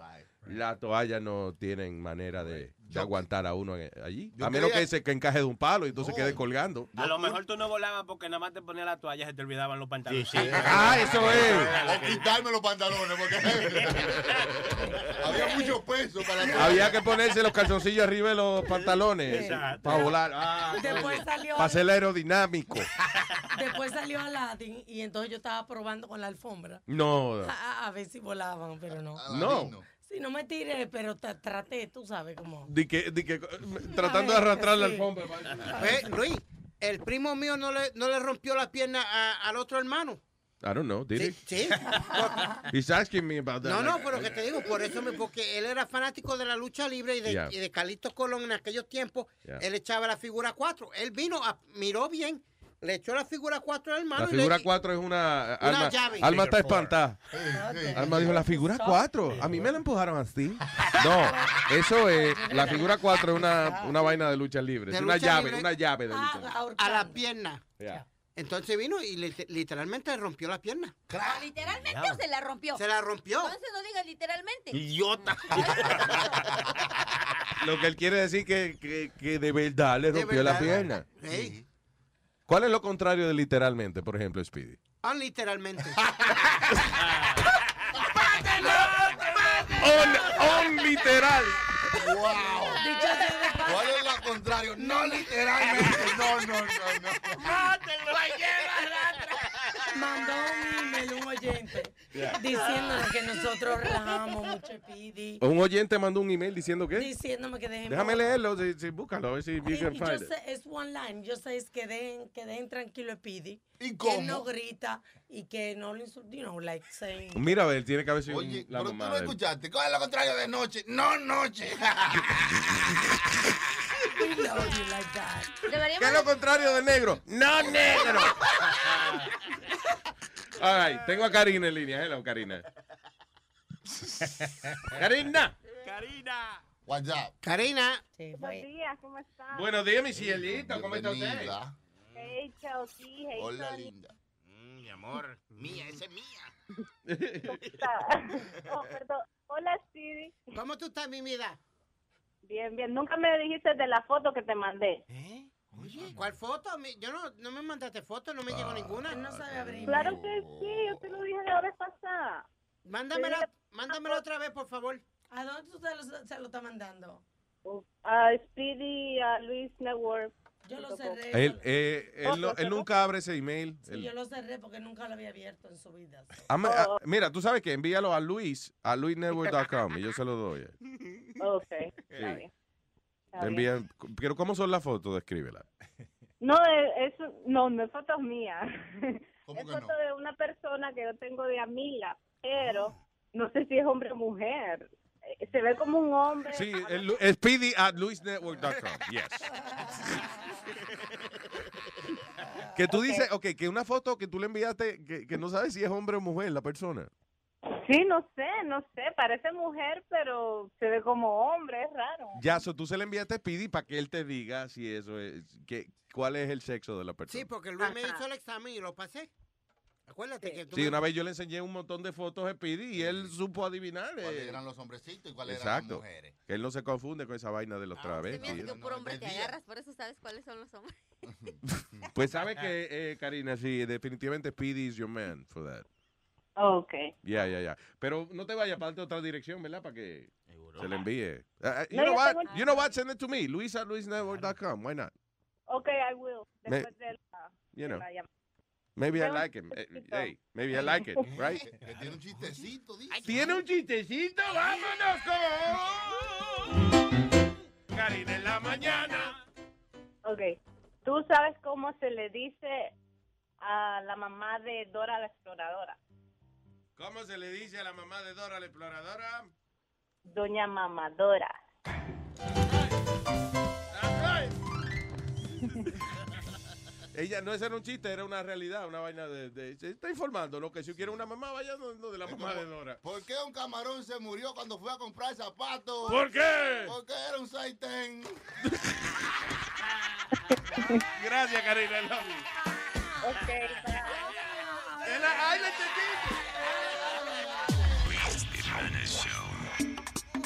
las toallas no tienen manera de, de aguantar a uno en- allí. Yo A menos quería- que se que encaje de un palo y entonces No. quede colgando. A lo mejor tú no volabas porque nada más te ponías la toalla y se te olvidaban los pantalones. Ah, eso es. O quitarme los pantalones porque había mucho peso para Había que ponerse los calzoncillos arriba de los pantalones Exacto. para volar. Ah, Después salió, para ser aerodinámico. después salió Aladdin y entonces yo estaba probando con la alfombra. No, A, a- a ver si volaban, pero no. no. Sí, no me tiré, pero tra- traté, tú sabes cómo. Di que, di que, tratando de arrastrar la Sí. alfombra. Ve, Luis, el primo mío no le, no le rompió la pierna a- al otro hermano. I don't know, did he? Sí. He's asking me about that. No, no, Like, pero que te digo, por eso, me, porque él era fanático de la lucha libre y de, Yeah. y de Calixto Colón en aquellos tiempos. Yeah. Él echaba la figura cuatro. Él vino, a- miró bien, le echó la figura cuatro al hermano. La y le- figura cuatro es una... Una Alma, llave. Alma está Figure four. espantada. Alma dijo, la figura cuatro. A mí me la empujaron así. No, eso es... La figura cuatro es una, una vaina de lucha libre. De Es una lucha llave, libre. una llave de lucha libre. a la pierna. Yeah. Entonces vino y le- literalmente le rompió la pierna. ¿Literalmente o se la rompió? Se la rompió. Entonces no digas literalmente. Idiota. Lo que él quiere decir que, que, que de verdad le De rompió la verdad. pierna. Sí. ¿Cuál es lo contrario de literalmente, por ejemplo, Speedy? Ah, literalmente. On, on literal. Wow. ¿Cuál es lo contrario? No literalmente. No, no, no, no. Mandó un email un oyente Yeah. diciéndonos que nosotros relajamos mucho Speedy. Un oyente mandó un email diciendo que... Diciéndome que dejemos. Déjame leerlo, si, si, búscalo, a ver si you Y- can y yo find it. sé, es one line. Yo sé es que dejen, que dejen tranquilo a Speedy. ¿Y Que cómo? él no grita y que no lo insulta, you know, like saying. Mira, a ver, tiene que haber sido Oye, un- la pero tú mamá no de él. escuchaste. ¿Cuál es lo contrario de noche? No, noche. We love you like that. Deberíamos ¿Qué es lo contrario de negro? No negro. All right, tengo a Karina en línea. Hello, Karina. Karina. Karina. What's up? Karina. Buenos días, ¿cómo estás? Buenos días, mi cielito. ¿Cómo está usted? Bienvenida. Hey, Chelsea. Hey, Hola, Sonny. linda. Mi amor, mía, esa es mía. ¿Cómo estás? Oh, perdón. Hola, Speedy. ¿Cómo tú estás, mi vida? Bien, bien. Nunca me dijiste de la foto que te mandé. Oye, ¿cuál foto? Mi- Yo no, no me mandaste foto, no me llegó ninguna. No sabe abrir. Claro que sí, yo te lo dije la vez pasada. Mándamela, mándamela otra vez, por favor. ¿A dónde tú se lo, se lo estás mandando? A Speedy, a Luis Network. Yo lo cerré. Él, eh, él, no- él nunca abre ese email. Sí, Él- yo lo cerré porque nunca lo había abierto en su vida. Ama- a- mira, tú sabes que envíalo a Luis, a luis network punto com y yo se lo doy. Ok, está Sí. bien. Está Te bien. envían, pero ¿cómo son las fotos? Descríbela. No, es, es- no, no es foto mía. ¿Cómo Es que foto no? de una persona que yo tengo de amiga, pero no sé si es hombre o mujer. Eh, Se ve como un hombre. Sí, el, el Speedy at luis network punto com. Yes. Que tú dices, ok, que una foto que tú le enviaste, que, que no sabes si es hombre o mujer la persona. Sí, no sé, no sé, parece mujer, pero se ve como hombre, es raro. Ya, so, tú se le enviaste a Speedy para que él te diga si eso es, que, cuál es el sexo de la persona. Sí, porque Luis me hizo el examen y lo pasé. Acuérdate que tú Sí, me- una vez yo le enseñé un montón de fotos a Speedy y él supo adivinar. ¿Cuáles eh, eran los hombrecitos y cuáles Exacto. eran las mujeres? Que él no se confunde con esa vaina de los Se me hace travestis. que por hombre te agarras, por eso sabes cuáles son los hombres. Pues sabe que, eh, Karina, sí, definitivamente Speedy is your man for that. Ok. Ya, ya, ya. Pero no te vayas para otra dirección, ¿verdad? Para que se le envíe. Uh, uh, you No, know yo what? tengo- You know what? Send it to me. Luis at luis network punto com. Why not? Ok, I will. Me- Después de la, You de know. la llamada. Maybe I Tengo un like him. Eh, chistecito. Hey, maybe I like it, right? Que tiene un chistecito, dice. ¿Tiene un chistecito? ¡Vámonos con Karina en la mañana! Ok. ¿Tú sabes cómo se le dice a la mamá de Dora la Exploradora? ¿Cómo se le dice a la mamá de Dora la Exploradora? Doña Mamadora. Ella no, ese era un chiste, era una realidad, una vaina de... de- se está informando, ¿no? Que si quiere una mamá, vaya donde la mamá de Dora. ¿Por qué un camarón se murió cuando fue a comprar zapatos? ¿Por qué? Porque era un sartén. Gracias, Karina. I love you. Ok, En la- ¡Ay, la entendí!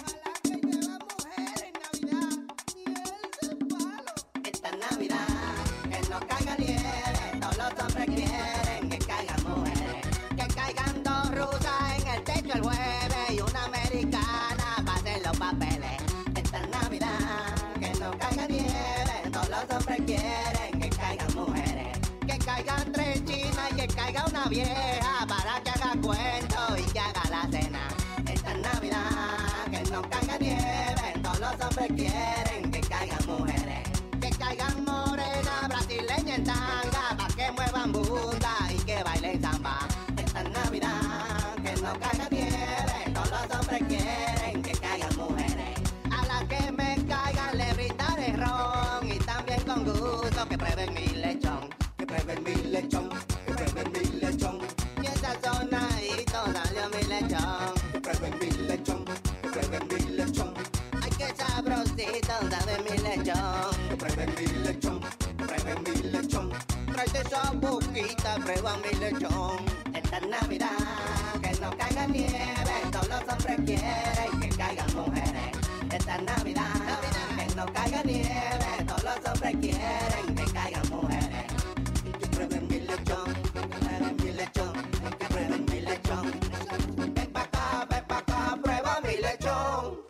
vieja para que haga cuento y que haga la cena. Esta Navidad que no caiga nieve, todos los hombres quieren que caigan mujeres. Que caigan morenas, brasileñas en tanga, pa' que muevan bunda y que bailen samba. Esta Navidad que no caiga nieve, todos los hombres quieren que caigan mujeres. A las que me caigan le brindaré ron y también con gusto que prueben mi lechón. Que prueben mi lechón, que prueben mi lechón. Y esa sonadito salió mi lechón. Que prueben mi lechón, que prueben mi lechón. Ay, qué sabrosito sabe mi lechón. Que prueben mi lechón, que prueben mi lechón. Tráete esa boquita, prueba mi lechón. Esta Navidad que no caiga nieve, todos los hombres quieren que caigan mujeres. Esta Navidad que no caiga nieve, todos los hombres quieren que caigan mujeres. Que prueben mi lechón, que prueben mi lechón, que prueben mi lechón. Ven pa' acá, ven pa' acá, prueba mi lechón.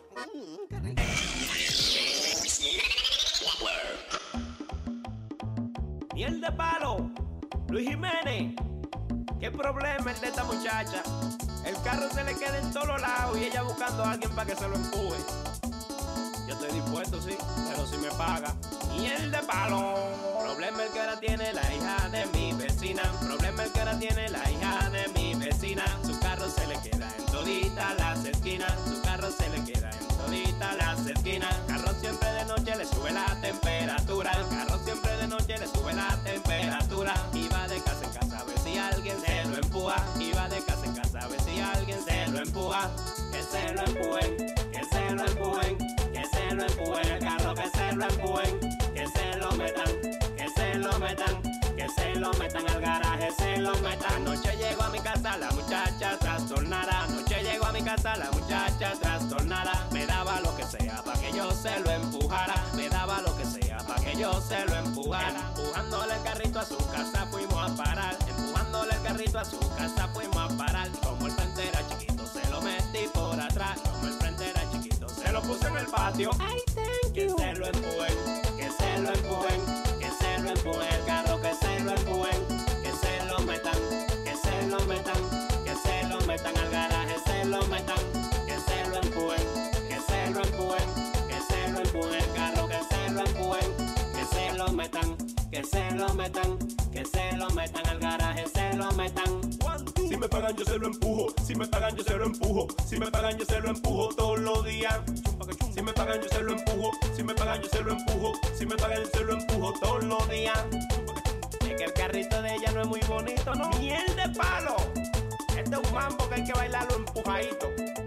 Miel de palo, Luis Jiménez. ¿Qué problema es de esta muchacha? El carro se le queda en todos lados y ella buscando a alguien para que se lo empuje. Yo estoy dispuesto, sí, pero si me paga. Miel de palo. Problema el que ahora tiene la hija de mi vecina. Problema el que ahora tiene la hija de mi vecina. Su carro se le queda en todita las esquinas. Su carro se le queda en todita las esquinas. Carro siempre de noche le sube la temperatura. El carro siempre de noche le sube la temperatura. Y va de casa en casa a ver si alguien se lo empuja. Y va de casa en casa a ver si alguien se lo empuja. Que se lo empujen, que se lo empujen, que se lo empujen. El carro que se lo empujen, que se lo metan, que se lo metan, que se lo metan al garaje, se lo metan. Anoche llegó a mi casa la muchacha trastornada. Anoche llegó a mi casa la muchacha trastornada. Me daba lo que sea pa' que yo se lo empujara. Me daba lo que sea pa' que yo se lo empujara. Empujándole el carrito a su casa fuimos a parar. Empujándole el carrito a su casa fuimos a parar. Como el frente era chiquito se lo metí por atrás. Como el frente era chiquito se lo puse en el patio. Ay, thank you. Que se lo empujen, que se lo empujen, que se lo empujen. El carro que se lo empujen, que se lo metan, que se lo metan, que se lo metan al garaje, se lo metan, que se lo empujen, que se lo empujen, que se lo empujen. El carro que se lo empujen, que se lo metan, que se lo metan, que se lo metan al garaje, se lo metan. Si me pagan yo se lo empujo, si me pagan yo se lo empujo, si me pagan yo se lo empujo todos los días. Si me pagan yo se lo empujo, si me pagan yo se lo empujo, si me pagan yo se lo empujo todos los días. Es que el carrito de ella no es muy bonito, ¿no? Miel de palo. Este es un mambo que hay que bailarlo empujadito.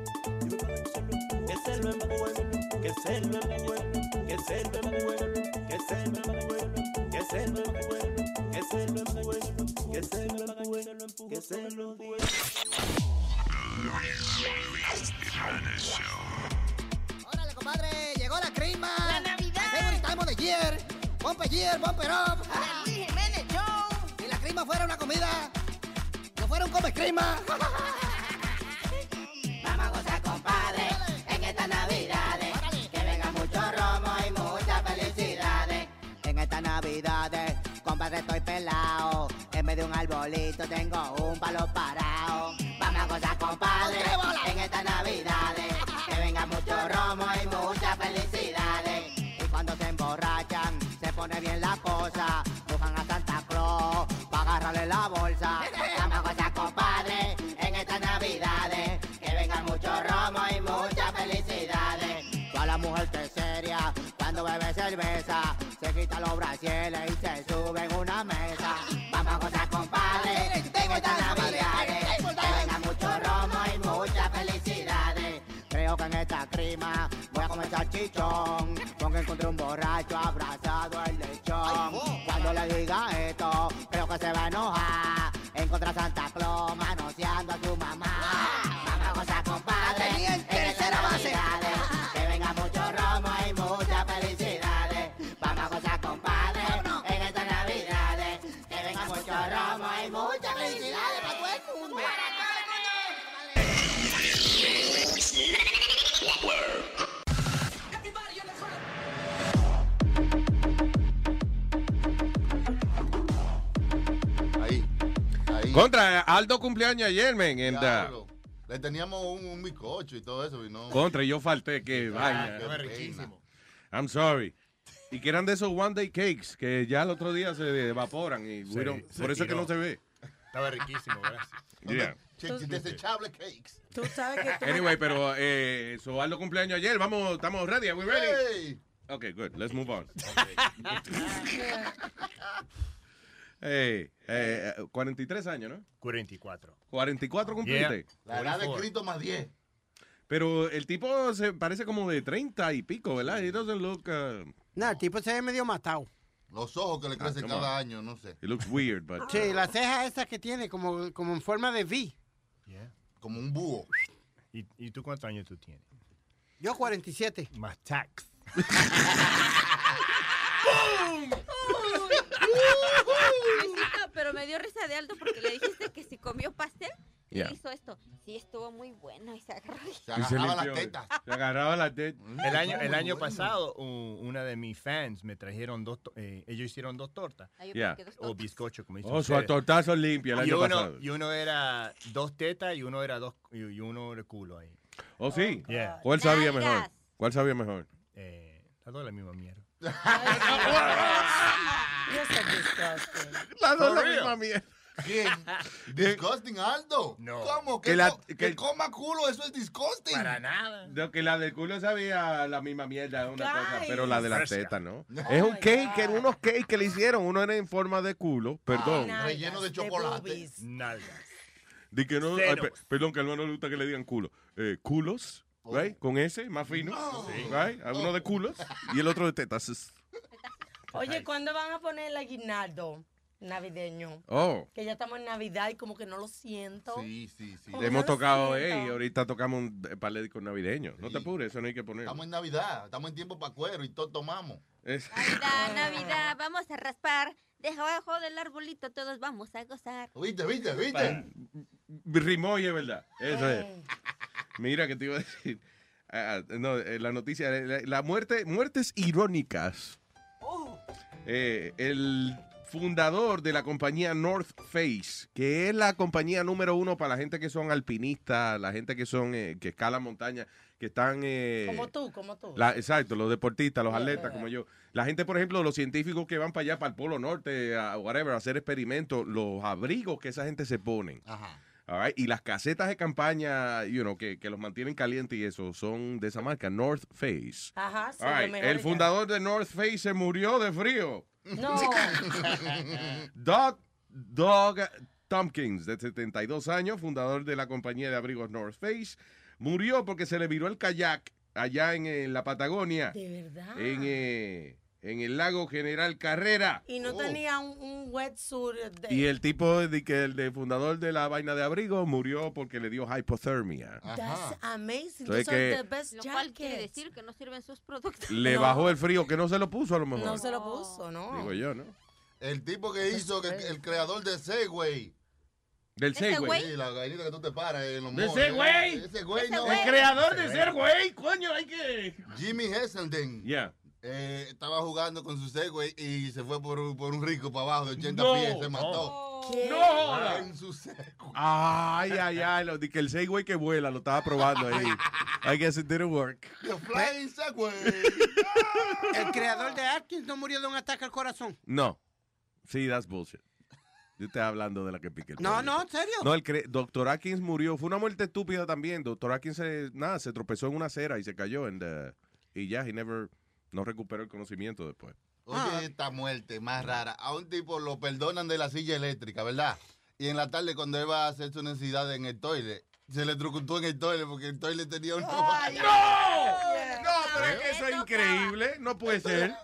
Que se lo empujen, que se lo empujen, que se lo empujen, que se lo empujen, que se lo empujen, que se lo empujen, que se lo empujen, que se lo empujen. Órale, compadre, llegó la crema. ¡La Navidad! Every time of the year. Bumper year, bumper up. ¡La Luis Jiménez Show! Si la crema fuera una comida, no fuera un come crema. Vamos a gozar, compadre, en estas navidades. Que venga mucho romo y muchas felicidades. En estas navidades, compadre, estoy pelado. En vez de un arbolito tengo un palo parado. Vamos a gozar, compadre, en estas navidades. Que venga mucho romo y muchas felicidades. Y cuando se emborrachan, se pone bien la cosa. Buscan a Santa Claus para agarrarle la bolsa. Vamos a gozar, compadre, en estas navidades. Que venga mucho romo y muchas felicidades. Toda la mujer que es seria cuando bebe cerveza, se quita los brasieles y se sube en una mesa. Vamos a gozar, compadre, en estas navidades. Que venga mucho romo y muchas felicidades. Creo que en esta crema voy a comer salchichón, porque encontré un borracho abrazado al lechón. Cuando le diga esto, creo que se va a enojar. Encontré a Santa Claus manoseando a su mamá. Vamos a gozar, compadre, en estas navidades. Que venga mucho romo y muchas felicidades. Vamos a gozar, compadre, en estas navidades. Que venga mucho romo y muchas felicidades para todo el mundo. Ahí, ahí. Contra, Aldo cumpleaños ayer, men. and, uh, Diablo. Le teníamos un, un bizcocho y todo eso. Y no. Contra, y yo falté, que vaina. Qué riquísimo. I'm sorry. Y que eran de esos one day cakes que ya el otro día se evaporan y Sí, we don't- se por eso es que tiró. no se ve. Estaba riquísimo, gracias. Yeah. Ch- Desechable cakes. Tú sabes que tú Anyway, pero eh, so Aldo cumpleaños ayer. Vamos, estamos ready. Are we ready? Hey. Okay, good. Let's move on. Hey, eh, cuarenta y tres años, ¿no? cuarenta y cuatro. cuarenta y cuatro cumpliste. La edad de Cristo más diez. Pero el tipo se parece como de treinta y pico, ¿verdad? He doesn't look... Uh, No, el tipo se ve medio matado. Los ojos que le crecen come cada on. año, no sé. It looks weird, but... Sí, la ceja esa que tiene como, como en forma de V. Como un búho. ¿Y, ¿Y tú cuántos años tú tienes? Yo cuarenta y siete. Más tax. Luisito, pero me dio risa de Aldo porque le dijiste que si comió pastel, Yeah. y hizo esto. Sí, estuvo muy bueno y se agarró. Y se limpió. Se agarraba las tetas. El año, el año pasado, u- una de mis fans me trajeron dos, to- eh, ellos hicieron dos tortas. Ay, yo Yeah. pensé que dos O tortas. bizcocho, como dicen Oh, su ustedes. tortazo limpia el y año uno, pasado. Y uno era dos tetas y uno era dos y y uno era culo ahí. Oh, sí. Yeah. ¿Cuál sabía Nalgas. mejor? ¿Cuál sabía mejor? Eh, las dos la misma mierda. You're so disgusting. Las dos For la real. misma mierda. ¿Quién? Disgusting, Aldo. No. ¿Cómo? Que Que, la- co- que- que coma culo, eso es disgusting. Para nada. Lo que la del culo sabía la misma mierda, una cosa, Guys. pero la de la Fresca. teta, ¿no? No. Es un my cake, God. unos cakes que le hicieron. Uno era en forma de culo, perdón. Nalgas, Relleno de chocolate. boobies. Nalgas. Di que no, Senos. ay, pe- perdón, que al no le gusta que le digan culo. Eh, culos, right? Con ese, más fino, No. right? Uno de culos y el otro de tetas. Oye, ¿cuándo van a poner el aguinaldo navideño? Oh, Que ya estamos en Navidad y como que no lo siento. Sí, sí, sí. Como que hemos no lo tocado, siento. hey, ahorita tocamos un par de discos navideños. No te Sí. apures, eso no hay que poner. Estamos en Navidad, estamos en tiempo para cuero y todos tomamos. Es- Navidad, Navidad, vamos a raspar. Debajo del arbolito todos vamos a gozar. ¿Viste, viste, viste? Rimó y es verdad. Eso es. Mira que te iba a decir. Ah, no, eh, la noticia, la, la muerte, muertes irónicas. Eh, el fundador de la compañía North Face, que es la compañía número uno para la gente que son alpinistas, la gente que son eh, que escalan montañas, que están eh, Como tú, como tú. la- exacto, los deportistas, los atletas como yo. La gente, por ejemplo, los científicos que van para allá, para el Polo Norte, a whatever, a hacer experimentos, los abrigos que esa gente se ponen. Ajá. All right, y las casetas de campaña, you know, que, que los mantienen calientes y eso, son de esa marca, North Face. Ajá, sí, All lo right, mejor el ya. fundador de North Face se murió de frío. No. Doug, Doug Tompkins, de setenta y dos años, fundador de la compañía de abrigos North Face, murió porque se le viró el kayak allá en, eh, la Patagonia, De verdad. en, eh, en el lago General Carrera. Y no Oh. tenía un, un wetsuit. De... Y el tipo de que el de fundador de la vaina de abrigo murió porque le dio hypothermia. That's amazing. Entonces Those are que- the best Lo cual quiere jackets. decir que no sirven sus productos. Le No. bajó el frío, que no se lo puso a lo mejor. No se lo puso, ¿no? Digo yo, ¿no? El tipo que hizo, que, el creador de Segway. Del ¿Ese Segway. güey? Sí, la gallinita que tú te paras en los ¿De moles. Segway? Ese güey, Ese no. güey. El creador de Segway, coño, hay que... Jimmy Hesselden. Ya. Eh, estaba jugando con su Segway y se fue por, un- por un rico para abajo de ochenta No. pies, se mató. ¿Qué? ¡No joda! En su Segway. Ay, ay, ay, lo, di que el Segway que vuela, lo estaba probando ahí. I guess it didn't work. The Flying Segway. El creador de Atkins no murió de un ataque al corazón. No. Sí, that's bullshit. Yo estoy hablando de la que pique el No, pollo. no, ¿en serio? No, el cre- doctor Atkins murió. Fue una muerte estúpida también. doctor Atkins se, nada, se tropezó en una acera y se cayó. And, uh, y ya, he never, no recuperó el conocimiento después. Oye, Ah. esta muerte más rara. A un tipo lo perdonan de la silla eléctrica, ¿verdad? Y en la tarde cuando él va a hacer su necesidad en el toilet, se electrocutó en el toilet porque el toilet tenía un... ¡No! No, pero es que eso es increíble. No puede ser.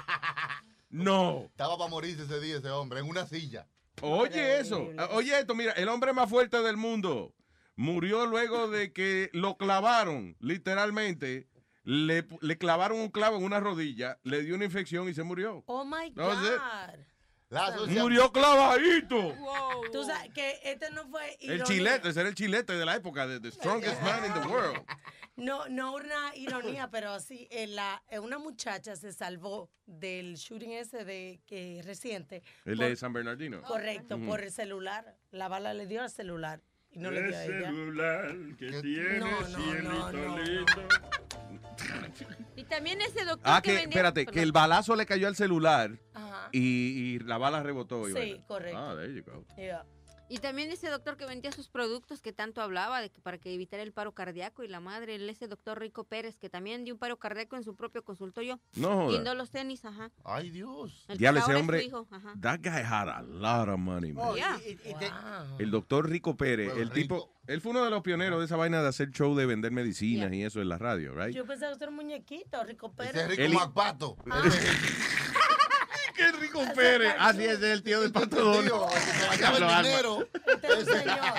No. Estaba para morirse ese día ese hombre, en una silla. Oye eso, oye esto, mira, el hombre más fuerte del mundo murió luego de que lo clavaron, literalmente, le, le clavaron un clavo en una rodilla, le dio una infección y se murió. Oh my No sé. God. La asocia- Murió clavadito. Wow. Tú sabes que este no fue El ironía. chilete, ese era el chilete de la época, de the strongest man in the world. No, no una ironía, pero sí, eh, la, eh, una muchacha se salvó del shooting ese de que reciente. El por- de San Bernardino. Correcto, Ujú. por el celular. la bala le dio al celular. Y no le dio a El ella. celular que tiene No, no, cielito no, no, lindo. Y también ese doctor Ah, que que, vendía... espérate, que el balazo le cayó al celular Ajá. y, y la bala rebotó. y Sí, vaina. correcto. Ah, there you go. Yeah. Y también ese doctor que vendía sus productos que tanto hablaba de que para que evitar el paro cardíaco y la madre, el- ese doctor Rico Pérez que también dio un paro cardíaco en su propio consultorio. No joda. Viendo los tenis, ajá. Ay, Dios. El que Diablo, ese ahora es su hombre, hijo, ajá. that guy had a lot of money, man. Oh, Yeah. y- y- y te- El doctor Rico Pérez, Bueno, el Rico. tipo, él fue uno de los pioneros de esa vaina de hacer show de vender medicinas y eso en la radio, right? Yo pensaba que usted era un muñequito, Rico Pérez. Ese es Rico Eli- Macpato. ¡Qué Rico Pérez! Ah, sí, ese es el tío del Pato Donald. Tío, que se bañaba Lo el arma. dinero. Este es un señor.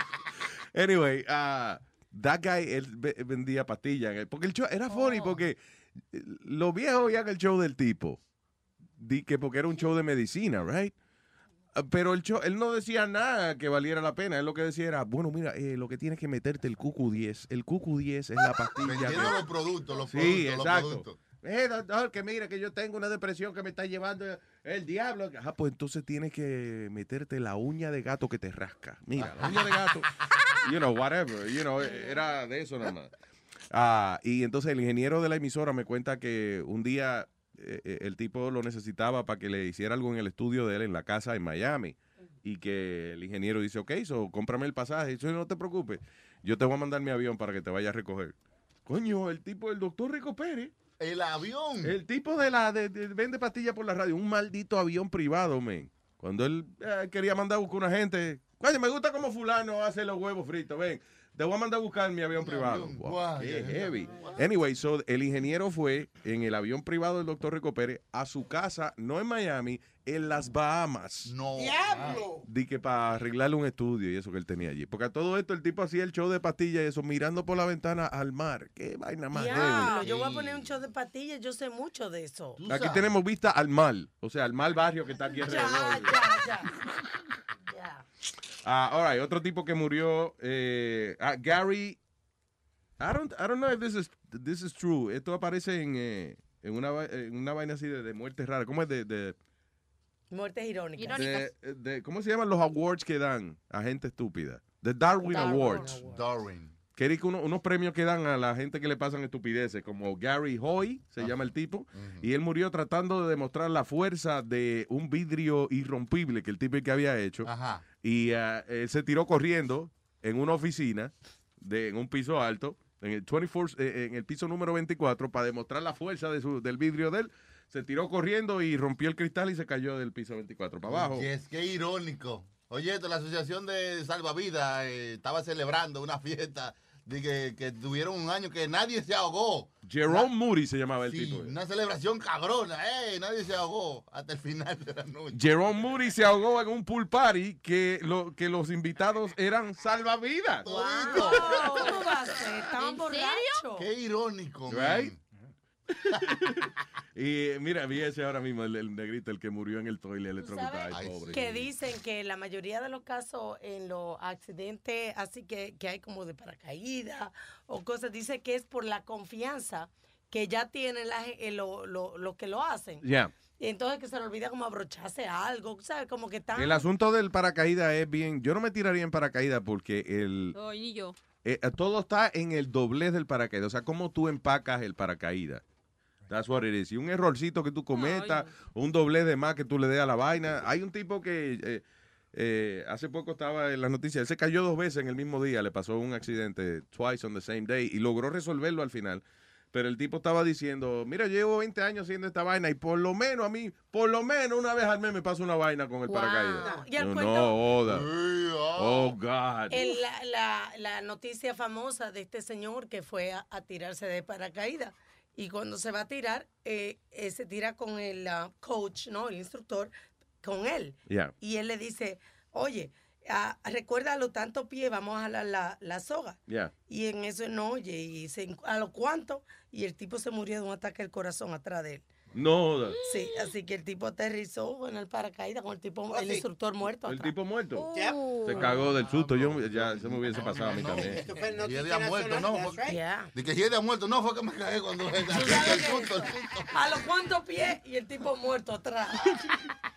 Anyway, uh, that guy, él ve- vendía pastillas. Porque el show era funny, Oh. porque eh, los viejos oían el show del tipo. Di que porque era un show de medicina, right? Uh, Pero el show, él no decía nada que valiera la pena. Él lo que decía era, bueno, mira, eh, lo que tienes que meterte el Q Q diez. El Q Q diez es la pastilla. Vendiendo que- los productos, los Sí, productos, los exacto. productos. Eh, doctor, que mira que yo tengo una depresión que me está llevando el diablo. Ah, pues entonces tienes que meterte la uña de gato que te rasca. Mira, la uña de gato. You know, whatever. You know, era de eso nada más. Ah, y entonces el ingeniero de la emisora me cuenta que un día eh, eh, el tipo lo necesitaba para que le hiciera algo en el estudio de él en la casa en Miami. Y que el ingeniero dice, ok, so cómprame el pasaje. Y dice, no te preocupes, yo te voy a mandar mi avión para que te vaya a recoger. Coño, el tipo, el doctor Rico Pérez. El avión. El tipo de la de, de- vende pastillas por la radio, un maldito avión privado, men. Cuando él eh, quería mandar a buscar una gente, coño, me gusta como fulano hace los huevos fritos, ven, te voy a mandar a buscar mi avión privado. avión, Wow, guau, qué ya, ya. heavy. Anyway, so el ingeniero fue en el avión privado del doctor Rico Pérez a su casa, no en Miami, en las Bahamas. No. ¡Diablo! Di que para arreglarle un estudio y eso que él tenía allí. Porque a todo esto el tipo hacía el show de pastillas y eso, mirando por la ventana al mar. Qué vaina más heavy. Diablo, yo voy a poner un show de pastillas, yo sé mucho de eso. Tú Aquí sabes. tenemos vista al mar, o sea, al mar barrio que está aquí Ya, alrededor. ya, ya. Ya. Ah, all right, otro tipo que murió, eh, ah, Gary, I don't, I don't know if this is, this is true. Esto aparece en, eh, en, una, va- en una vaina así de, de muerte rara. ¿Cómo es de, de, Muertes irónicas. Irónicas. de- de- ¿cómo se llaman los awards que dan a gente estúpida? The Darwin, Darwin Awards. Awards. Darwin. Que es uno- unos premios que dan a la gente que le pasan estupideces, como Gary Hoy, se llama el tipo, y él murió tratando de demostrar la fuerza de un vidrio irrompible que el tipo que había hecho. Ajá. Y ah, él se tiró corriendo en una oficina, de, en un piso alto, en el, veinticuatro, eh, en el piso número veinticuatro, para demostrar la fuerza de su, del vidrio de él. Se tiró corriendo y rompió el cristal y se cayó del piso veinticuatro para abajo. Yes, qué irónico. Oye, esto, la Asociación de Salvavidas eh, estaba celebrando una fiesta de que, que tuvieron un año que nadie se ahogó. Jerome Moody se llamaba el Sí, tipo. una celebración cabrona, eh, nadie se ahogó hasta el final de la noche. Jerome Moody se ahogó en un pool party que, lo, que los invitados eran salvavidas. Wow, ¿cómo va a ser? Estaban ¿En borrachos. Qué irónico, Right? man. Y mira, vi ese ahora mismo, el, el negrito, el que murió en el toile Tú electrocutado. sabes Ay, pobre. que dicen que la mayoría de los casos en los accidentes, así que, que hay como de paracaídas o cosas, dice que es por la confianza que ya tienen la, gen- eh, lo, lo, lo que lo hacen. Ya. Y entonces que se le olvida como abrocharse algo, ¿sabes? Como que están... El asunto del paracaídas es bien. Yo no me tiraría en paracaídas porque el Ay, ni yo. eh, todo está en el doblez del paracaídas. O sea, cómo tú empacas el paracaídas. That's what it is. Y un errorcito que tú cometas, un doblez de más que tú le des a la vaina. Hay un tipo que eh, eh, hace poco estaba en las noticias. Él se cayó dos veces en el mismo día. Le pasó un accidente twice on the same day y logró resolverlo al final. Pero el tipo estaba diciendo, mira, llevo veinte años haciendo esta vaina y por lo menos a mí, por lo menos una vez al mes me pasa una vaina con el Wow. paracaídas. Y el Yo, cuento- no, joda. Oh, God. El- la, la, la noticia famosa de este señor que fue a, a tirarse de paracaídas. Y cuando se va a tirar, eh, eh, se tira con el ah, coach, ¿no? El instructor, con él. Yeah. Y él le dice, oye, ah, recuerda a los tantos pies, vamos a jalar la, la soga. Yeah. Y en eso no oye, y se, a lo cuánto, y el tipo se murió de un ataque al corazón atrás de él. No joda. Sí, así que el tipo aterrizó en el paracaídas con el tipo, el sí. instructor muerto El atrás. tipo muerto. Uh. Se cagó del susto. Yo ya se me hubiese pasado a mí también. Esto fue Y noticia él había muerto, nacional, ¿no? that's right. Yeah. De que si había muerto, no, fue que me caí cuando el susto, el susto. A los cuantos pies y el tipo muerto atrás.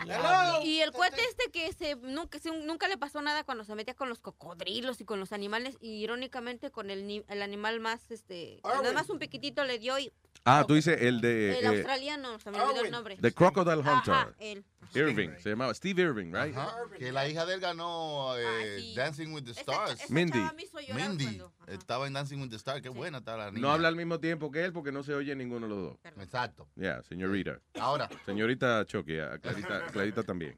Y el cuate este que se nunca, se- nunca le pasó nada cuando se metía con los cocodrilos y con los animales, y irónicamente con el, ni- el animal más, este, que nada más un piquitito le dio y Ah, tú dices el de... el eh, australiano, se me olvidó el nombre. The Crocodile Hunter. Ajá, él. Irving, se llamaba Steve Irving, right? Ajá, que la hija de él ganó eh, Dancing with the Stars. esa Mindy. chava me hizo llorar Mindy cuando- estaba en Dancing with the Stars. Qué buena está la niña. No habla al mismo tiempo que él porque no se oye ninguno de los dos. Exacto. Ya, señorita. Ahora. Señorita Chucky, a Clarita, Clarita también.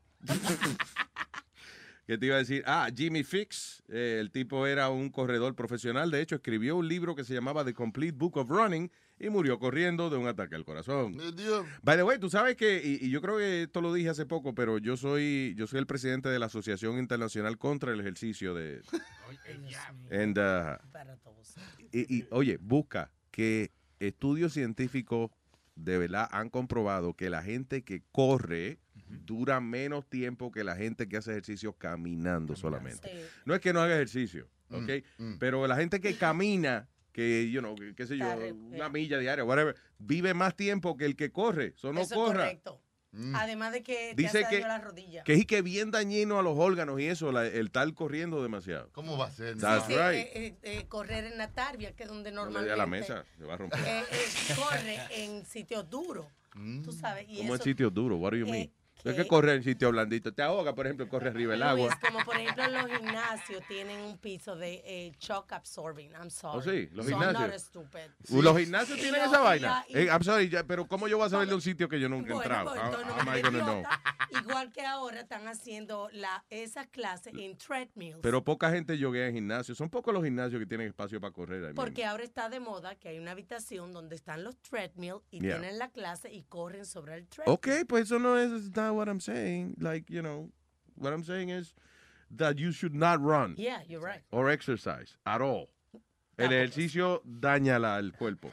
¿Qué te iba a decir? Ah, Jimmy Fix, eh, el tipo era un corredor profesional. De hecho, escribió un libro que se llamaba The Complete Book of Running y murió corriendo de un ataque al corazón. By the way, tú sabes que, y, y yo creo que esto lo dije hace poco, pero yo soy yo soy el presidente de la Asociación Internacional contra el Ejercicio de... And, uh, y, y, oye, busca que estudios científicos de verdad han comprobado que la gente que corre dura menos tiempo que la gente que hace ejercicio caminando solamente. No es que no haga ejercicio, ¿ok? Pero la gente que camina, que, you know, que- qué sé yo, Está re- una milla diaria, whatever, vive más tiempo que el que corre. Eso no Eso es corra. correcto. Además de que te Dice hace que, daño a la rodilla. que es que bien dañino a los órganos y eso, la- el estar corriendo demasiado. ¿Cómo va a ser? That's Sí, right. eh, eh, eh, correr en la tarbia, que es donde No le normalmente dé a la mesa, se va a romper. eh, eh, corre en sitios duros. Tú sabes. Y Como en eso, sitios duros, what do you eh, mean? Es que correr en sitios blanditos. Te ahoga, por ejemplo, corre arriba del agua. Luis, como por ejemplo los gimnasios tienen un piso de eh, shock absorbing. I'm sorry. ¿Oh, sí? ¿Los So I'm gimnasios? not stupid. Uh, ¿Los gimnasios Y tienen lo- esa y vaina? la- y- Eh, I'm sorry, ya, pero ¿cómo yo voy a saber de un sitio que yo nunca he Bueno, entrado? pues, How- entonces, how am no I me gonna know? idiota. Igual que ahora están haciendo la, esas clases en treadmills. Pero poca gente yoguea en gimnasios. Son pocos los gimnasios que tienen espacio para correr ahí Porque mismo. ahora está de moda que hay una habitación donde están los treadmills y Yeah. tienen la clase y corren sobre el treadmill. Ok, pues eso no es it's not what I'm saying. Like, you know, what I'm saying is that you should not run Yeah, you're right. or exercise at all. El ejercicio daña la- el cuerpo.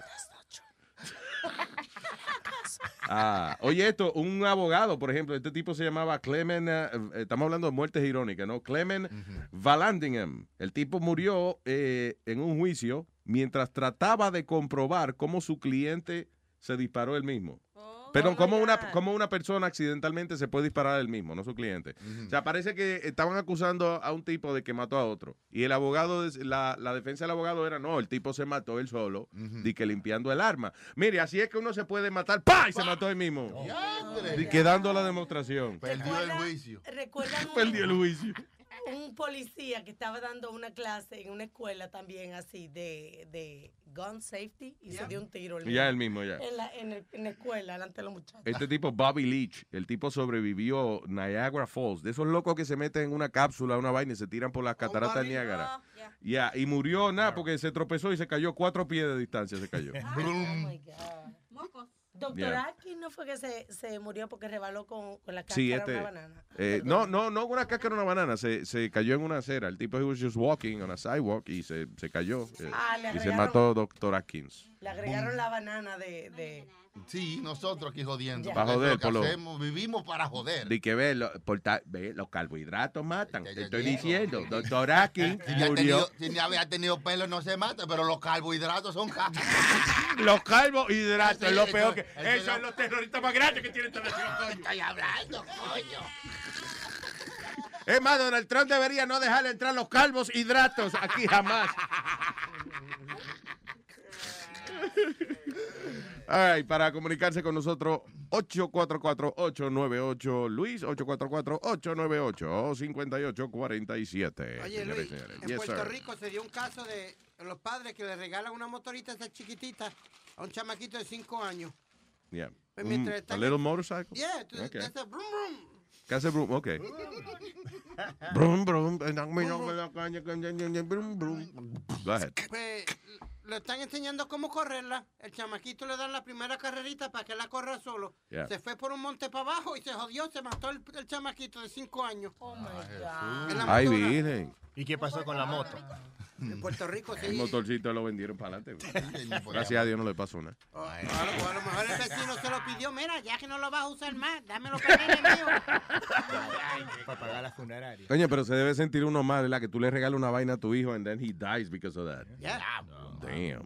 Ah, oye, esto, un abogado, por ejemplo, este tipo se llamaba Clement, eh, estamos hablando de muertes irónicas, ¿no? Clement Vallandigham. El tipo murió eh, en un juicio mientras trataba de comprobar cómo su cliente se disparó él mismo. Perdón, cómo una, cómo una persona accidentalmente se puede disparar a él mismo, no su cliente. O sea, parece que estaban acusando a un tipo de que mató a otro. Y el abogado, la, la defensa del abogado era, no, el tipo se mató él solo, de que limpiando el arma. Mire, así es que uno se puede matar, ¡pah! Y se mató él mismo. Y quedando la demostración. Perdió el juicio. ¿Recuerdan un, Perdió el juicio. un policía que estaba dando una clase en una escuela también así de, de gun safety y se dio un tiro? el Ya mismo. él mismo, ya. En la, en, el- en la escuela, delante de los muchachos. Este tipo, Bobby Leach, el tipo sobrevivió Niagara Falls. De esos locos que se meten en una cápsula, una vaina y se tiran por las cataratas del Niágara. Ya, y murió nada porque se tropezó y se cayó cuatro pies de distancia, se cayó. Doctor Yeah. Atkins no fue que se, se murió porque rebaló con, con la cáscara Sí, de este. una banana. eh, no, no, no una cáscara de una banana. Se, se cayó en una acera. El tipo he was just walking on a sidewalk y se, se cayó. eh, Ah, le y se agregaron- mató Doctor Atkins. Le agregaron la banana de... de... Sí, nosotros aquí jodiendo. Ya. Pa' Eso es joder, lo que por lo- hacemos, vivimos para joder. De que ve, lo- por ta- ve, los carbohidratos matan. Te estoy diciendo, Doctor Atkins Si ya, ha murió. tenido, si ya había tenido pelo no se mata, pero los carbohidratos son ca- Los carbohidratos es lo Eso- peor que. eso Eso es es los terroristas más grandes que tienen esta nación, coño. Estoy hablando, coño. Es más, Donald Trump debería no dejarle entrar los carbohidratos aquí jamás. Ay, para comunicarse con nosotros, ocho cuatro cuatro, ocho nueve ocho, Luis, ocho cuatro cuatro, ocho nueve ocho, cinco ocho cuatro siete. Oye, Señores Luis, y señores. en Yes, Puerto sir. Rico se dio un caso de los padres que le regalan una motorita esa chiquitita a un chamaquito de cinco años. Yeah. Pues Un- mientras a están- little motorcycle? Yeah, entonces, Okay. ese brum, brum. ¿Qué hace Brum? Ok. Brum, brum. Brum, brum. Go ahead. Pues le están enseñando cómo correrla. El chamaquito le dan la primera carrerita para que la corra solo. Yeah. Se fue por un monte para abajo y se jodió, se mató el, el chamaquito de cinco años. Oh my En la Ay, motora. virgen. ¿Y qué pasó con la moto? En Puerto Rico, sí. El motorcito lo vendieron para adelante. Gracias a Dios no le pasó nada. O a, lo, o a lo mejor el vecino se lo pidió. Mira, ya que no lo vas a usar más, dámelo para el nene mío. Para pagar la funeraria. Coño, pero se debe sentir uno mal, ¿verdad? Que tú le regalas una vaina a tu hijo and then he dies because of that. Yeah. Damn.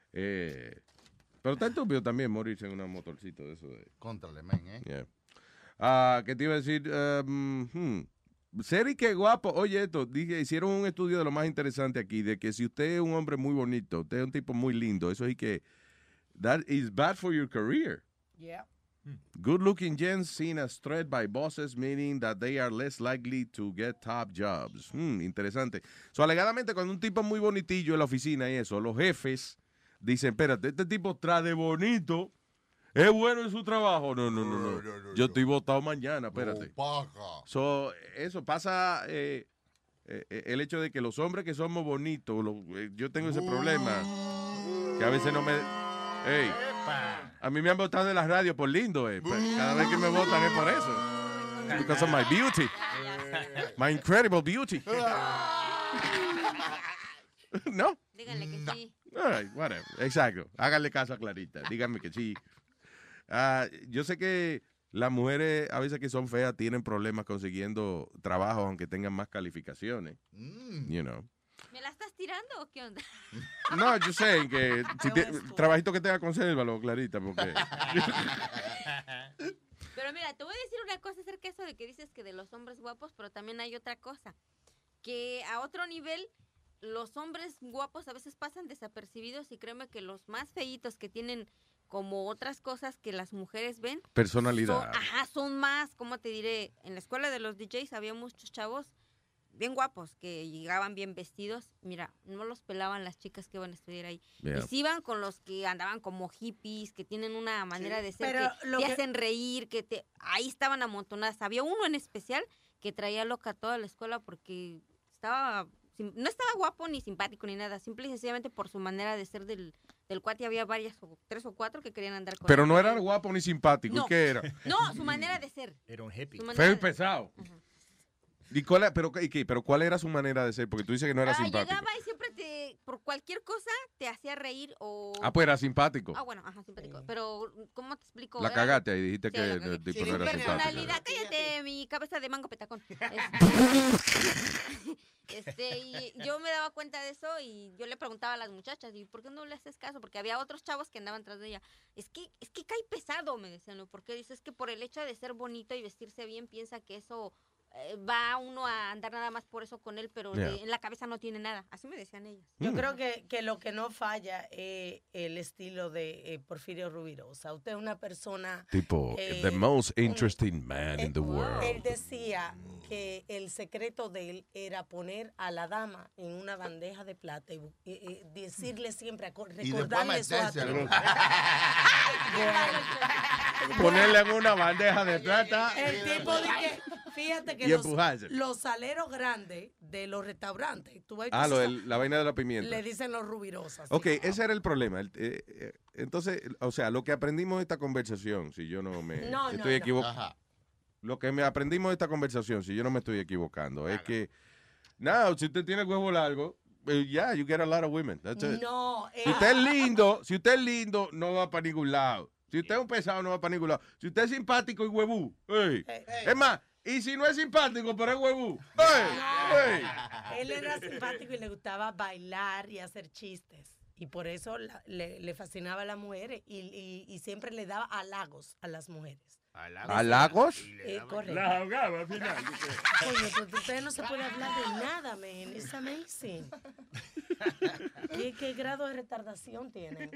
Eh, pero está estúpido también morirse en un motorcito de eso. De... Contrale, men, ¿eh? Yeah. Ah, ¿qué te iba a decir? Um, hmm. Ser y que guapo. Oye, esto, dije, hicieron un estudio de lo más interesante aquí, de que si usted es un hombre muy bonito, usted es un tipo muy lindo, eso es que that is bad for your career. Yeah. Good-looking gents seen as threat by bosses, meaning that they are less likely to get top jobs. Hmm, interesante. So, alegadamente, cuando un tipo es muy bonitillo en la oficina y eso, los jefes dicen, espérate, este tipo trae de bonito, es bueno en su trabajo. No, no, no, no. Yo estoy votado mañana, espérate. So, eso pasa, eh, eh, el hecho de que los hombres que somos bonitos, lo, eh, yo tengo ese problema, que a veces no me... Hey, a mí me han votado de las radios por lindo, eh. Cada vez que me votan es por eso. It's because of my beauty. My incredible beauty. ¿No? Díganle que sí. All right, whatever. Exacto. Háganle caso a Clarita. Díganme que sí. Uh, yo sé que las mujeres a veces que son feas tienen problemas consiguiendo trabajo aunque tengan más calificaciones. Mm. You know. ¿Me la estás tirando o qué onda? No, yo sé que si te, trabajito que tenga, consérvalo, Clarita, porque... Pero mira, te voy a decir una cosa acerca de eso de que dices que de los hombres guapos, pero también hay otra cosa, que a otro nivel los hombres guapos a veces pasan desapercibidos y créeme que los más feitos que tienen como otras cosas que las mujeres ven. Personalidad. Son, ajá, son más, ¿cómo te diré? En la escuela de los D Js había muchos chavos bien guapos que llegaban bien vestidos. Mira, no los pelaban las chicas que iban a estudiar ahí. Yeah. Y se iban con los que andaban como hippies, que tienen una manera Sí, de ser pero que lo te que- hacen reír, que te ahí estaban amontonadas. Había uno en especial que traía loca a toda la escuela porque estaba sim- no estaba guapo ni simpático ni nada, simple y sencillamente por su manera de ser del, del cuate. Había varias, o tres o cuatro que querían andar con Pero él. no era guapo ni simpático. No. ¿Y qué era? No, su manera de ser. Era un hippie. Su manera Feo y de- pesado. ¿Y cuál, era- pero, y qué, pero cuál era su manera de ser? Porque tú dices que no era Ah, simpático. llegaba y siempre te, por cualquier cosa, te hacía reír o... Ah, pues era simpático. Ah, bueno, ajá, simpático. Pero, ¿cómo te explico? La Era- cagaste ahí, dijiste Sí, que la el cagué. tipo Sí, no era personalidad, simpático. cállate, mi cabeza de mango petacón. Este, este, y yo me daba cuenta de eso y yo le preguntaba a las muchachas, ¿y por qué no le haces caso? Porque había otros chavos que andaban tras de ella. Es que, es que cae pesado, me decían, ¿no? Porque dices que por el hecho de ser bonito y vestirse bien, piensa que eso eh, va uno a andar nada más por eso con él, pero Yeah. de- en la cabeza no tiene nada. Así me decían ellas. Yo creo que, que lo que no falla es el estilo de eh, Porfirio Rubirosa. Usted es una persona... Tipo, eh, the most interesting man in the Él world. decía que el secreto de él era poner a la dama en una bandeja de plata y, bu- y- y decirle siempre, aco- Y después recordarle su meterse atributo. Ponerle en una bandeja de plata El tipo de que, fíjate que y los, empujarse. los saleros grandes de los restaurantes, tú ves que Ah, lo esos- del- la vaina de la pimienta. le dicen los rubirosas. Ok, ese era el problema. El- eh, eh, entonces, o sea, lo que aprendimos de esta conversación, si yo no me No, no, estoy no. equivocando. Lo que me aprendimos de esta conversación, si yo no me estoy equivocando, es que, no, si usted tiene el huevo largo, eh, yeah, you get a lot of women. That's it. No, Si usted es lindo, si usted es lindo, no va para ningún lado. Si usted es un pesado, no va para ningún lado. Si usted es simpático y huevú, ey. Es más, y si no es simpático, pero es huevú, ey, ey. Él era simpático y le gustaba bailar y hacer chistes. Y por eso la- le, le fascinaba a las mujeres y, y- y siempre le daba halagos a las mujeres. ¿Halagos? Eh, correcto. La ahogaba al final. Coño, pero de ustedes no se puede hablar de nada, man. It's amazing. ¿Qué, qué grado de retardación tienen?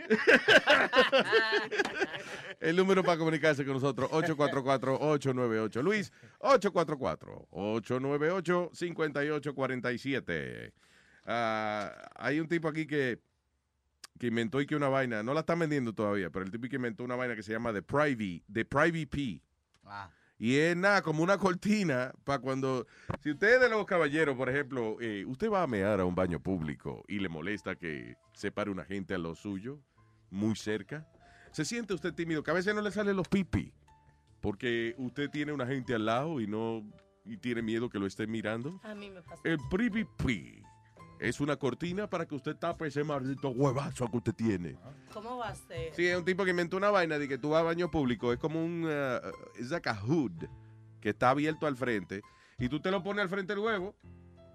El número para comunicarse con nosotros, ocho cuatro cuatro, ocho nueve ocho. Luis, ocho cuatro cuatro, ocho nueve ocho, cinco ocho cuatro siete. Ah, hay un tipo aquí que, que inventó y que una vaina, no la están vendiendo todavía, pero el tipo que inventó una vaina que se llama The Privy, The Privy P. Y es nada, como una cortina para cuando, si usted es de los caballeros, por ejemplo, eh, usted va a mear a un baño público y le molesta que se pare una gente a lo suyo, muy cerca, se siente usted tímido, que a veces no le salen los pipí, porque usted tiene una gente al lado y no y tiene miedo que lo esté mirando. A mí me pasa. El Privy P es una cortina para que usted tape ese maldito huevazo que usted tiene. ¿Cómo va a ser? Sí, es un tipo que inventó una vaina de que tú vas a baño público. Es como un... Uh, es like a hood que está abierto al frente. Y tú te lo pones al frente del huevo.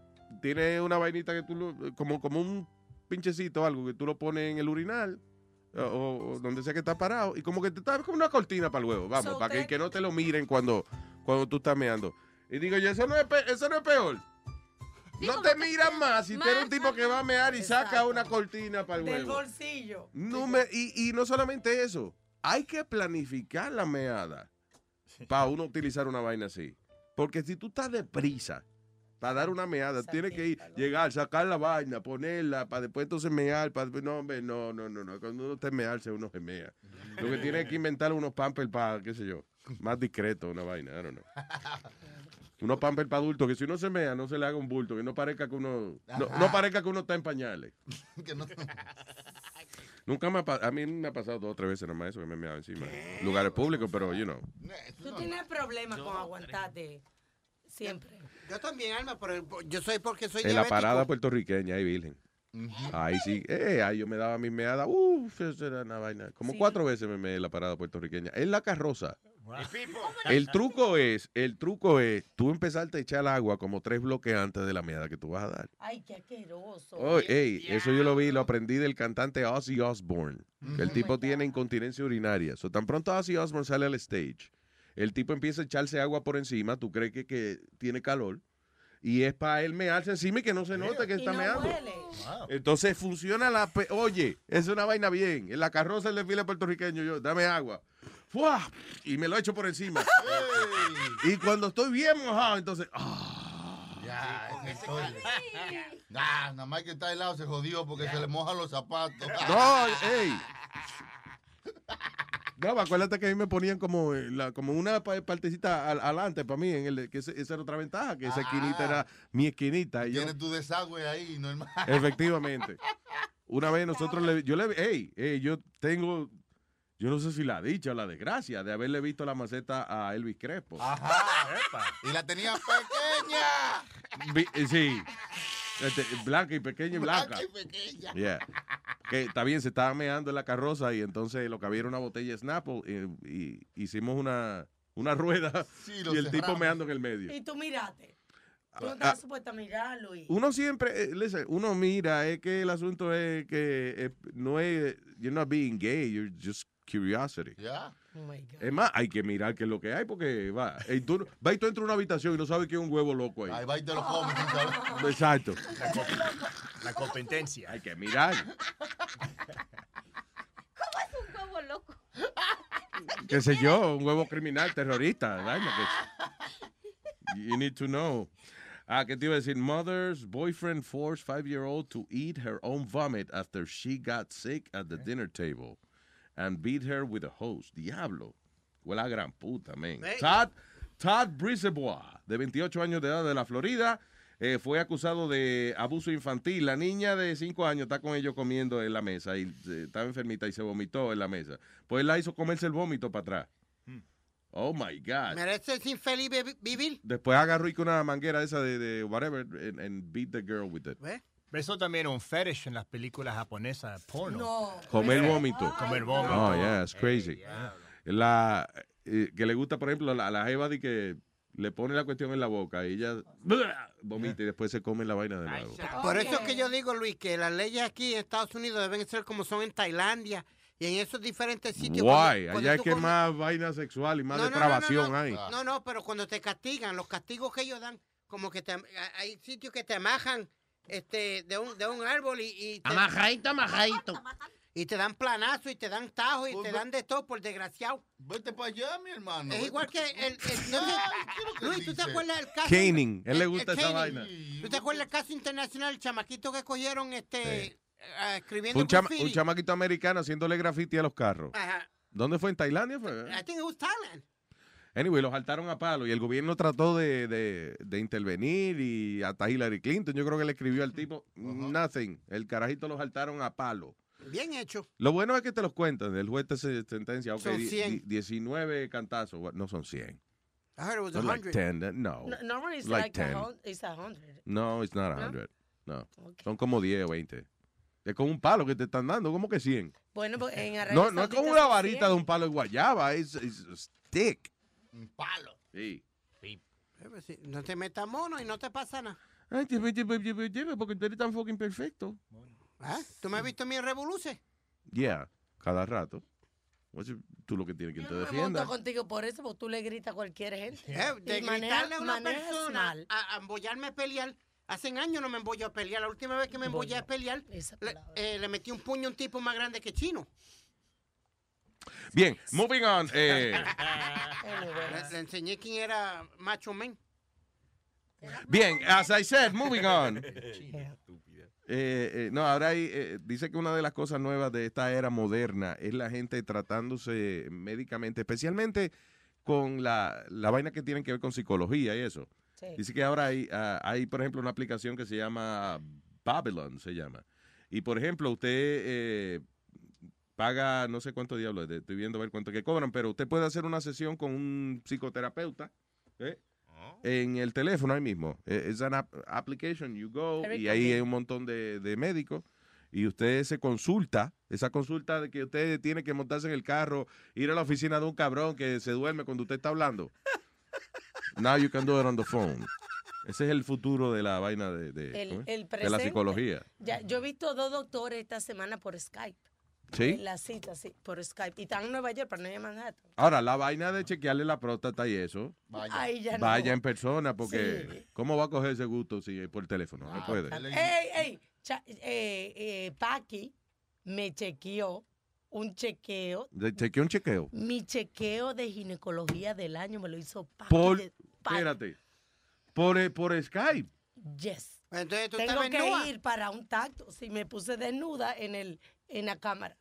Tiene una vainita que tú lo... Como, como un pinchecito o algo que tú lo pones en el urinal. o, o donde sea que estás parado, y como que te está como una cortina para el huevo, vamos, So para que, usted- que no te lo miren cuando, cuando tú estás meando. Y digo yo, eso no es, pe- eso no es peor. No te miran más si tú eres un tipo que va a mear y saca una cortina para el Del huevo. bolsillo. No me, y, y no solamente eso, hay que planificar la meada para uno utilizar una vaina así. Porque si tú estás deprisa para dar una meada, tienes que ir, llegar, sacar la vaina, ponerla, para después entonces mear. Para, no, hombre, no, no, no, no. Cuando uno esté mearse, uno se mea. Lo que tiene que inventar unos pampers para, qué sé yo, más discreto, una vaina, I don't know. Unos pampers para adultos, que si uno se mea, no se le haga un bulto, que no parezca que uno, no, no parezca que uno está en pañales. Que no- Nunca me ha pasado, a mí me ha pasado dos o tres veces nomás eso, que me he meado encima. Lugares públicos, pero, you know. Tú tienes problemas con aguantarte siempre. Yo también, Alma, pero yo soy porque soy En la diabético. parada puertorriqueña, ahí virgen. Ahí sí, eh, ahí yo me daba mi meada, uff, eso era una vaina. Como Sí. cuatro veces me meé en la parada puertorriqueña. En la carroza. El truco es, el truco es, tú empezarte a echar agua como tres bloques antes de la meada que tú vas a dar. Ay, qué asqueroso. Oh, ey, eso yo lo vi, lo aprendí del cantante Ozzy Osbourne. Que el tipo tiene incontinencia urinaria. So, tan pronto Ozzy Osbourne sale al stage, el tipo empieza a echarse agua por encima, tú crees que, que tiene calor, y es para él mearse encima y que no se note que Y está no meando. huele. Entonces funciona la... pe- Oye, es una vaina bien. En la carroza del desfile puertorriqueño, yo, dame agua. ¡Fua! Y me lo echo por encima. Y cuando estoy bien mojado, entonces... ah. Ya, esa historia. Nah, nada más que está helado se jodió porque se le mojan los zapatos. No, ey. No, acuérdate que a mí me ponían como, eh, la, como una pa- partecita al- adelante para mí, en el, que ese- esa era otra ventaja, que esa esquinita era mi esquinita. Y yo, Tienes tu desagüe ahí, normal. efectivamente. Una vez nosotros le, yo le, hey, hey, yo tengo, yo no sé si la dicha o la desgracia de haberle visto la maceta a Elvis Crespo. Ajá. Y la tenía pequeña. Vi- eh, sí. Este, blanca y pequeña y blanca. Blanca y pequeña. Yeah. Que está bien, se estaba meando en la carroza y entonces lo que había era una botella de Snapple y, y hicimos una, una rueda Sí, lo y el tipo cerramos. meando en el medio. Y tú miraste. Tú no Ah, estabas ah. supuesta a mirarlo. Y... Uno siempre, eh, listen, uno mira, es que el asunto es que eh, no es, you're not being gay, you're just curiosity. Ya. Oh my God. Es más, hay que mirar qué es lo que hay porque va, ey, tú, va y tú entras a una habitación y no sabes que es un huevo loco ahí. Ahí va y te lo comes, ¿tú sabes? Exacto. La, co- la competencia. Hay que mirar. ¿Cómo es un huevo loco? Qué sé yo, un huevo criminal, terrorista. vaina que- You need to know. Ah, ¿qué te iba a decir? Mother's boyfriend forced five-year-old to eat her own vomit after she got sick at the dinner table and beat her with a hose. Diablo. Huele a gran puta, man. Hey. Todd, Todd Brisebois, de veintiocho años de edad de la Florida, eh, fue acusado de abuso infantil. La niña de cinco años está con ellos comiendo en la mesa y eh, estaba enfermita y se vomitó en la mesa. Pues él la hizo comerse el vómito para atrás. Oh, my God. ¿Mereces infeliz vi- vivir? Después agarró y con una manguera esa de, de whatever and, and beat the girl with it. ¿Ves? Eso también es un fetish en las películas japonesas porno. No. Comer vómito. Comer vómito. Oh, yeah, it's crazy. La, eh, que le gusta, por ejemplo, a la, la jeva de que le pone la cuestión en la boca y ella vomita y después se come la vaina de nuevo. Por eso es que yo digo, Luis, que las leyes aquí en Estados Unidos deben ser como son en Tailandia y en esos diferentes sitios. Guay, Cuando- cuando allá es tú que comes- más vaina sexual y más No, no, no, depravación no, no. hay. No, no, pero cuando te castigan, los castigos que ellos dan, como que te, hay sitios que te amajan este, de, un, de un árbol y, y te, Amajadito, amajadito. y te dan planazo y te dan tajo y Pues te ve- dan de todo por desgraciado. Vete para allá, mi hermano. Es igual que el... el- no sé, Luis, ¿tú te dice? acuerdas del caso? Caning, él le el- gusta el esa caning. vaina. ¿Tú te acuerdas del caso internacional, el chamaquito que cogieron este, Sí. eh, escribiendo Fue un, chama- graffiti? un chamaquito americano haciéndole graffiti a los carros. Ajá. ¿Dónde fue? ¿En Tailandia? Fue? I think it was Thailand. Anyway, los saltaron a palo y el gobierno trató de, de, de intervenir y hasta Hillary Clinton, yo creo que le escribió al tipo, nothing. El carajito los saltaron a palo. Bien hecho. Lo bueno es que te los cuentan. El juez te se- sentencia, ok, Son di- cien. di- diecinueve cantazos. Bueno, no son cien. I heard it was a Son like hundred. ten. uh, No. No, normally it's like like, a ten. hun- it's a hundred. No, it's not a ¿No? hundred. No. Son como diez o veinte. Es como un palo que te están dando, como que cien. Bueno, pues en Arabia No, no es como Saudita una son varita cien. de un palo de guayaba, es es a stick. Un palo. Sí. Eh, pues sí, no te metas mono y no te pasa nada. Ay, lleve, lleve, lleve, lleve, porque tú eres tan fucking perfecto. ¿Ah? ¿Tú me has visto en mi revoluce? Yeah, cada rato. Pues, tú lo que tienes que te Me defienda. monto contigo por eso, porque tú le gritas a cualquier gente. Eh, de Y maneja- gritarle a una manejas persona mal. a, a embollarme a pelear. Hace años no me embollo a pelear. La última vez que me embollé a pelear, le, eh, le metí un puño a un tipo más grande que Chino. Bien, moving on. Eh, Le, le enseñé quién era Macho Man. bien, as I said, moving on. Eh, eh, no, ahora hay, eh, dice que una de las cosas nuevas de esta era moderna es la gente tratándose médicamente, especialmente con la, la vaina que tienen que ver con psicología y eso. Sí. Dice que ahora hay, ah, hay, por ejemplo, una aplicación que se llama Babylon, se llama. Y, por ejemplo, usted eh, paga, no sé cuánto diablos, estoy viendo a ver cuánto que cobran, pero usted puede hacer una sesión con un psicoterapeuta, ¿eh? En el teléfono ahí mismo. Eh, Es una application, you go, Very y ahí convenient. hay un montón de, de médicos. Y usted se consulta, esa consulta de que usted tiene que montarse en el carro, ir a la oficina de un cabrón que se duerme cuando usted está hablando. Now you can do it on the phone. Ese es el futuro de la vaina de, de, El, ¿cómo es? el de la presente. psicología. Ya, yo he visto dos doctores esta semana por Skype. ¿Sí? La cita, sí, por Skype. Y están en Nueva York, pero no en Manhattan. Ahora, la vaina de chequearle la próstata y eso, Ahí ya no. vaya en persona, porque Sí. ¿cómo va a coger ese gusto si es por teléfono? No puede. Ey, ey, cha- eh, eh, Paqui me chequeó un chequeo. De- Chequeó un chequeo. Mi chequeo de ginecología del año me lo hizo Paqui. Por, de- Paqui. espérate, por, eh, por Skype. Yes. Entonces tú Tengo estabas que nua. ir para un tacto. Si me puse desnuda en el en la cámara.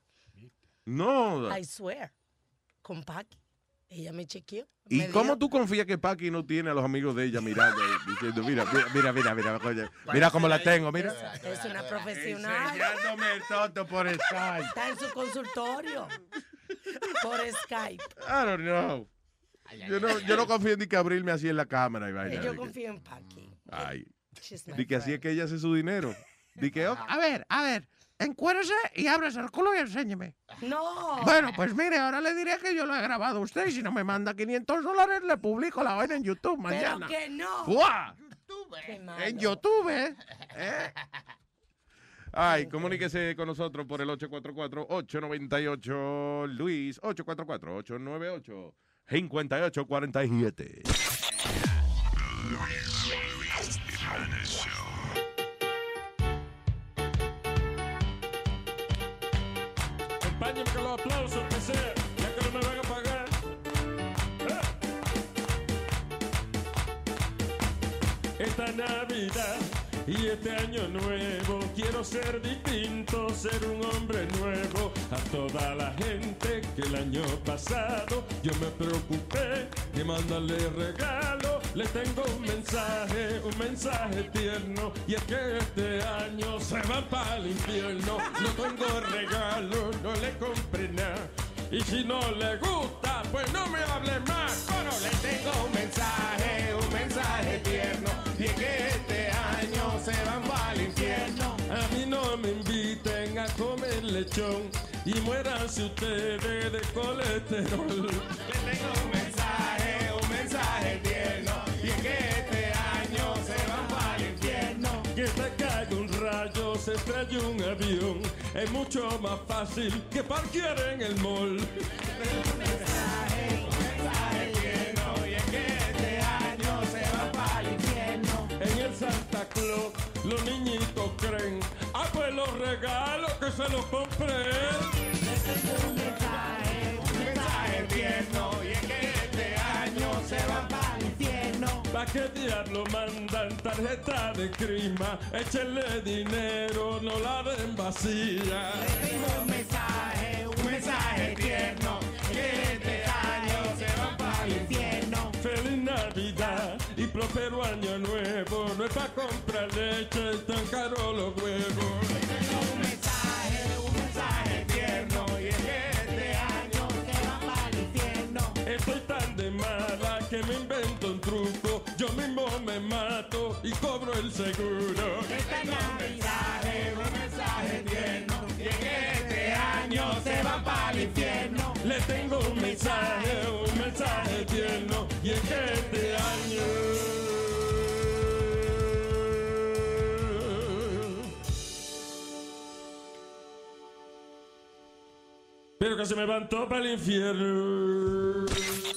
No. I swear. Con Paqui. Ella me chequeó. ¿Y me cómo dio- tú confías que Paqui no tiene a los amigos de ella mirando ahí, diciendo, mira, mira, mira, mira, mira, mira, mira cómo la tengo, mira? Es una profesional. Enseñándome el toto por Skype. Está en su consultorio. Por Skype. I don't know. Yo no, yo no confío en ni que abrirme así en la cámara y vaina. Yo de que- confío en Paqui. Ay. She's my Di que así friend. es que ella hace su dinero. Di que, ok, A ver, a ver, encuérese y ábrese el culo y enséñeme. No. Bueno, pues mire, ahora le diré que yo lo he grabado a usted y si no me manda quinientos dólares le publico la vaina en YouTube mañana. Pero que no. ¡Fua! Qué malo. En YouTube, ¿eh? Ay, comuníquese con nosotros por el ocho cuatro cuatro, ocho nueve ocho, Luis, ocho cuatro cuatro, ocho nueve ocho, cinco ocho cuatro siete. Acompáñenme con los aplausos, que sea, ya que no me van a pagar. ¡Eh! Esta Navidad y este año nuevo quiero ser distinto, ser un hombre nuevo. A toda la gente que el año pasado yo me preocupé de mandarle regalo, le tengo un mensaje, un mensaje tierno, y es que este año se van para el infierno. No tengo regalo, no le compré nada, y si no le gusta, pues no me hable más. Pero le tengo un mensaje, un mensaje tierno, y es que este año se van para el infierno. A mí no me inviten a comer lechón y muéranse ustedes de colesterol. Le tengo un mensaje, un mensaje tierno, y es que este año se van para el infierno. Que te caiga un rayo, se estrelle un avión, es mucho más fácil que parquear en el mall. Le tengo un mensaje, un mensaje tierno, y es que este año se va para el infierno. En el Santa Claus los niñitos creen, ah, pues los regalos que se los compré. Le tengo un mensaje, un mensaje tierno, y es que este año se va para el infierno. ¿Pa' qué diablo mandan tarjeta de crima? Échenle dinero, no la den vacía. Le tengo un mensaje, un mensaje tierno, que este año se va para el infierno. Feliz Navidad y próspero año nuevo, no es pa' comprar leche, tan caro los huevos. Le tengo un mensaje, un mensaje tierno, y es que este año se va para el infierno. Estoy tan de mala que me invento un truco, yo mismo me mato y cobro el seguro. Le tengo un mensaje, un mensaje tierno, y es que este año se va para el infierno. Le tengo un mensaje, un mensaje tierno, y es que este año pero que se me van todos para el infierno.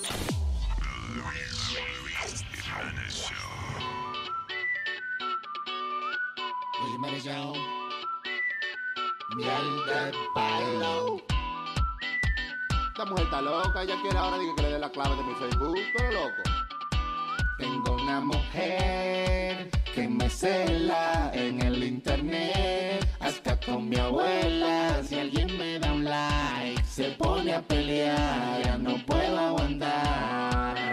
Esta mujer está loca, ella quiere ahora diga que le dé la clave de mi Facebook, pero loco. Tengo una mujer que me cela en el internet, hasta con mi abuela. Si alguien me da un like, se pone a pelear, ya no puedo aguantar.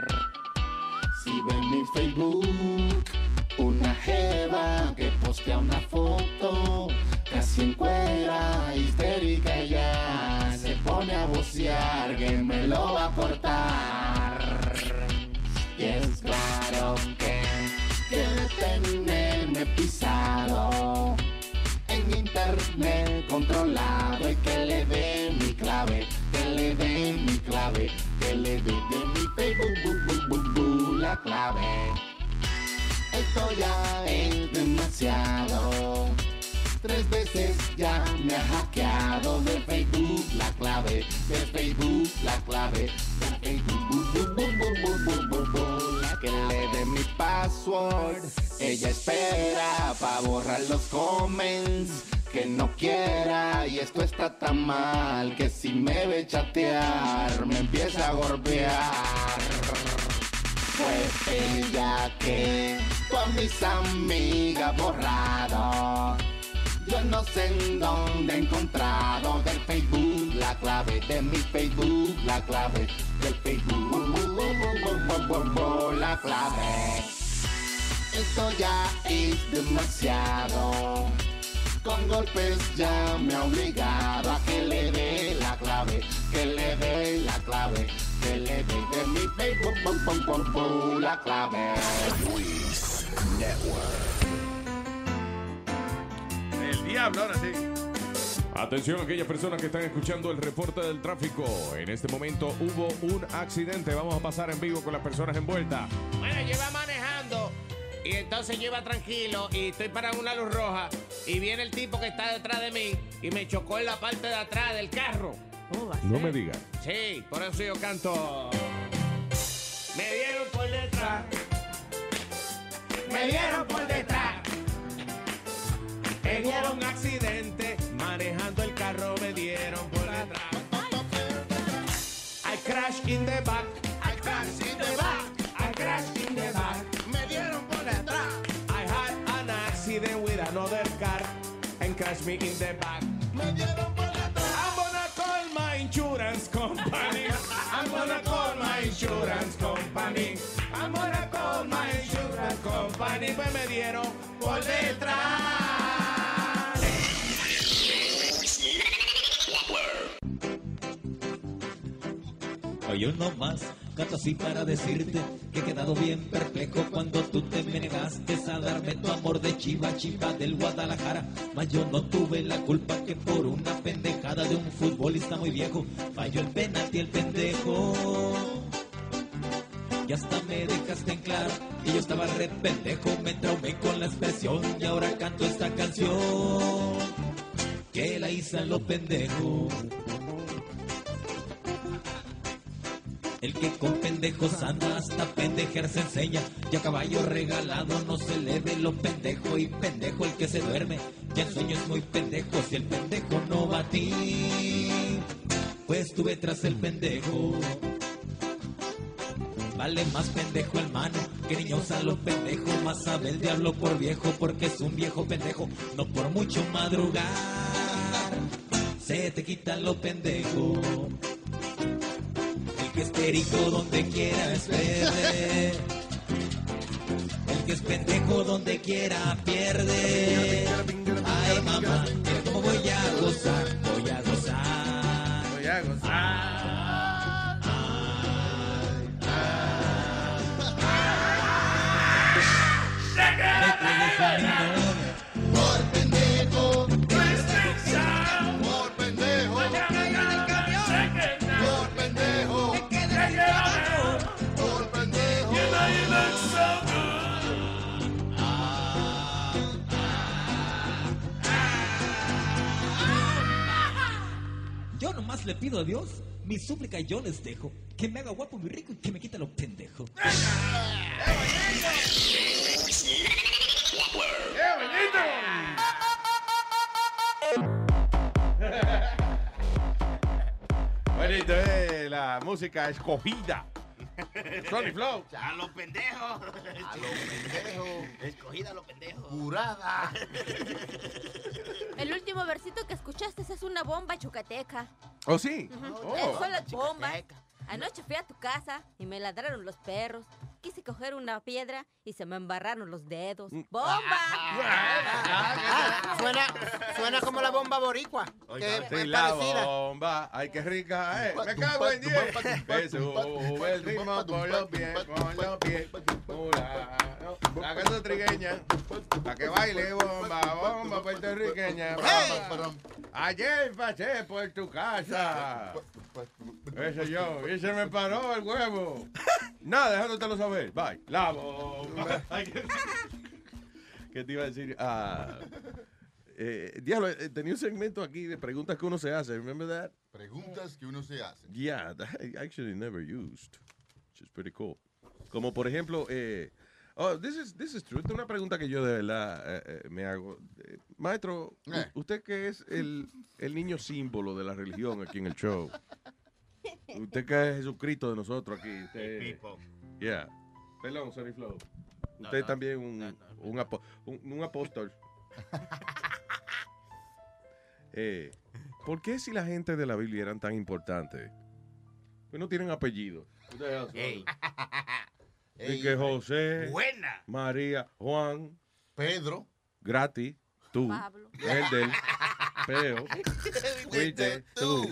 Si ve mi Facebook, una jeva que postea una foto, casi en cuera, histérica ya, se pone a vocear que me lo va a cortar. Y es claro que quiere tenerme pisado, en internet controlado, y que le dé mi clave, que le dé mi clave, que le dé de mi Facebook bu, bu, bu, bu, la clave. Esto ya es demasiado. Tres veces ya me ha hackeado de Facebook la clave, de Facebook la clave, de Facebook bu, bu, bu, bu, bu, bu, bu, la que le dé mi password. Ella espera pa' borrar los comments que no quiera, y esto está tan mal que si me ve chatear me empieza a golpear. Fue ella que con mis amigas borrado. Yo no sé en dónde he encontrado del Facebook la clave, de mi Facebook la clave, del Facebook bu, bu, bu, bu, bu, bu, bu, la clave. Esto ya es demasiado. Con golpes ya me ha obligado a que le dé la clave, que le dé la clave, que le dé de mi Facebook bu, bu, bu, bu, la clave. Luis Network. El diablo, ahora sí. Atención a aquellas personas que están escuchando el reporte del tráfico. En este momento hubo un accidente. Vamos a pasar en vivo con las personas envueltas. Bueno, yo iba manejando y entonces yo iba tranquilo y estoy parado en una luz roja y viene el tipo que está detrás de mí y me chocó en la parte de atrás del carro. No me digas. Sí, por eso yo canto. Me dieron por detrás. Me dieron por detrás. En un accidente, manejando el carro me dieron por detrás. I crashed in the back, I crashed in the back, I crashed in the back. Me dieron por detrás. I had an accident with another car and crashed me in the back. Me dieron por detrás. I'm gonna call my insurance company. I'm gonna call my insurance company. I'm gonna call my insurance company. Pues me dieron por detrás. Yo nomás canto así para decirte que he quedado bien perplejo cuando tú te me negaste a darme tu amor de chiva, chiva del Guadalajara. Mas yo no tuve la culpa que por una pendejada de un futbolista muy viejo falló el penalti el pendejo. Y hasta me dejaste en claro que yo estaba re pendejo, me traumé con la expresión y ahora canto esta canción que la hice a lo pendejo. El que con pendejos anda hasta pendejear se enseña, y a caballo regalado no se le ve lo pendejo, y pendejo el que se duerme, ya en sueño es muy pendejo. Si el pendejo no va a ti, pues estuve tras el pendejo. Vale más pendejo el mano que niño usa los pendejos, más sabe el diablo por viejo, porque es un viejo pendejo, no por mucho madrugar, se te quita lo pendejo. El que es perico donde quiera es verde, el que es pendejo donde quiera pierde. Ay mamá, mira cómo voy a gozar, voy a gozar, voy a gozar. Por pendejo, por pendejo, por pendejo, por pendejo. Yo nomás le pido a Dios mi súplica y yo les dejo. Que me haga guapo, muy rico y que me quite los pendejos. Bonito, eh, la música escogida. Sonny Flow. A los pendejos. A los pendejos. Escogida a los pendejos. Curada. El último versito que escuchaste es una bomba chucateca. ¿Oh, sí? Ujú. Oh. Eso es la bomba. Anoche fui a tu casa y me ladraron los perros. Quise coger una piedra y se me embarraron los dedos. ¡Bomba! Ah, suena, suena como la bomba boricua. Que es Sí, la parecida. bomba. Ay, qué rica, eh. Me cago en diez. Que sube el ritmo por los pies, por los pies. Mula. La casa trigueña. Pa' que baile bomba, bomba puertorriqueña. Bomba. Ayer pasé por tu casa. Ese yo. Y se me paró el huevo. Nada, dejándotelo saber. Bye. La bomba. Ay, ¿qué, ¿Qué te iba a decir? Ah, eh, diablo, eh, tenía un segmento aquí de preguntas que uno se hace. Remember that? Preguntas que uno se hace. Yeah, that I actually never used. Which is pretty cool. Como por ejemplo, eh, oh, this is, this is true. Esta es una pregunta que yo de verdad eh, eh, me hago. Eh, maestro, Eh. usted que es el, el niño símbolo de la religión aquí en el show. Usted que es Jesucristo de nosotros aquí. Usted, yeah. Perdón, Sonny Flow. No, Usted no. también un, No, no. un, apo- un, un apóstol. eh, ¿Por qué si la gente de la Biblia eran tan importantes? Pues no tienen apellido. Ustedes son- Ey. Y que José, Buena. María, Juan, Pedro, Gratis, tú, Pablo. Eldel, Peo, Fuiste, tú.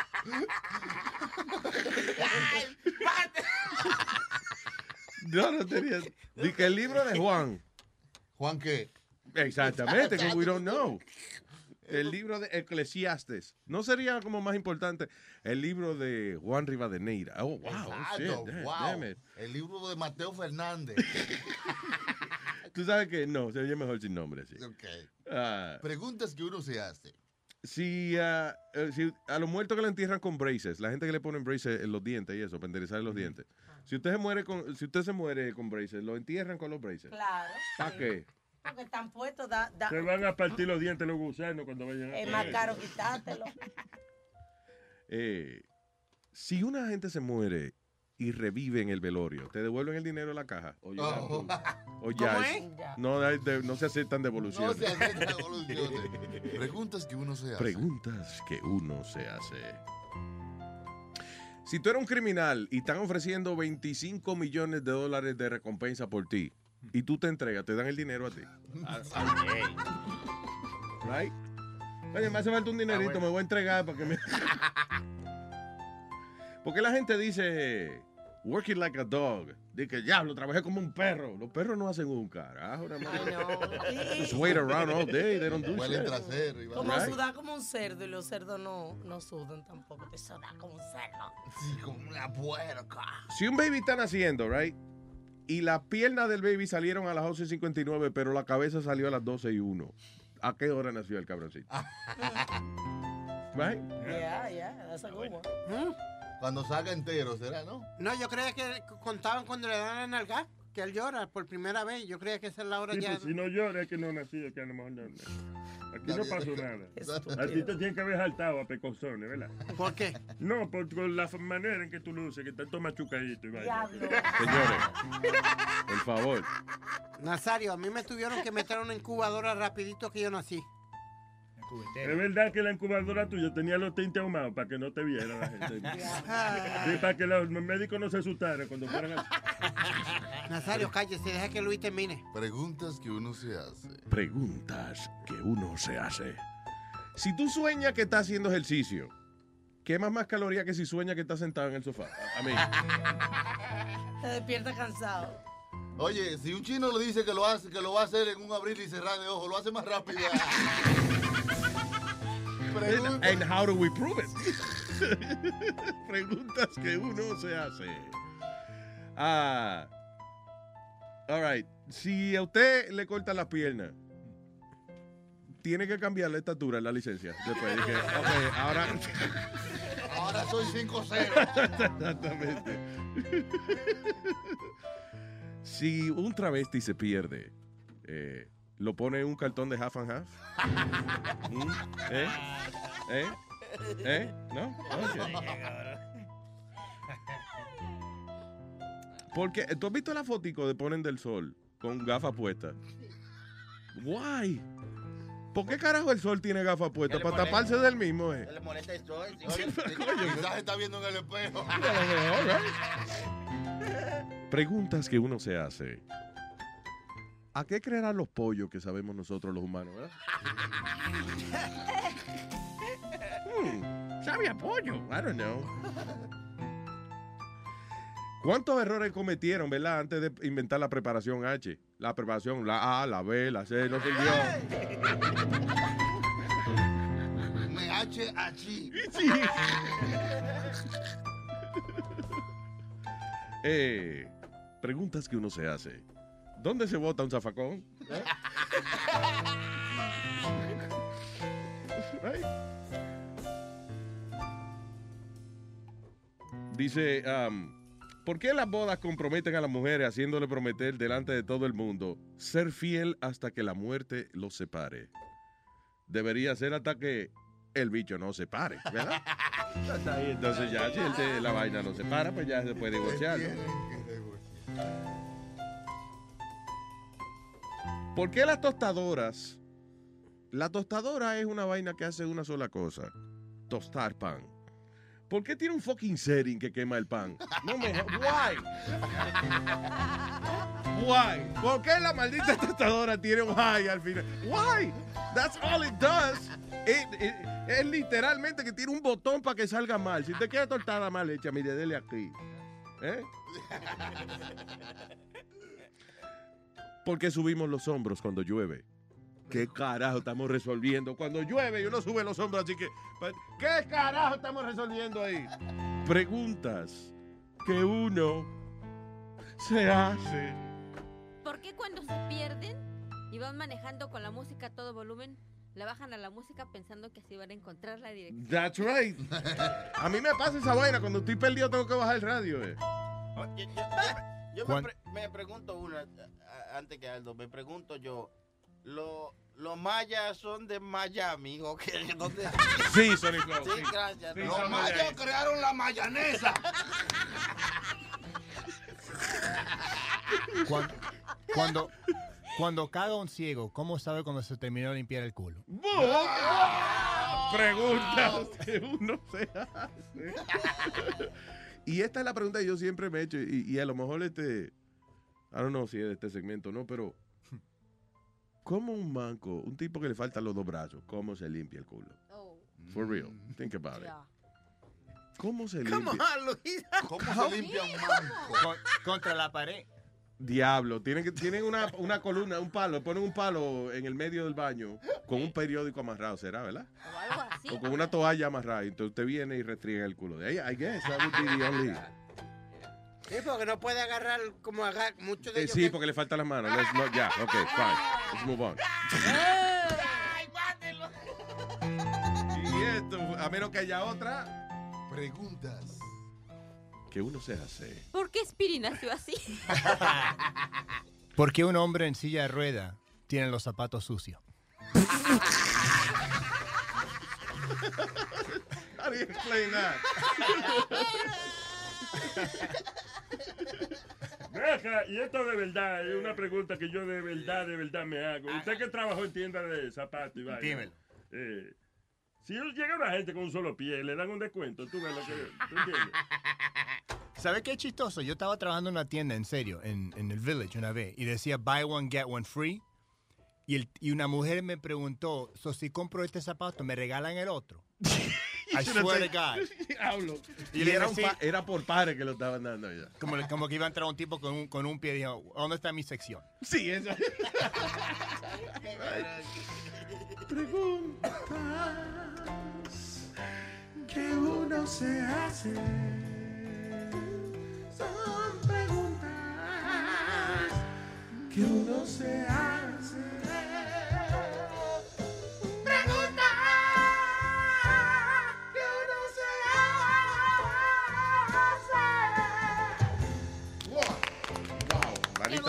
No, no tenía. Dice que el libro de Juan. ¿Juan qué? Exactamente, que we don't know. El libro de Eclesiastes. ¿No sería como más importante el libro de Juan Rivadeneira? Oh, wow. Exacto, shit, damn, wow. damn it. El libro de Mateo Fernández. Tú sabes que no, sería mejor sin nombre, sí. Ok. Ah, Preguntas que uno se hace. si, ah, eh, si a los muertos que le entierran con braces, la gente que le ponen braces en los dientes y eso, para enderezar los dientes. Si usted se muere con, si usted se muere con braces, lo entierran con los braces. Claro. ¿Para sí. qué? Porque están puestos, da, da- Se van a partir los dientes los gusanos cuando vayan a... es más caro quitártelo. Eh, si una gente se muere y revive en el velorio, ¿te devuelven el dinero a la caja? O ya, Oh. o ya ¿Cómo es- es? No, hay de- no se aceptan No devoluciones. se hacen devoluciones. Preguntas que uno se hace. Preguntas que uno se hace. Si tú eres un criminal y están ofreciendo veinticinco millones de dólares de recompensa por ti y tú te entregas, te dan el dinero a ti. Right? Oye, me hace falta un dinerito, me voy a entregar para que me... Porque la gente dice, working like a dog. Dice que diablo, trabajé como un perro. Los perros no hacen un carajo. nada más. Just wait around all day, they don't do Huelen shit. trasero y va- Como Right? sudar como un cerdo y los cerdos no, no sudan tampoco. Te sudan como un cerdo. Sí, como una puerca. Si un baby está naciendo, right? Y las piernas del baby salieron a las once y cincuenta y nueve, pero la cabeza salió a las doce y uno. ¿A qué hora nació el cabroncito? Right? Yeah, yeah, that's a good one. Cuando salga entero, ¿será, no? No, yo creía que contaban cuando le dan la nalga, que él llora por primera vez. Yo creía que esa es la hora Sí, ya. pues, si no llora es que no nací, es que a lo mejor no. no. Aquí no pasó nada. Estúpido. A ti te tienen que haber saltado a pecosones, ¿verdad? ¿Por qué? No, por, por la f- manera en que tú luces, que estás todo machucadito y vaina. Señores, por favor. Nazario, a mí me tuvieron que meter a una incubadora rapidito que yo nací. Es verdad que la incubadora tuya tenía los tintes ahumados para que no te viera la gente. Sí, para que los médicos no se asustaran cuando fueran a... Nazario, cállese, deja que Luis termine. Preguntas que uno se hace. Preguntas que uno se hace. Si tú sueñas que estás haciendo ejercicio, ¿quemas más calorías que si sueñas que estás sentado en el sofá? A mí. Te despierta cansado. Oye, si un chino le dice que lo hace, que lo va a hacer en un abrir y cerrar de ojos, lo hace más rápido. And, and how do we prove it? Preguntas que uno se hace. Ah, all right. Si a usted le cortan las piernas, tiene que cambiar la estatura en la licencia. Después dije, ok, ahora... Ahora soy cinco cero. Exactamente. Si un travesti se pierde, eh, ¿lo pone en un cartón de half and half? ¿Mm? ¿Eh? ¿Eh? ¿Eh? ¿No? Okay. Porque, ¿tú has visto la fotico de Ponen del Sol con gafas puestas? Why? ¿Por qué carajo el sol tiene gafas puestas? ¿Para taparse del mismo, eh? Le molesta el sol. Quizás está viendo en el espejo. Preguntas que uno se hace. ¿A qué creerán los pollos que sabemos nosotros los humanos, verdad? hmm, ¿Sabe a pollo? I don't know. ¿Cuántos errores cometieron, verdad, antes de inventar la preparación H? La preparación, la A, la B, la C, no sé yo. Me H allí. Sí. eh, preguntas que uno se hace. ¿Dónde se bota un zafacón? ¿Eh? Right. Dice... Um, ¿por qué las bodas comprometen a las mujeres haciéndole prometer delante de todo el mundo ser fiel hasta que la muerte los separe? Debería ser hasta que el bicho no se pare, ¿verdad? Entonces ya, si el de la vaina no se para, pues ya se puede divorciar, ¿no? ¿Por qué las tostadoras? La tostadora es una vaina que hace una sola cosa: tostar pan. ¿Por qué tiene un fucking setting que quema el pan? No me... Why? Why? ¿Por qué la maldita tostadora tiene un high al final? Why? That's all it does. It, it, es literalmente que tiene un botón para que salga mal. Si te queda tostada mal hecha, mire, dele aquí. ¿Eh? ¿Por qué subimos los hombros cuando llueve? ¿Qué carajo estamos resolviendo? Cuando llueve y uno sube los hombros, así que... ¿Qué carajo estamos resolviendo ahí? Preguntas que uno se hace. ¿Por qué cuando se pierden y van manejando con la música a todo volumen, le bajan a la música pensando que así van a encontrar la dirección? That's right. A mí me pasa esa vaina. Cuando estoy perdido tengo que bajar el radio, eh. Yo, yo, yo me, pre me pregunto una, antes que Aldo, me pregunto yo, lo... ¿los mayas son de Miami o qué? ¿Dónde? Sí, Sonic Flow. Sí, gracias. Sí, los mayas crearon la mayonesa. Cuando, cuando, cuando caga un ciego, ¿cómo sabe cuando se terminó de limpiar el culo? Preguntas que uno se hace. Y esta es la pregunta que yo siempre me he hecho. Y, y a lo mejor este... I don't know si es de este segmento, ¿no? Pero... ¿cómo un manco, un tipo que le faltan los dos brazos, cómo se limpia el culo? Oh. For real. Think about Yeah. it. ¿Cómo se limpia? ¿Cómo, Luis? ¿Cómo se limpia un manco? Con, contra la pared. Diablo, tienen, que, tienen una, una columna, un palo, ponen un palo en el medio del baño con un periódico amarrado, ¿será, verdad? O algo así. O con una toalla amarrada. Entonces usted viene y restriega el culo. De ahí, I guess, that would be the only... Sí, porque no puede agarrar como agarrar mucho de Eh, ellos sí, que- porque le faltan las manos. Let's not- ya, ok, fine. Let's move on. Y esto, a menos que haya otra... Preguntas que uno se hace. ¿Por qué Spiri nació así? ¿Por qué un hombre en silla de rueda tiene los zapatos sucios? How do you explain that? Deja, y esto de verdad es una pregunta que yo de verdad, de verdad me hago. Usted que trabajó en tienda de zapatos y vaina. Dímelo. Eh, si llega una gente con un solo pie, le dan un descuento. ¿Tú ves lo que tú entiendes? ¿Sabes qué es chistoso? Yo estaba trabajando en una tienda, en serio, en, en el Village una vez, y decía buy one, get one free. Y, el, y una mujer me preguntó, so, si compro este zapato, ¿me regalan el otro? I swear to God. Hablo. Y Y le era, dije, un sí. pa- era por pares que lo estaban dando ya. Como, como que iba a entrar un tipo con un, con un pie y dijo, ¿dónde está mi sección? Sí, eso. Preguntas que uno se hace. Son preguntas que uno se hace.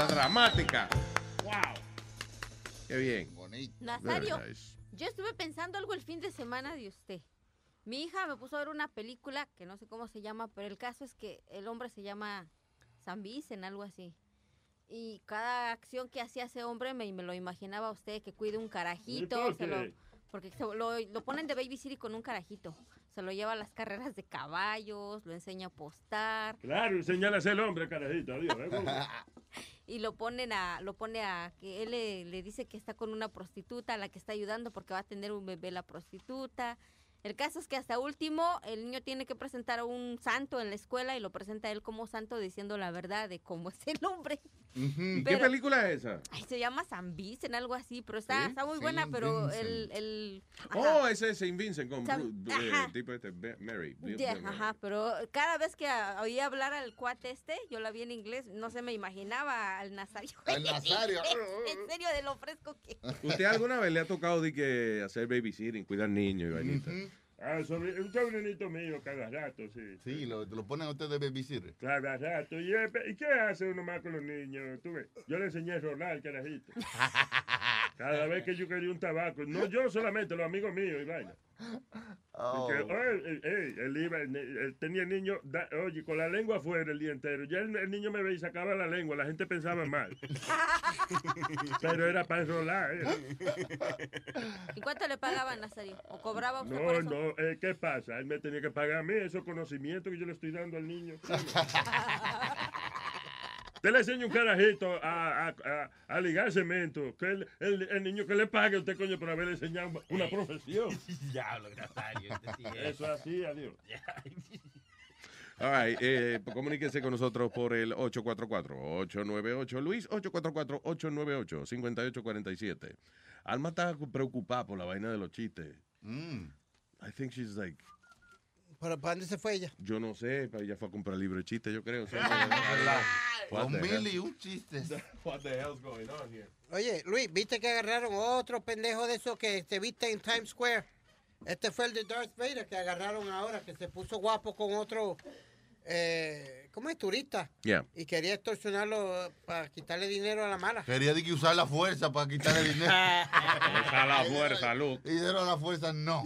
cosa dramática. Wow. Qué bien. Bonito. Nazario, Very nice. yo estuve pensando algo el fin de semana de usted. Mi hija me puso a ver una película que no sé cómo se llama, pero el caso es que el hombre se llama San Vicen, algo así. Y cada acción que hacía ese hombre me, me lo imaginaba a usted, que cuide un carajito. ¿Y por se lo, qué? porque se lo, lo ponen de babysitter con un carajito. Se lo lleva a las carreras de caballos, lo enseña a apostar. Claro, enseñale el hombre, carajito. Adiós. ¿eh? Y lo ponen a, lo pone a, que él le, le dice que está con una prostituta a la que está ayudando porque va a tener un bebé la prostituta. El caso es que hasta último el niño tiene que presentar a un santo en la escuela y lo presenta él como santo diciendo la verdad de cómo es el hombre. ¿Y Pero- qué película es esa? Ay, se llama San Vicen, algo así, pero está, ¿Sí? está muy Saint buena, pero Vincent. el... el Oh, ese es Saint Vincent con San- Bru- eh, ajá. tipo este, Be- Mary. Bill- de- Bill- ajá, pero cada vez que ah, oía hablar al cuate este, yo la vi en inglés, no se me imaginaba al Nazario. Al Nazario. En serio, de lo fresco que... ¿Usted alguna vez le ha tocado de que hacer babysitting, cuidar niños y vainitas? Ah, sobre, un sobrinito mío cada rato, sí. Sí, lo, lo ponen a usted de babysitter. Cada rato. ¿Y, eh, ¿y qué hace uno más con los niños? Tú ves, yo le enseñé a rolar al carajito. Cada vez que yo quería un tabaco. No yo solamente, los amigos míos y vaina. Oh. Y que, oye, eh, eh, él iba, él, él tenía el niño, da- oye, con la lengua afuera el día entero. Ya el, el niño me veía y sacaba la lengua, la gente pensaba mal. Pero era para enrolar. ¿eh? ¿Y cuánto le pagaban, Nazario? ¿O cobraba usted por No, eso? no, eh, ¿qué pasa? Él me tenía que pagar a mí esos conocimientos que yo le estoy dando al niño. Usted le enseña un carajito a, a, a, a ligar cemento, que el, el, el niño que le pague a usted, coño, por haberle enseñado una profesión. Diablo, Nazario. este sí es. Eso así, adiós. All right, eh, comuníquese con nosotros por el ocho cuatro cuatro, ocho nueve ocho, Luis, ocho cuatro cuatro, ocho nueve ocho, cinco ocho cuatro siete. Alma está preocupada por la vaina de los chistes. I think she's like, ¿Pero para dónde se fue ella? yo no sé, pero ella fue a comprar libro de chistes, yo creo. Dos mil y un chistes. What the hell's going on here? Oye, Luis, ¿viste que agarraron otro pendejo de esos que se viste en Times Square? Este fue el de Darth Vader que agarraron ahora, que se puso guapo con otro, eh, ¿cómo es? Turista. Yeah. Y quería extorsionarlo para quitarle dinero a la mala. Quería de que usar la fuerza para quitarle dinero. Usa la fuerza, Luke. Y dinero a la fuerza, no.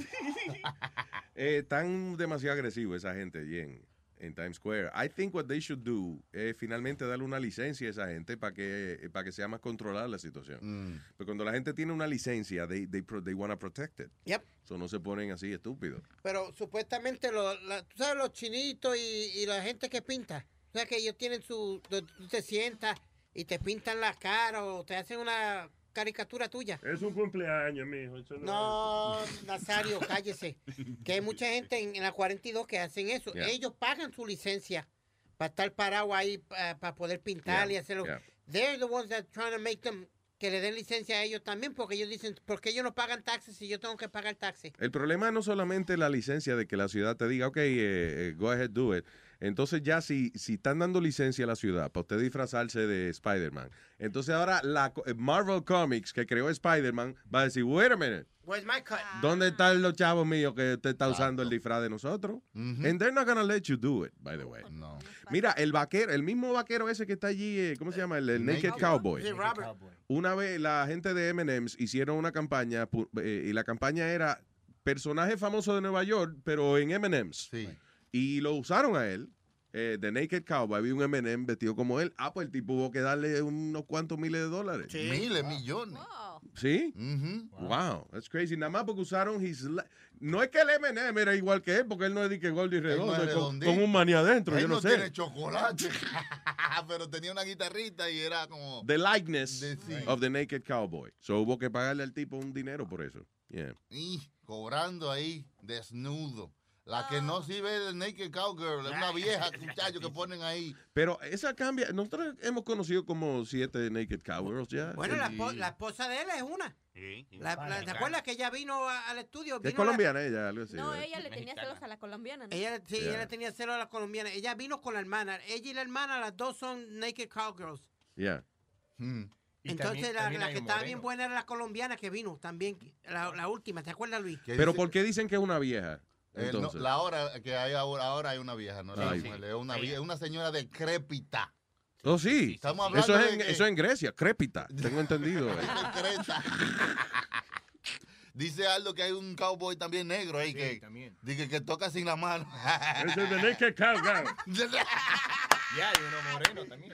Eh, están demasiado agresivos esa gente allí en, en Times Square. I think what they should do es finalmente darle una licencia a esa gente para que, para que sea más controlada la situación. Mm. Pero cuando la gente tiene una licencia, they, they, pro- they want to protect it. Yep. So no se ponen así estúpidos. Pero supuestamente, lo, la- tú sabes, los chinitos y, y la gente que pinta. O sea, que ellos tienen su... Tú te sientas y te pintan la cara o te hacen una caricatura tuya. Es un cumpleaños, mijo. Eso no, No, Nazario, cállese. Que hay mucha gente en, en la cuarenta y dos que hacen eso. Yeah. Ellos pagan su licencia para estar parado ahí, para poder pintar Yeah, y hacerlo. yeah. They're the ones that trying to make them que le den licencia a ellos también, porque ellos dicen, ¿por qué ellos no pagan taxes si yo tengo que pagar taxes? El problema no solamente la licencia de que la ciudad te diga, ok, eh, eh, go ahead, do it. Entonces ya si, si están dando licencia a la ciudad para usted disfrazarse de Spider-Man, entonces ahora la co- eh, Marvel Comics que creó Spider-Man va a decir, wait a minute, Where's my cut? ¿dónde están los chavos míos que usted está usando el disfraz de nosotros? And they're not gonna let you do it, by the way. No. Mira, el vaquero, el mismo vaquero ese que está allí, eh, ¿cómo se llama? El, el Naked Cowboy. Sí, Robert. Una vez la gente de M and M's hicieron una campaña pu- eh, y la campaña era personaje famoso de Nueva York, pero en M and M's. Sí. Y lo usaron a él. Eh, The Naked Cowboy, había un M and M vestido como él. Ah, pues el tipo hubo que darle unos cuantos miles de dólares. Miles, millones. ¿Sí? Wow, that's crazy. Nada más porque usaron his... li- No es que el M and M era igual que él, porque él no es de que gordo y redondo, no es es con, redondito. con un maní adentro, Él yo no, no sé. tiene chocolate. Pero tenía una guitarrita y era como... The likeness De- sí. of the Naked Cowboy. So hubo que pagarle al tipo un dinero por eso. Yeah. Y cobrando ahí, desnudo. La que no sirve es el Naked Cowgirl, es una vieja, muchacho, que ponen ahí. Pero esa cambia. Nosotros hemos conocido como siete Naked Cowgirls ya. Bueno, la, Y- espo- la esposa de él es una. La- la- ¿Te acuerdas que ella vino a- al estudio? Es Vino colombiana ella, algo así. No, ¿verdad? ella le tenía celos a la colombiana, ¿no? Ella, le- sí, Yeah. ella le tenía celo a la colombiana. Ella vino con la hermana. Ella y la hermana, las dos son Naked Cowgirls. Yeah. Entonces, la, la que estaba bien buena era la colombiana que vino también. La, la última, ¿te acuerdas, Luis? Pero ¿por qué dicen que es una vieja? Eh, no, Entonces. la hora que hay ahora, ahora hay una vieja, no es la Ay. mujer, es una, vie- una señora decrépita. Oh, sí. Estamos Eso hablando es, de en, que- eso es en Grecia, crépita. Tengo entendido. eh. Dice Aldo que hay un cowboy también negro ahí que, dice que toca sin la mano. Ese es de Naked Cowgirl. Ya, hay uno moreno también.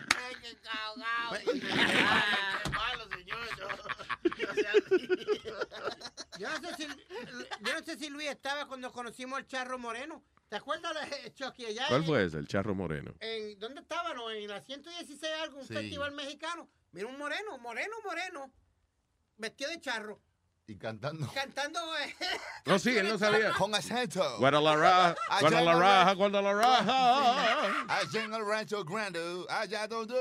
Yo no sé si, yo no sé si Luis estaba cuando conocimos al Charro Moreno. ¿Te acuerdas de Chucky allá? ¿Cuál en- fue ese? El charro moreno. En, ¿Dónde estaban? No, en la ciento dieciséis algo, un Sí. festival mexicano. Mira un moreno, moreno, moreno, vestido de charro, Y cantando. cantando. eh, No, sí, él no sabía. Con acento. Guadalajara, Allá en el Guadalajara, rancho- Guadalajara. Allá en el rancho grande, allá donde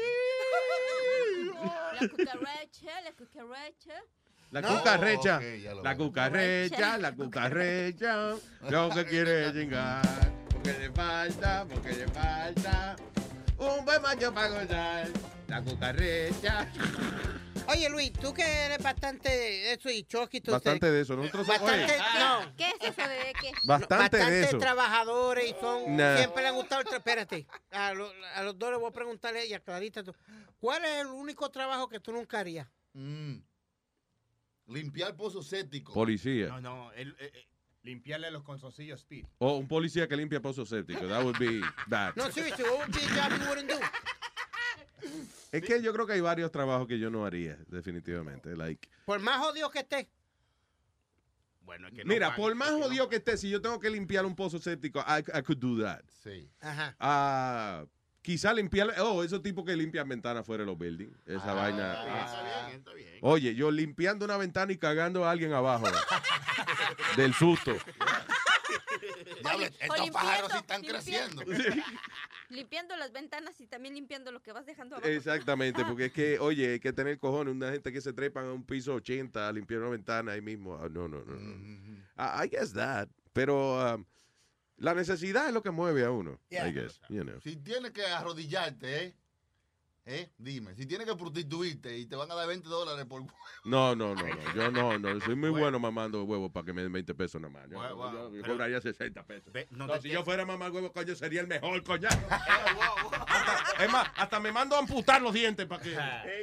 La cucaracha, la cucaracha. La No, cucarrecha, ok, ya lo la veo. cucarrecha, la cucarrecha, lo que quiere chingar, porque le falta, porque le falta un buen macho para gozar, la cucarrecha. Oye, Luis, tú que eres bastante de eso y Chucky, tú Bastante te- de eso, nosotros Bastante, oye, no. ¿Qué es eso de qué? Bastante de eso. trabajadores y son, Nah. siempre le han gustado el tra- Espérate, a, lo- a los dos les voy a preguntarle y a Clarita, tú, ¿cuál es el único trabajo que tú nunca harías? Mm. Limpiar pozos sépticos. Policía. No, no, el, eh, eh, limpiarle los consoncillos Speed. O un policía que limpia pozos sépticos, that would be bad. No, seriously, what would be a job you wouldn't do? Es que yo creo que hay varios trabajos que yo no haría, definitivamente. Like, Por más jodido que esté. Bueno, es que no mira, pagan, por más es que no jodido que esté, si yo tengo que limpiar un pozo séptico, I, I could do that. Sí. Ajá. Ah, quizá limpiar, oh, esos tipos que limpian ventanas fuera de los buildings. Esa vaina. Ah, está bien, está bien. Oye, yo limpiando una ventana y cagando a alguien abajo. Del susto. Diablo, o estos limpiando, pájaros sí están limpiando. creciendo. Limpiando las ventanas y también limpiando lo que vas dejando abajo. Exactamente, porque es que, oye, hay que tener cojones. Una gente que se trepan a un piso ochenta a limpiar una ventana ahí mismo. Ah, no, no, no. no. I, I guess that. Pero um, la necesidad es lo que mueve a uno. Yeah. I guess, you know. Si tienes que arrodillarte, ¿eh? ¿Eh? Dime, si tienes que prostituirte y te van a dar veinte dólares por... No, no, no, no. Yo no, no. Soy muy bueno mamando huevos para que me den veinte pesos nada más. Yo, Wow, wow. yo- yo Pero- cobraría sesenta pesos. Ve, no No, te si yo quedes- fuera mamá huevo, coño, sería el mejor, coño. Hasta- es más, hasta me mando a amputar los dientes para que...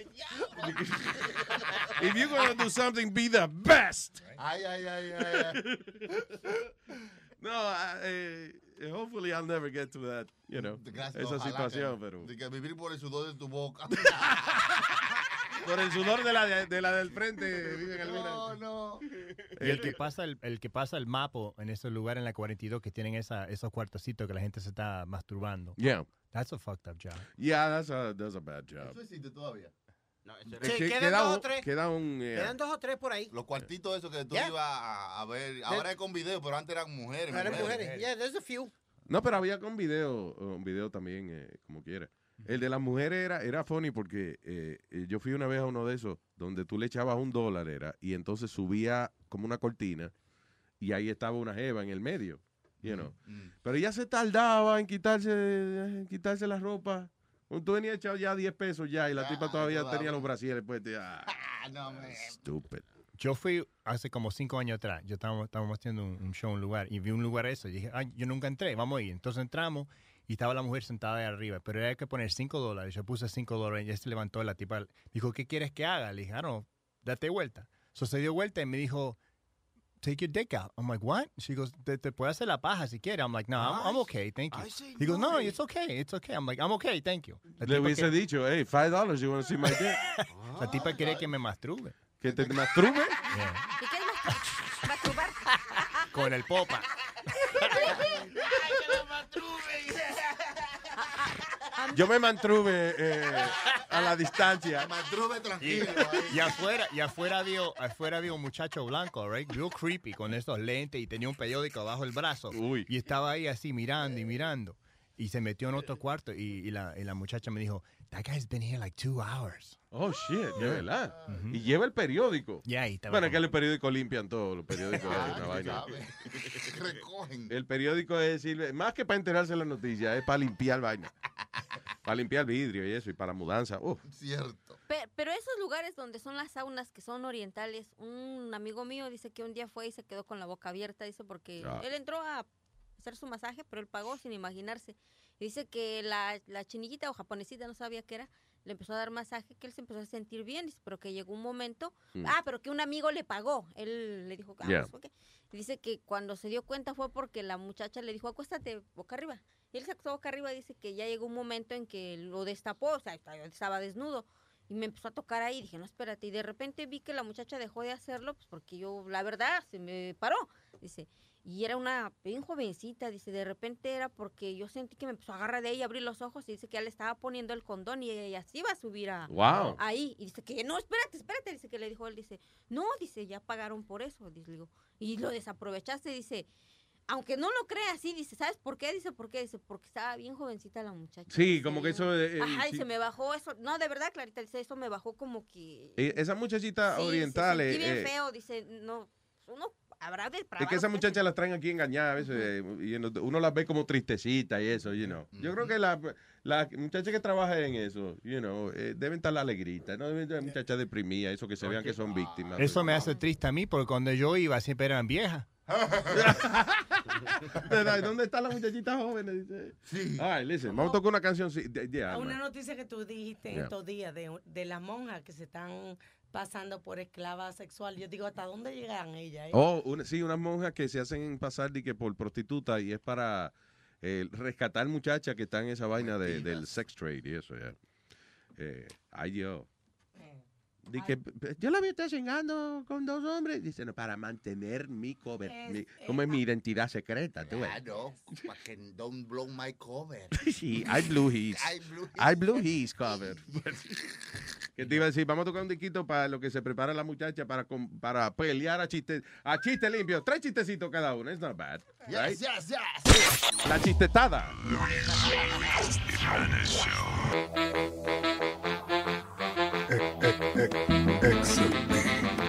If you're gonna do something, be the best. Ay, ay, ay, ay. ay. No, I- eh, hopefully I'll never get to that, you know, Gracias, esa ojalá situación, que- pero... De que vivir por el sudor de tu boca. Por el sudor de la, de, de la del frente, viven al No, no. Y el que pasa el, el que pasa el mapo en esos lugares en la cuarenta y dos que tienen esa, esos cuartocitos que la gente se está masturbando. Yeah. That's a fucked up job. Yeah, that's a, that's a bad job. Eso existe todavía. No, eso Es era- Sí, que quedan queda dos un, o tres. queda un, eh, Quedan dos o tres por ahí. Los cuartitos esos que tú Yeah. ibas a, a ver. Ahora es con video, pero antes eran mujeres. Eran mujeres. mujeres. Yeah, there's a few. No, pero había con video, un video también, eh, como quiera. El de las mujeres era, era funny porque eh, eh, yo fui una vez a uno de esos donde tú le echabas un dólar era y entonces subía como una cortina y ahí estaba una jeva en el medio, you know. Mm. Pero ella se tardaba en quitarse, en quitarse la ropa. Tú venías echado ya diez pesos ya y la Ya, tipa todavía todavía. tenía los brasieres puestos. Ah, Ah, no, me... stupid. Yo fui hace como cinco años atrás. Yo estábamos, estábamos haciendo un, un show en un lugar y vi un lugar eso. Y dije, ay, yo nunca entré, vamos a ir. Entonces entramos y estaba la mujer sentada ahí arriba, pero había que poner cinco dólares. Yo puse cinco dólares y ella se levantó. La tipa dijo, ¿qué quieres que haga? Le dije, ah, no, date vuelta. So se dio vuelta y me dijo, take your dick out. I'm like, what? She goes, te, te puede hacer la paja si quieres. I'm like, no, I'm, I'm okay, thank you. I say He goes, no, no. it's okay, it's okay. I'm like, I'm okay, thank you. La Le tipa hubiese que- dicho, hey, five dollars, you want to see my dick? La tipa quiere que me masturbe. Que te masturbe. Yeah. ¿Y qué es mastur- masturbar? Con el popa. Yo me mantuve eh, a la distancia. Mantuve Y, tranquilo. y afuera, y afuera vio, afuera vio un muchacho blanco, right? Real creepy, con esos lentes y tenía un periódico bajo el brazo. Uy. Y estaba ahí así mirando y mirando. Y se metió en otro cuarto y, y la, y la muchacha me dijo, that guy's been here like two hours. Oh, shit, de verdad. Y lleva el periódico. Ya ahí estaba. Bueno, es que como- los periódicos limpian todo, los periódicos Ah, es una tú vaina. sabes. Recogen. El periódico es decir, más que para enterarse de las noticias, es para limpiar vaina. Para limpiar vidrio y eso, y para mudanza. Uf. Cierto. Pe- Pero esos lugares donde son las saunas que son orientales, un amigo mío dice que un día fue y se quedó con la boca abierta, dice, porque Ah. él entró a hacer su masaje, pero él pagó sin imaginarse. Y dice que la, la chinillita o japonesita, no sabía qué era, le empezó a dar masaje, que él se empezó a sentir bien, dice, pero que llegó un momento, mm. ah, pero que un amigo le pagó, él le dijo, ah, yeah. pues, okay. Dice que cuando se dio cuenta fue porque la muchacha le dijo, acuéstate boca arriba, y él se acostó boca arriba, dice que ya llegó un momento en que lo destapó, o sea, estaba desnudo, y me empezó a tocar ahí, dije, no, espérate, y de repente vi que la muchacha dejó de hacerlo, pues porque yo, la verdad, se me paró, dice, y era una bien jovencita, dice, de repente era porque yo sentí que me empezó a agarrar de ahí, abrí los ojos y dice que ya le estaba poniendo el condón y ella sí iba a subir a, wow. ahí. Y dice que, no, espérate, espérate, dice que le dijo él, dice, no, dice, ya pagaron por eso, dice, digo, y lo desaprovechaste, dice, aunque no lo crea así, dice, ¿sabes por qué? Dice, ¿por qué? Dice, porque estaba bien jovencita la muchacha. Sí, dice, como que eso... Eh, ajá, sí. dice, me bajó eso, no, de verdad, Clarita, dice, eso me bajó como que... Eh, esa muchachita sí, oriental... Sí, bien eh, feo, dice, no, uno... Habrá de es que esas muchachas las traen aquí engañadas a veces uh-huh. y uno las ve como tristecitas y eso, you know. Uh-huh. Yo creo que la, la muchacha que trabaja en eso, you know, eh, deben estar la alegrita, no deben estar muchachas deprimidas, eso que se vean que son víctimas. Eso me hace triste a mí porque cuando yo iba siempre eran viejas. ¿Dónde están las muchachitas jóvenes? Sí. All right, listen, vamos a tocar una canción. Yeah, una noticia que tú dijiste yeah. estos días de, de las monjas que se están pasando por esclava sexual. Yo digo, ¿hasta dónde llegan ellas? Eh? Oh, una, sí, unas monjas que se hacen pasar de que por prostituta y es para eh, rescatar muchachas que están en esa vaina de, del sex trade y eso, ya. Yeah. Eh, ay, yo. De que yo la vi estar chingando con dos hombres. Dice, no, para mantener mi cover. Es, mi, como es mi identidad secreta. ¿Tú ves? Claro, para que don't blow my cover. Sí, I blew his. I blew his, I blew his cover. ¿Qué te iba a decir? Vamos a tocar un diquito para lo que se prepara la muchacha para, para pelear a chiste, a chiste limpio. Tres chistecitos cada uno. It's not bad. Right? Yes, yes, yes. La chistetada. Excellent.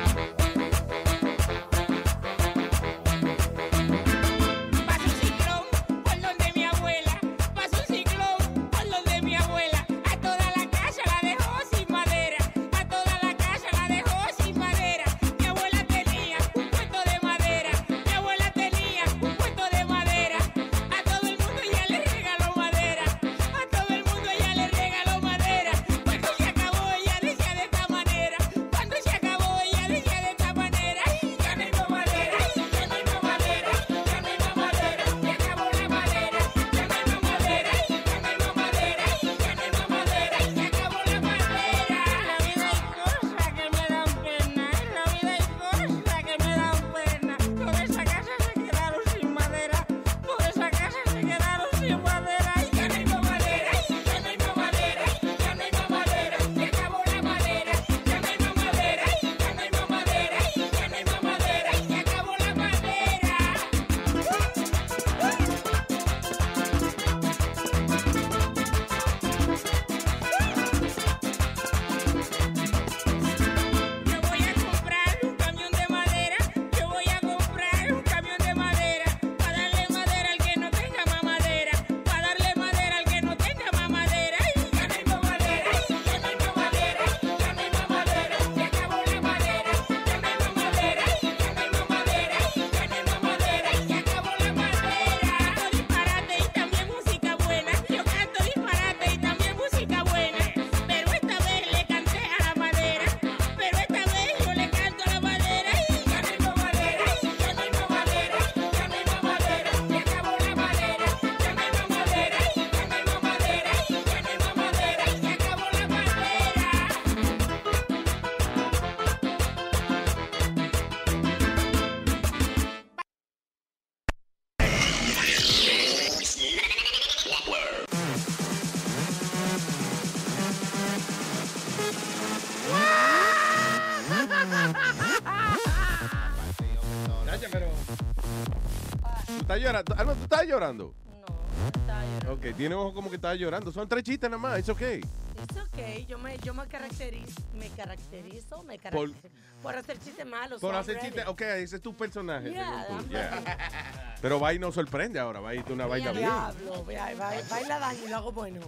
¿Estás llorando? Alma, ¿tú estás llorando? No, no estaba llorando. Ok, tiene ojos como que estaba llorando. Son tres chistes nada más, it's okay. It's okay. Yo me, yo me caracterizo, me caracterizo, me caracterizo por, por hacer chistes malos. Por hacer chistes, ok, ese es tu personaje. Yeah, según tú. Yeah. Pero va y nos sorprende ahora, va y tú una vaina bien. Diablo, baila daño y lo hago bueno.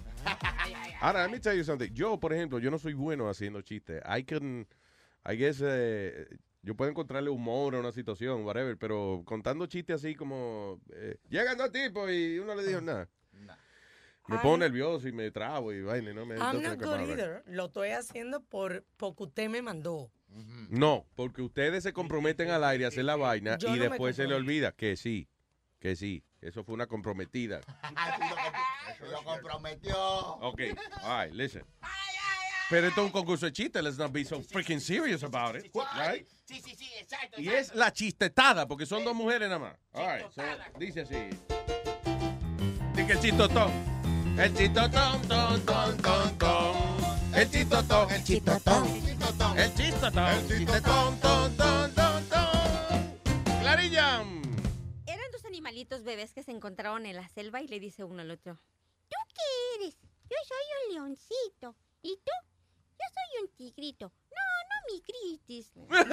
Ahora, let me tell you something. Yo, por ejemplo, yo no soy bueno haciendo chistes. I can, I guess, uh, Yo puedo encontrarle humor a una situación, whatever, pero contando chistes así como... Eh, llegan dos tipos y uno le dijo nada. Me Ay. pongo nervioso y me trabo y vaina. y No me, I'm entonces, not ¿qué good pasa? either. Lo estoy haciendo por porque usted me mandó. No, porque ustedes se comprometen al aire a hacer la vaina Yo y no me después se le comprometo. olvida que sí, que sí. Eso fue una comprometida. Lo comprometió. Ok, all right, listen. Pero esto es un concurso de chistes. Let's not be so freaking serious about it. Right? Sí, sí, sí, exacto. Y es la chistetada, porque son dos mujeres nada más. All right, so, dice así. Dice que el chistotón. El chistotón, ton, ton, ton, ton. El chistotón, el chistotón. El chistotón. El chistotón, ton, ton, ton, ton. Clarilla. Eran dos animalitos bebés que se encontraron en la selva y le dice uno al otro. ¿Tú qué eres? Yo soy un leoncito. ¿Y tú? Yo soy un tigrito. No, no mi gritis.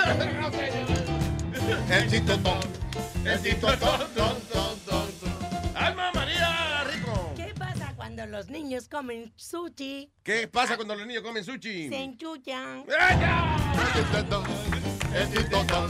El chistotón. El chistotón, ton, ton, ton, ton. ¡Alma María Rico! ¿Qué pasa cuando los niños comen sushi? ¿Qué pasa cuando los niños comen sushi? Se enchuchan. El chistotón. El chistotón.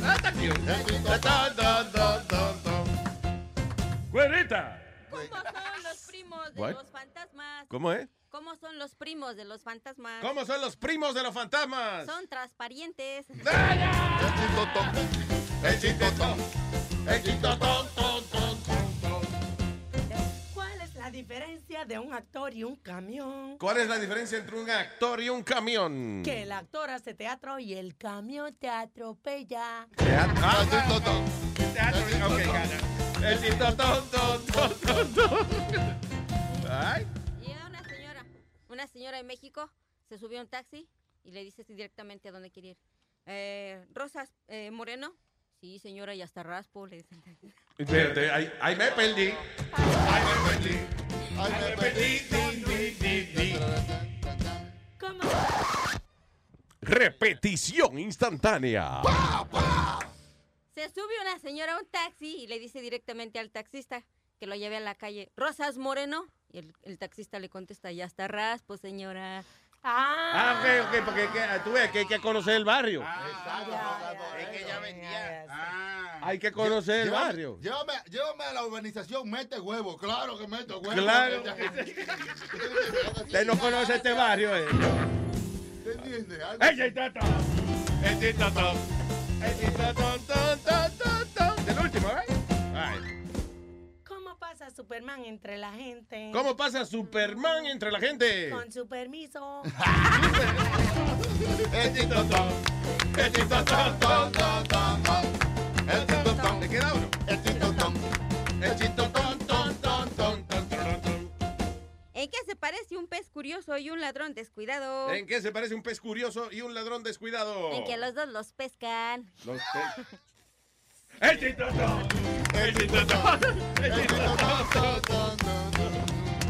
¡Güerita! ¿Cómo son los primos de What? los fantasmas? ¿Cómo es? ¿Cómo son los primos de los fantasmas? ¿Cómo son los primos de los fantasmas? Son transparentes. El chistotón. El chistotón. El chistotón, ton, ton, ton, ton. ¿Cuál es la diferencia de un actor y un camión? ¿Cuál es la diferencia entre un actor y un camión? Que el actor hace teatro y el camión te atropella. Ah, El chistotón. teatro. Ok, gana. El chistotón, ton, ton, ton, ton. Ay. Llega una señora, una señora de México, se subió a un taxi y le dice así directamente a dónde quiere ir. Eh, Rosas eh, Moreno. Sí, señora, y hasta raspo, le dicen. Espérate, ahí, ahí me perdí. Ahí me perdí. Ay, me perdí. Di, di, di, di. ¿Cómo? Repetición instantánea. Se sube una señora a un taxi y le dice directamente al taxista que lo lleve a la calle. Rosas Moreno. Y el, el taxista le contesta, ya está raspo, señora. Ah, ok, ok, porque que, tú ves que hay que conocer el barrio. Es que ella vendía. Ah. Hay que conocer el Llévame- barrio. Llévame, llévame a la urbanización, mete huevo. Claro que mete huevo. Claro. Usted no conoce este barrio, eh. ¿Te entiendes? ¡El chistotón! ¡El chistotón! ¡El chistotón, ton, ton, ton, ton! Del último, ¿eh? All right. ¿Cómo pasa Superman entre la gente? ¿Cómo pasa Superman entre la gente? Con su permiso. El chistotón. El chistotón, ton, ton, ton, ton. El chistotón. ¿Te queda uno? El chistotón. El chistotón, ton, ton, ton, ton, ton, ton. ¿En qué se parece un pez curioso y un ladrón descuidado? ¿En qué se parece un pez curioso y un ladrón descuidado? En que los dos los pescan. Los pe- ¡El chistotón! ¡El chistotón! ¡El chistotón! Ton, ton, ton, ton.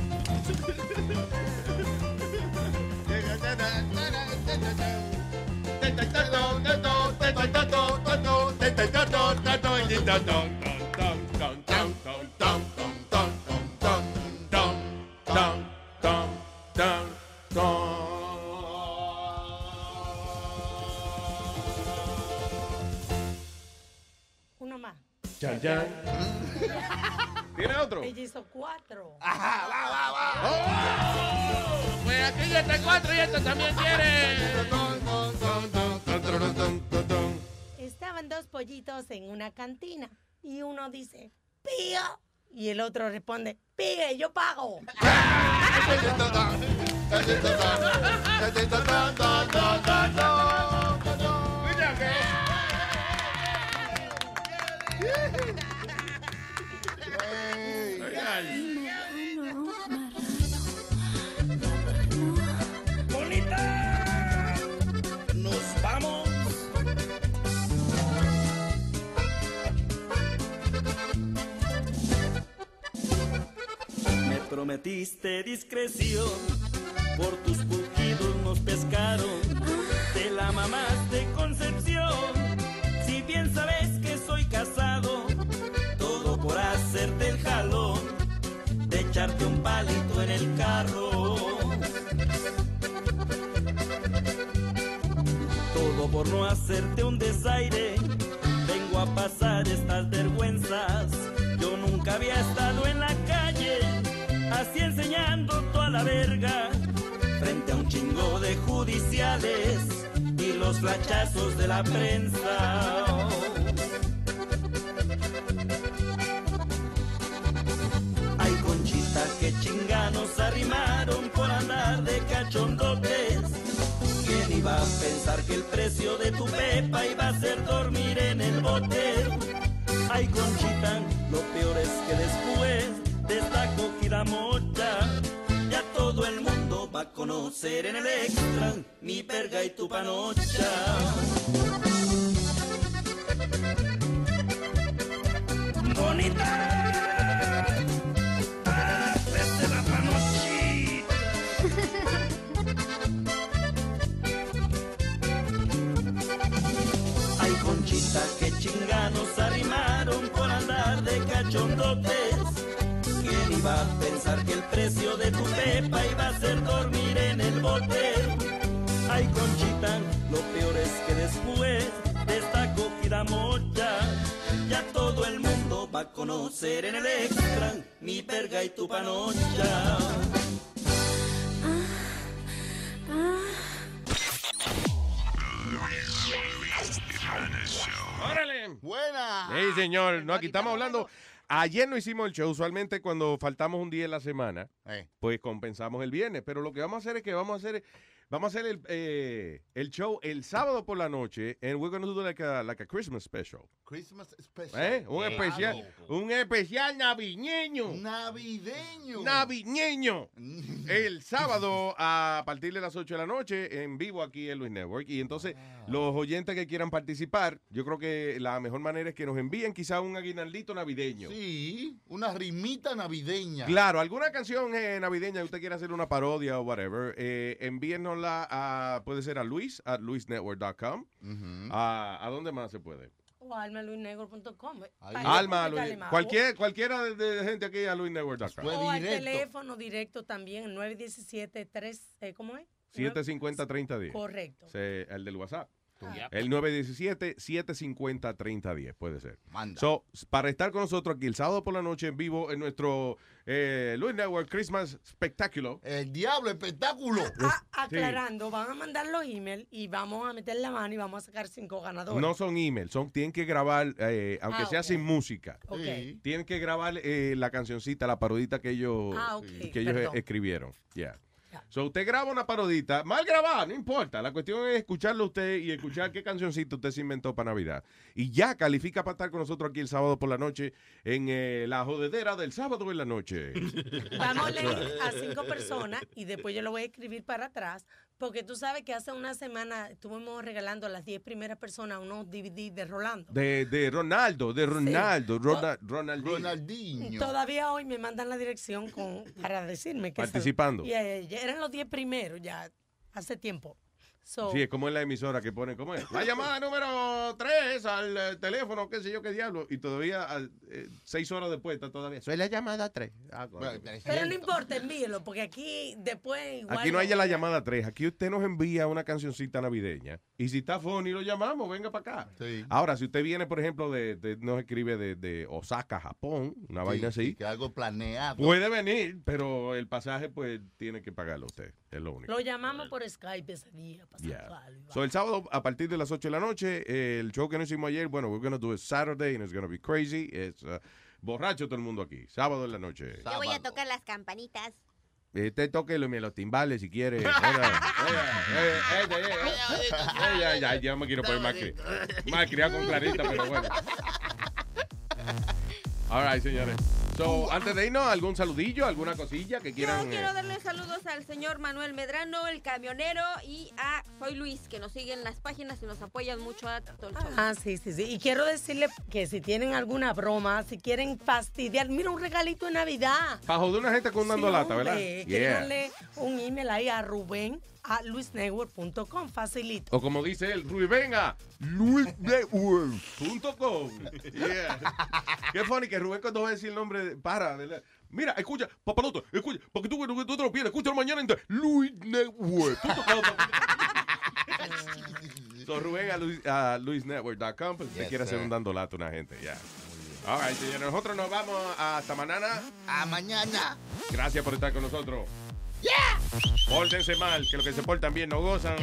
Uno más. Chan, chan. ¿Tiene otro? Ella hizo cuatro. Ajá, va, va, va. Pues aquí ya está cuatro y esto también quiere. Estaban dos pollitos en una cantina y uno dice, ¡pío! Y el otro responde, ¡píe, yo pago! El chistotón. El chistotón. El chistotón, ton, ton, ton, ton, ton. Nos vamos. Me prometiste discreción, por tus pujidos nos pescaron, te la mamaste Concepción. Si bien sabes que soy casado, todo por hacerte el jalón, de echarte un palito en el carro. Todo por no a hacerte un desaire, vengo a pasar estas vergüenzas. Yo nunca había estado en la calle, así enseñando toda la verga, frente a un chingo de judiciales y los flachazos de la prensa. Ay, Conchita, que chinganos arrimaron por andar de cachondotes. ¿Quién iba a pensar que el precio de tu pepa iba a ser dormir en el bote? Ay, Conchita, lo peor es que después de esta cogida mocha, ya todo el mundo va a conocer en el extra mi verga y tu panocha. Bonita. Ay, Conchita, que chinganos arrimaron por andar de cachondotes. ¿Quién iba a pensar que el precio de tu pepa iba a ser dormir en el bote? Ay, Conchita, lo peor es que después de esta cogida mocha, ya todo el mundo va a conocer en el extra mi verga y tu panocha. ¡Órale! ¡Buena! Sí, señor. No, aquí estamos hablando. Ayer no hicimos el show. Usualmente cuando faltamos un día en la semana, Eh. pues compensamos el viernes. Pero lo que vamos a hacer es que vamos a hacer vamos a hacer el, eh, el show el sábado por la noche. And we're going to do like a, like a Christmas special. Christmas special. ¿Eh? Un Yeah. especial, un especial navideño. Navideño. Navideño. El sábado a partir de las ocho de la noche en vivo aquí en Luis Network. Y entonces los oyentes que quieran participar, yo creo que la mejor manera es que nos envíen quizá un aguinaldito navideño. Sí, una rimita navideña. Claro, alguna canción eh, navideña que usted quiera hacer una parodia o whatever, eh, envíennosla a, puede ser a Luis, a luis network punto com. a, ¿A dónde más se puede? O alma luis network punto com. Alma, Luis, cualquier, cualquiera de, de gente aquí a luis network punto com. O al teléfono directo también, el nueve uno siete, tres, eh, ¿cómo es? siete cinco cero, treinta diez. Correcto. Se- el del WhatsApp. Ah. El nueve uno siete, siete cinco cero, treinta diez, puede ser. Manda. So, para estar con nosotros aquí el sábado por la noche en vivo en nuestro eh, Luis Network Christmas Spectacular. El diablo espectáculo. Aclarando, van a mandar los emails y vamos a meter la mano y vamos a sacar cinco ganadores. No son emails, son, tienen que grabar, eh, aunque Ah, sea ok. sin música. Ok. Sí. Tienen que grabar eh, la cancioncita, la parodita que ellos, Ah, ok, que ellos perdón. escribieron. Yeah. So, usted graba una parodita, mal grabada, no importa. La cuestión es escucharlo usted y escuchar qué cancioncita usted se inventó para Navidad. Y ya califica para estar con nosotros aquí el sábado por la noche en eh, la jodedera del sábado en la noche. Vamos a leer a cinco personas y después yo lo voy a escribir para atrás, porque tú sabes que hace una semana estuvimos regalando a las diez primeras personas unos D V D de Rolando. De, de Ronaldo, de Ronaldo, Rona- Ronaldinho. Ronaldinho. Todavía hoy me mandan la dirección con para decirme que Participando. Y, eh, ya eran los diez primeros ya hace tiempo. So, Sí, es como en la emisora que pone, ¿cómo es? La llamada número tres al eh, teléfono, qué sé yo, qué diablo. Y todavía, al, eh, seis horas después, está todavía. Soy la llamada tres. Ah, coño. pero no importa, envíelo, porque aquí después igual. Aquí no hay lo- la llamada tres. Aquí usted nos envía una cancioncita navideña. Y si está funny, lo llamamos. Venga para acá. Ahora, si usted viene, por ejemplo, de, de- nos escribe de, de Osaka, Japón, una Sí, vaina así. Que algo planeado. Puede venir, pero el pasaje, pues, tiene que pagarlo usted. Es lo único. Lo llamamos por Skype ese día. para Yeah. saludarlo. So, el sábado, a partir de las ocho de la noche, eh, el show que no hicimos ayer, bueno, we're gonna do it Saturday and it's gonna be crazy. Es uh, borracho todo el mundo aquí. Sábado en la noche. Yo voy a tocar las campanitas. Este toque los, los timbales si quiere. Hola. Eh, eh, eh, eh, eh, eh, ya, ya, ya me quiero poner más, cri más criado con Clarita, pero bueno. All right, señores. So, antes de irnos, ¿algún saludillo, alguna cosilla que Yo quieran? quiero eh, darle saludos al señor Manuel Medrano, el camionero, y a Soy Luis, que nos siguen las páginas y nos apoyan mucho a todo el show. Ah, sí, sí, sí. Y quiero decirle que si tienen alguna broma, si quieren fastidiar, mira un regalito de Navidad. para joder una gente con dando Sí, lata, ¿verdad? hombre, Yeah. escríbanle un email ahí a Rubén a luis network punto com, facilito. O como dice él, Rubén a luis network punto com. Yeah. Qué funny que Rubén cuando va a decir el nombre, de- para, ¿verdad? Mira, escucha, papaloto, escucha, porque tú, tú, tú te lo pierdes, escúchalo mañana en luis network punto com. So, Rubén a, Luis, a luisnetwork punto com, pues, si Yes, quiere hacer sir. un dando lata a una gente, ya. All right, señores, nosotros nos vamos hasta mañana. A mañana. Gracias por estar con nosotros. Yeah. Pórtense mal, que los que se portan bien no gozan.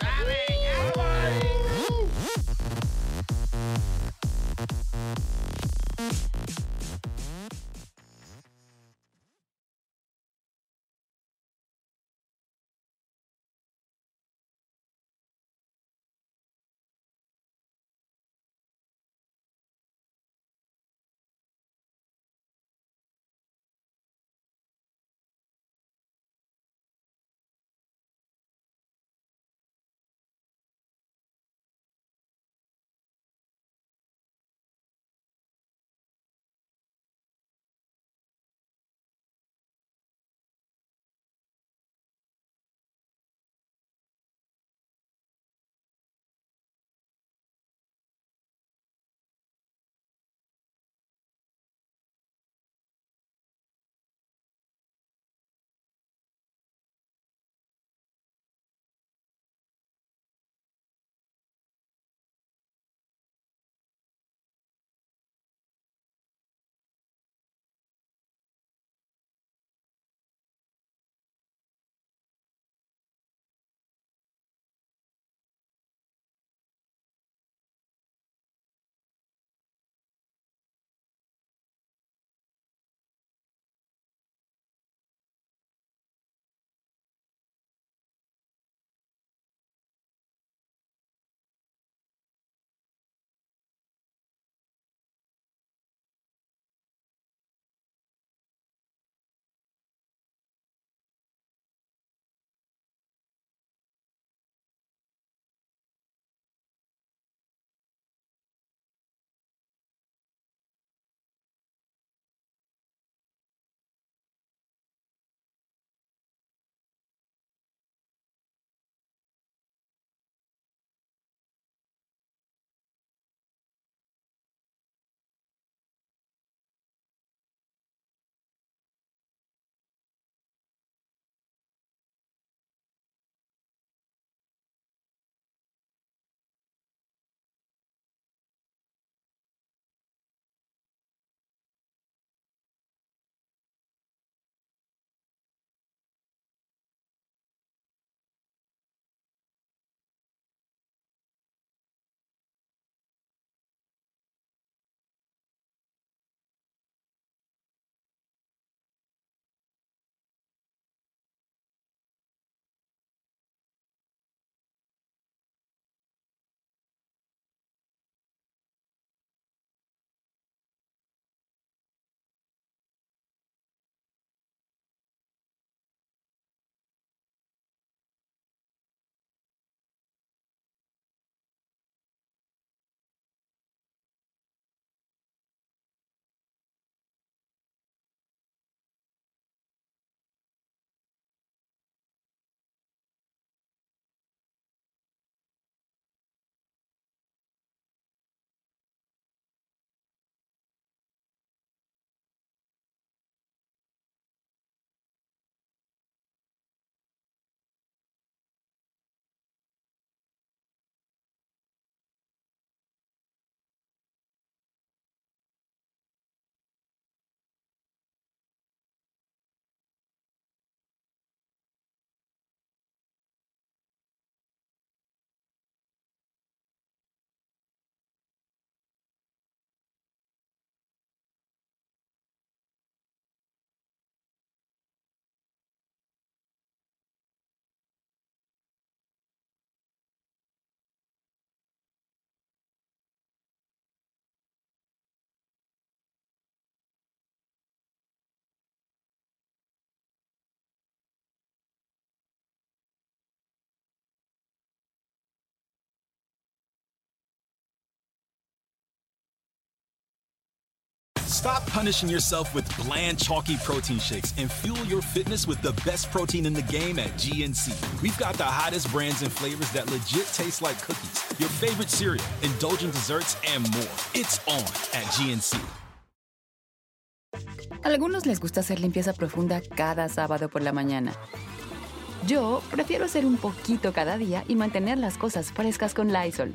Stop punishing yourself with bland, chalky protein shakes and fuel your fitness with the best protein in the game at G N C. We've got the hottest brands and flavors that legit taste like cookies, your favorite cereal, indulgent desserts, and more. It's on at G N C. A algunos les gusta hacer limpieza profunda cada sábado por la mañana. Yo prefiero hacer un poquito cada día y mantener las cosas frescas con Lysol.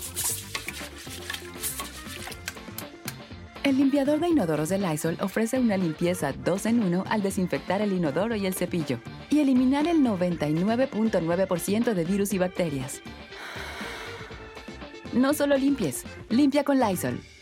El limpiador de inodoros de Lysol ofrece una limpieza dos en uno al desinfectar el inodoro y el cepillo y eliminar el noventa y nueve punto nueve por ciento de virus y bacterias. No solo limpies, limpia con Lysol.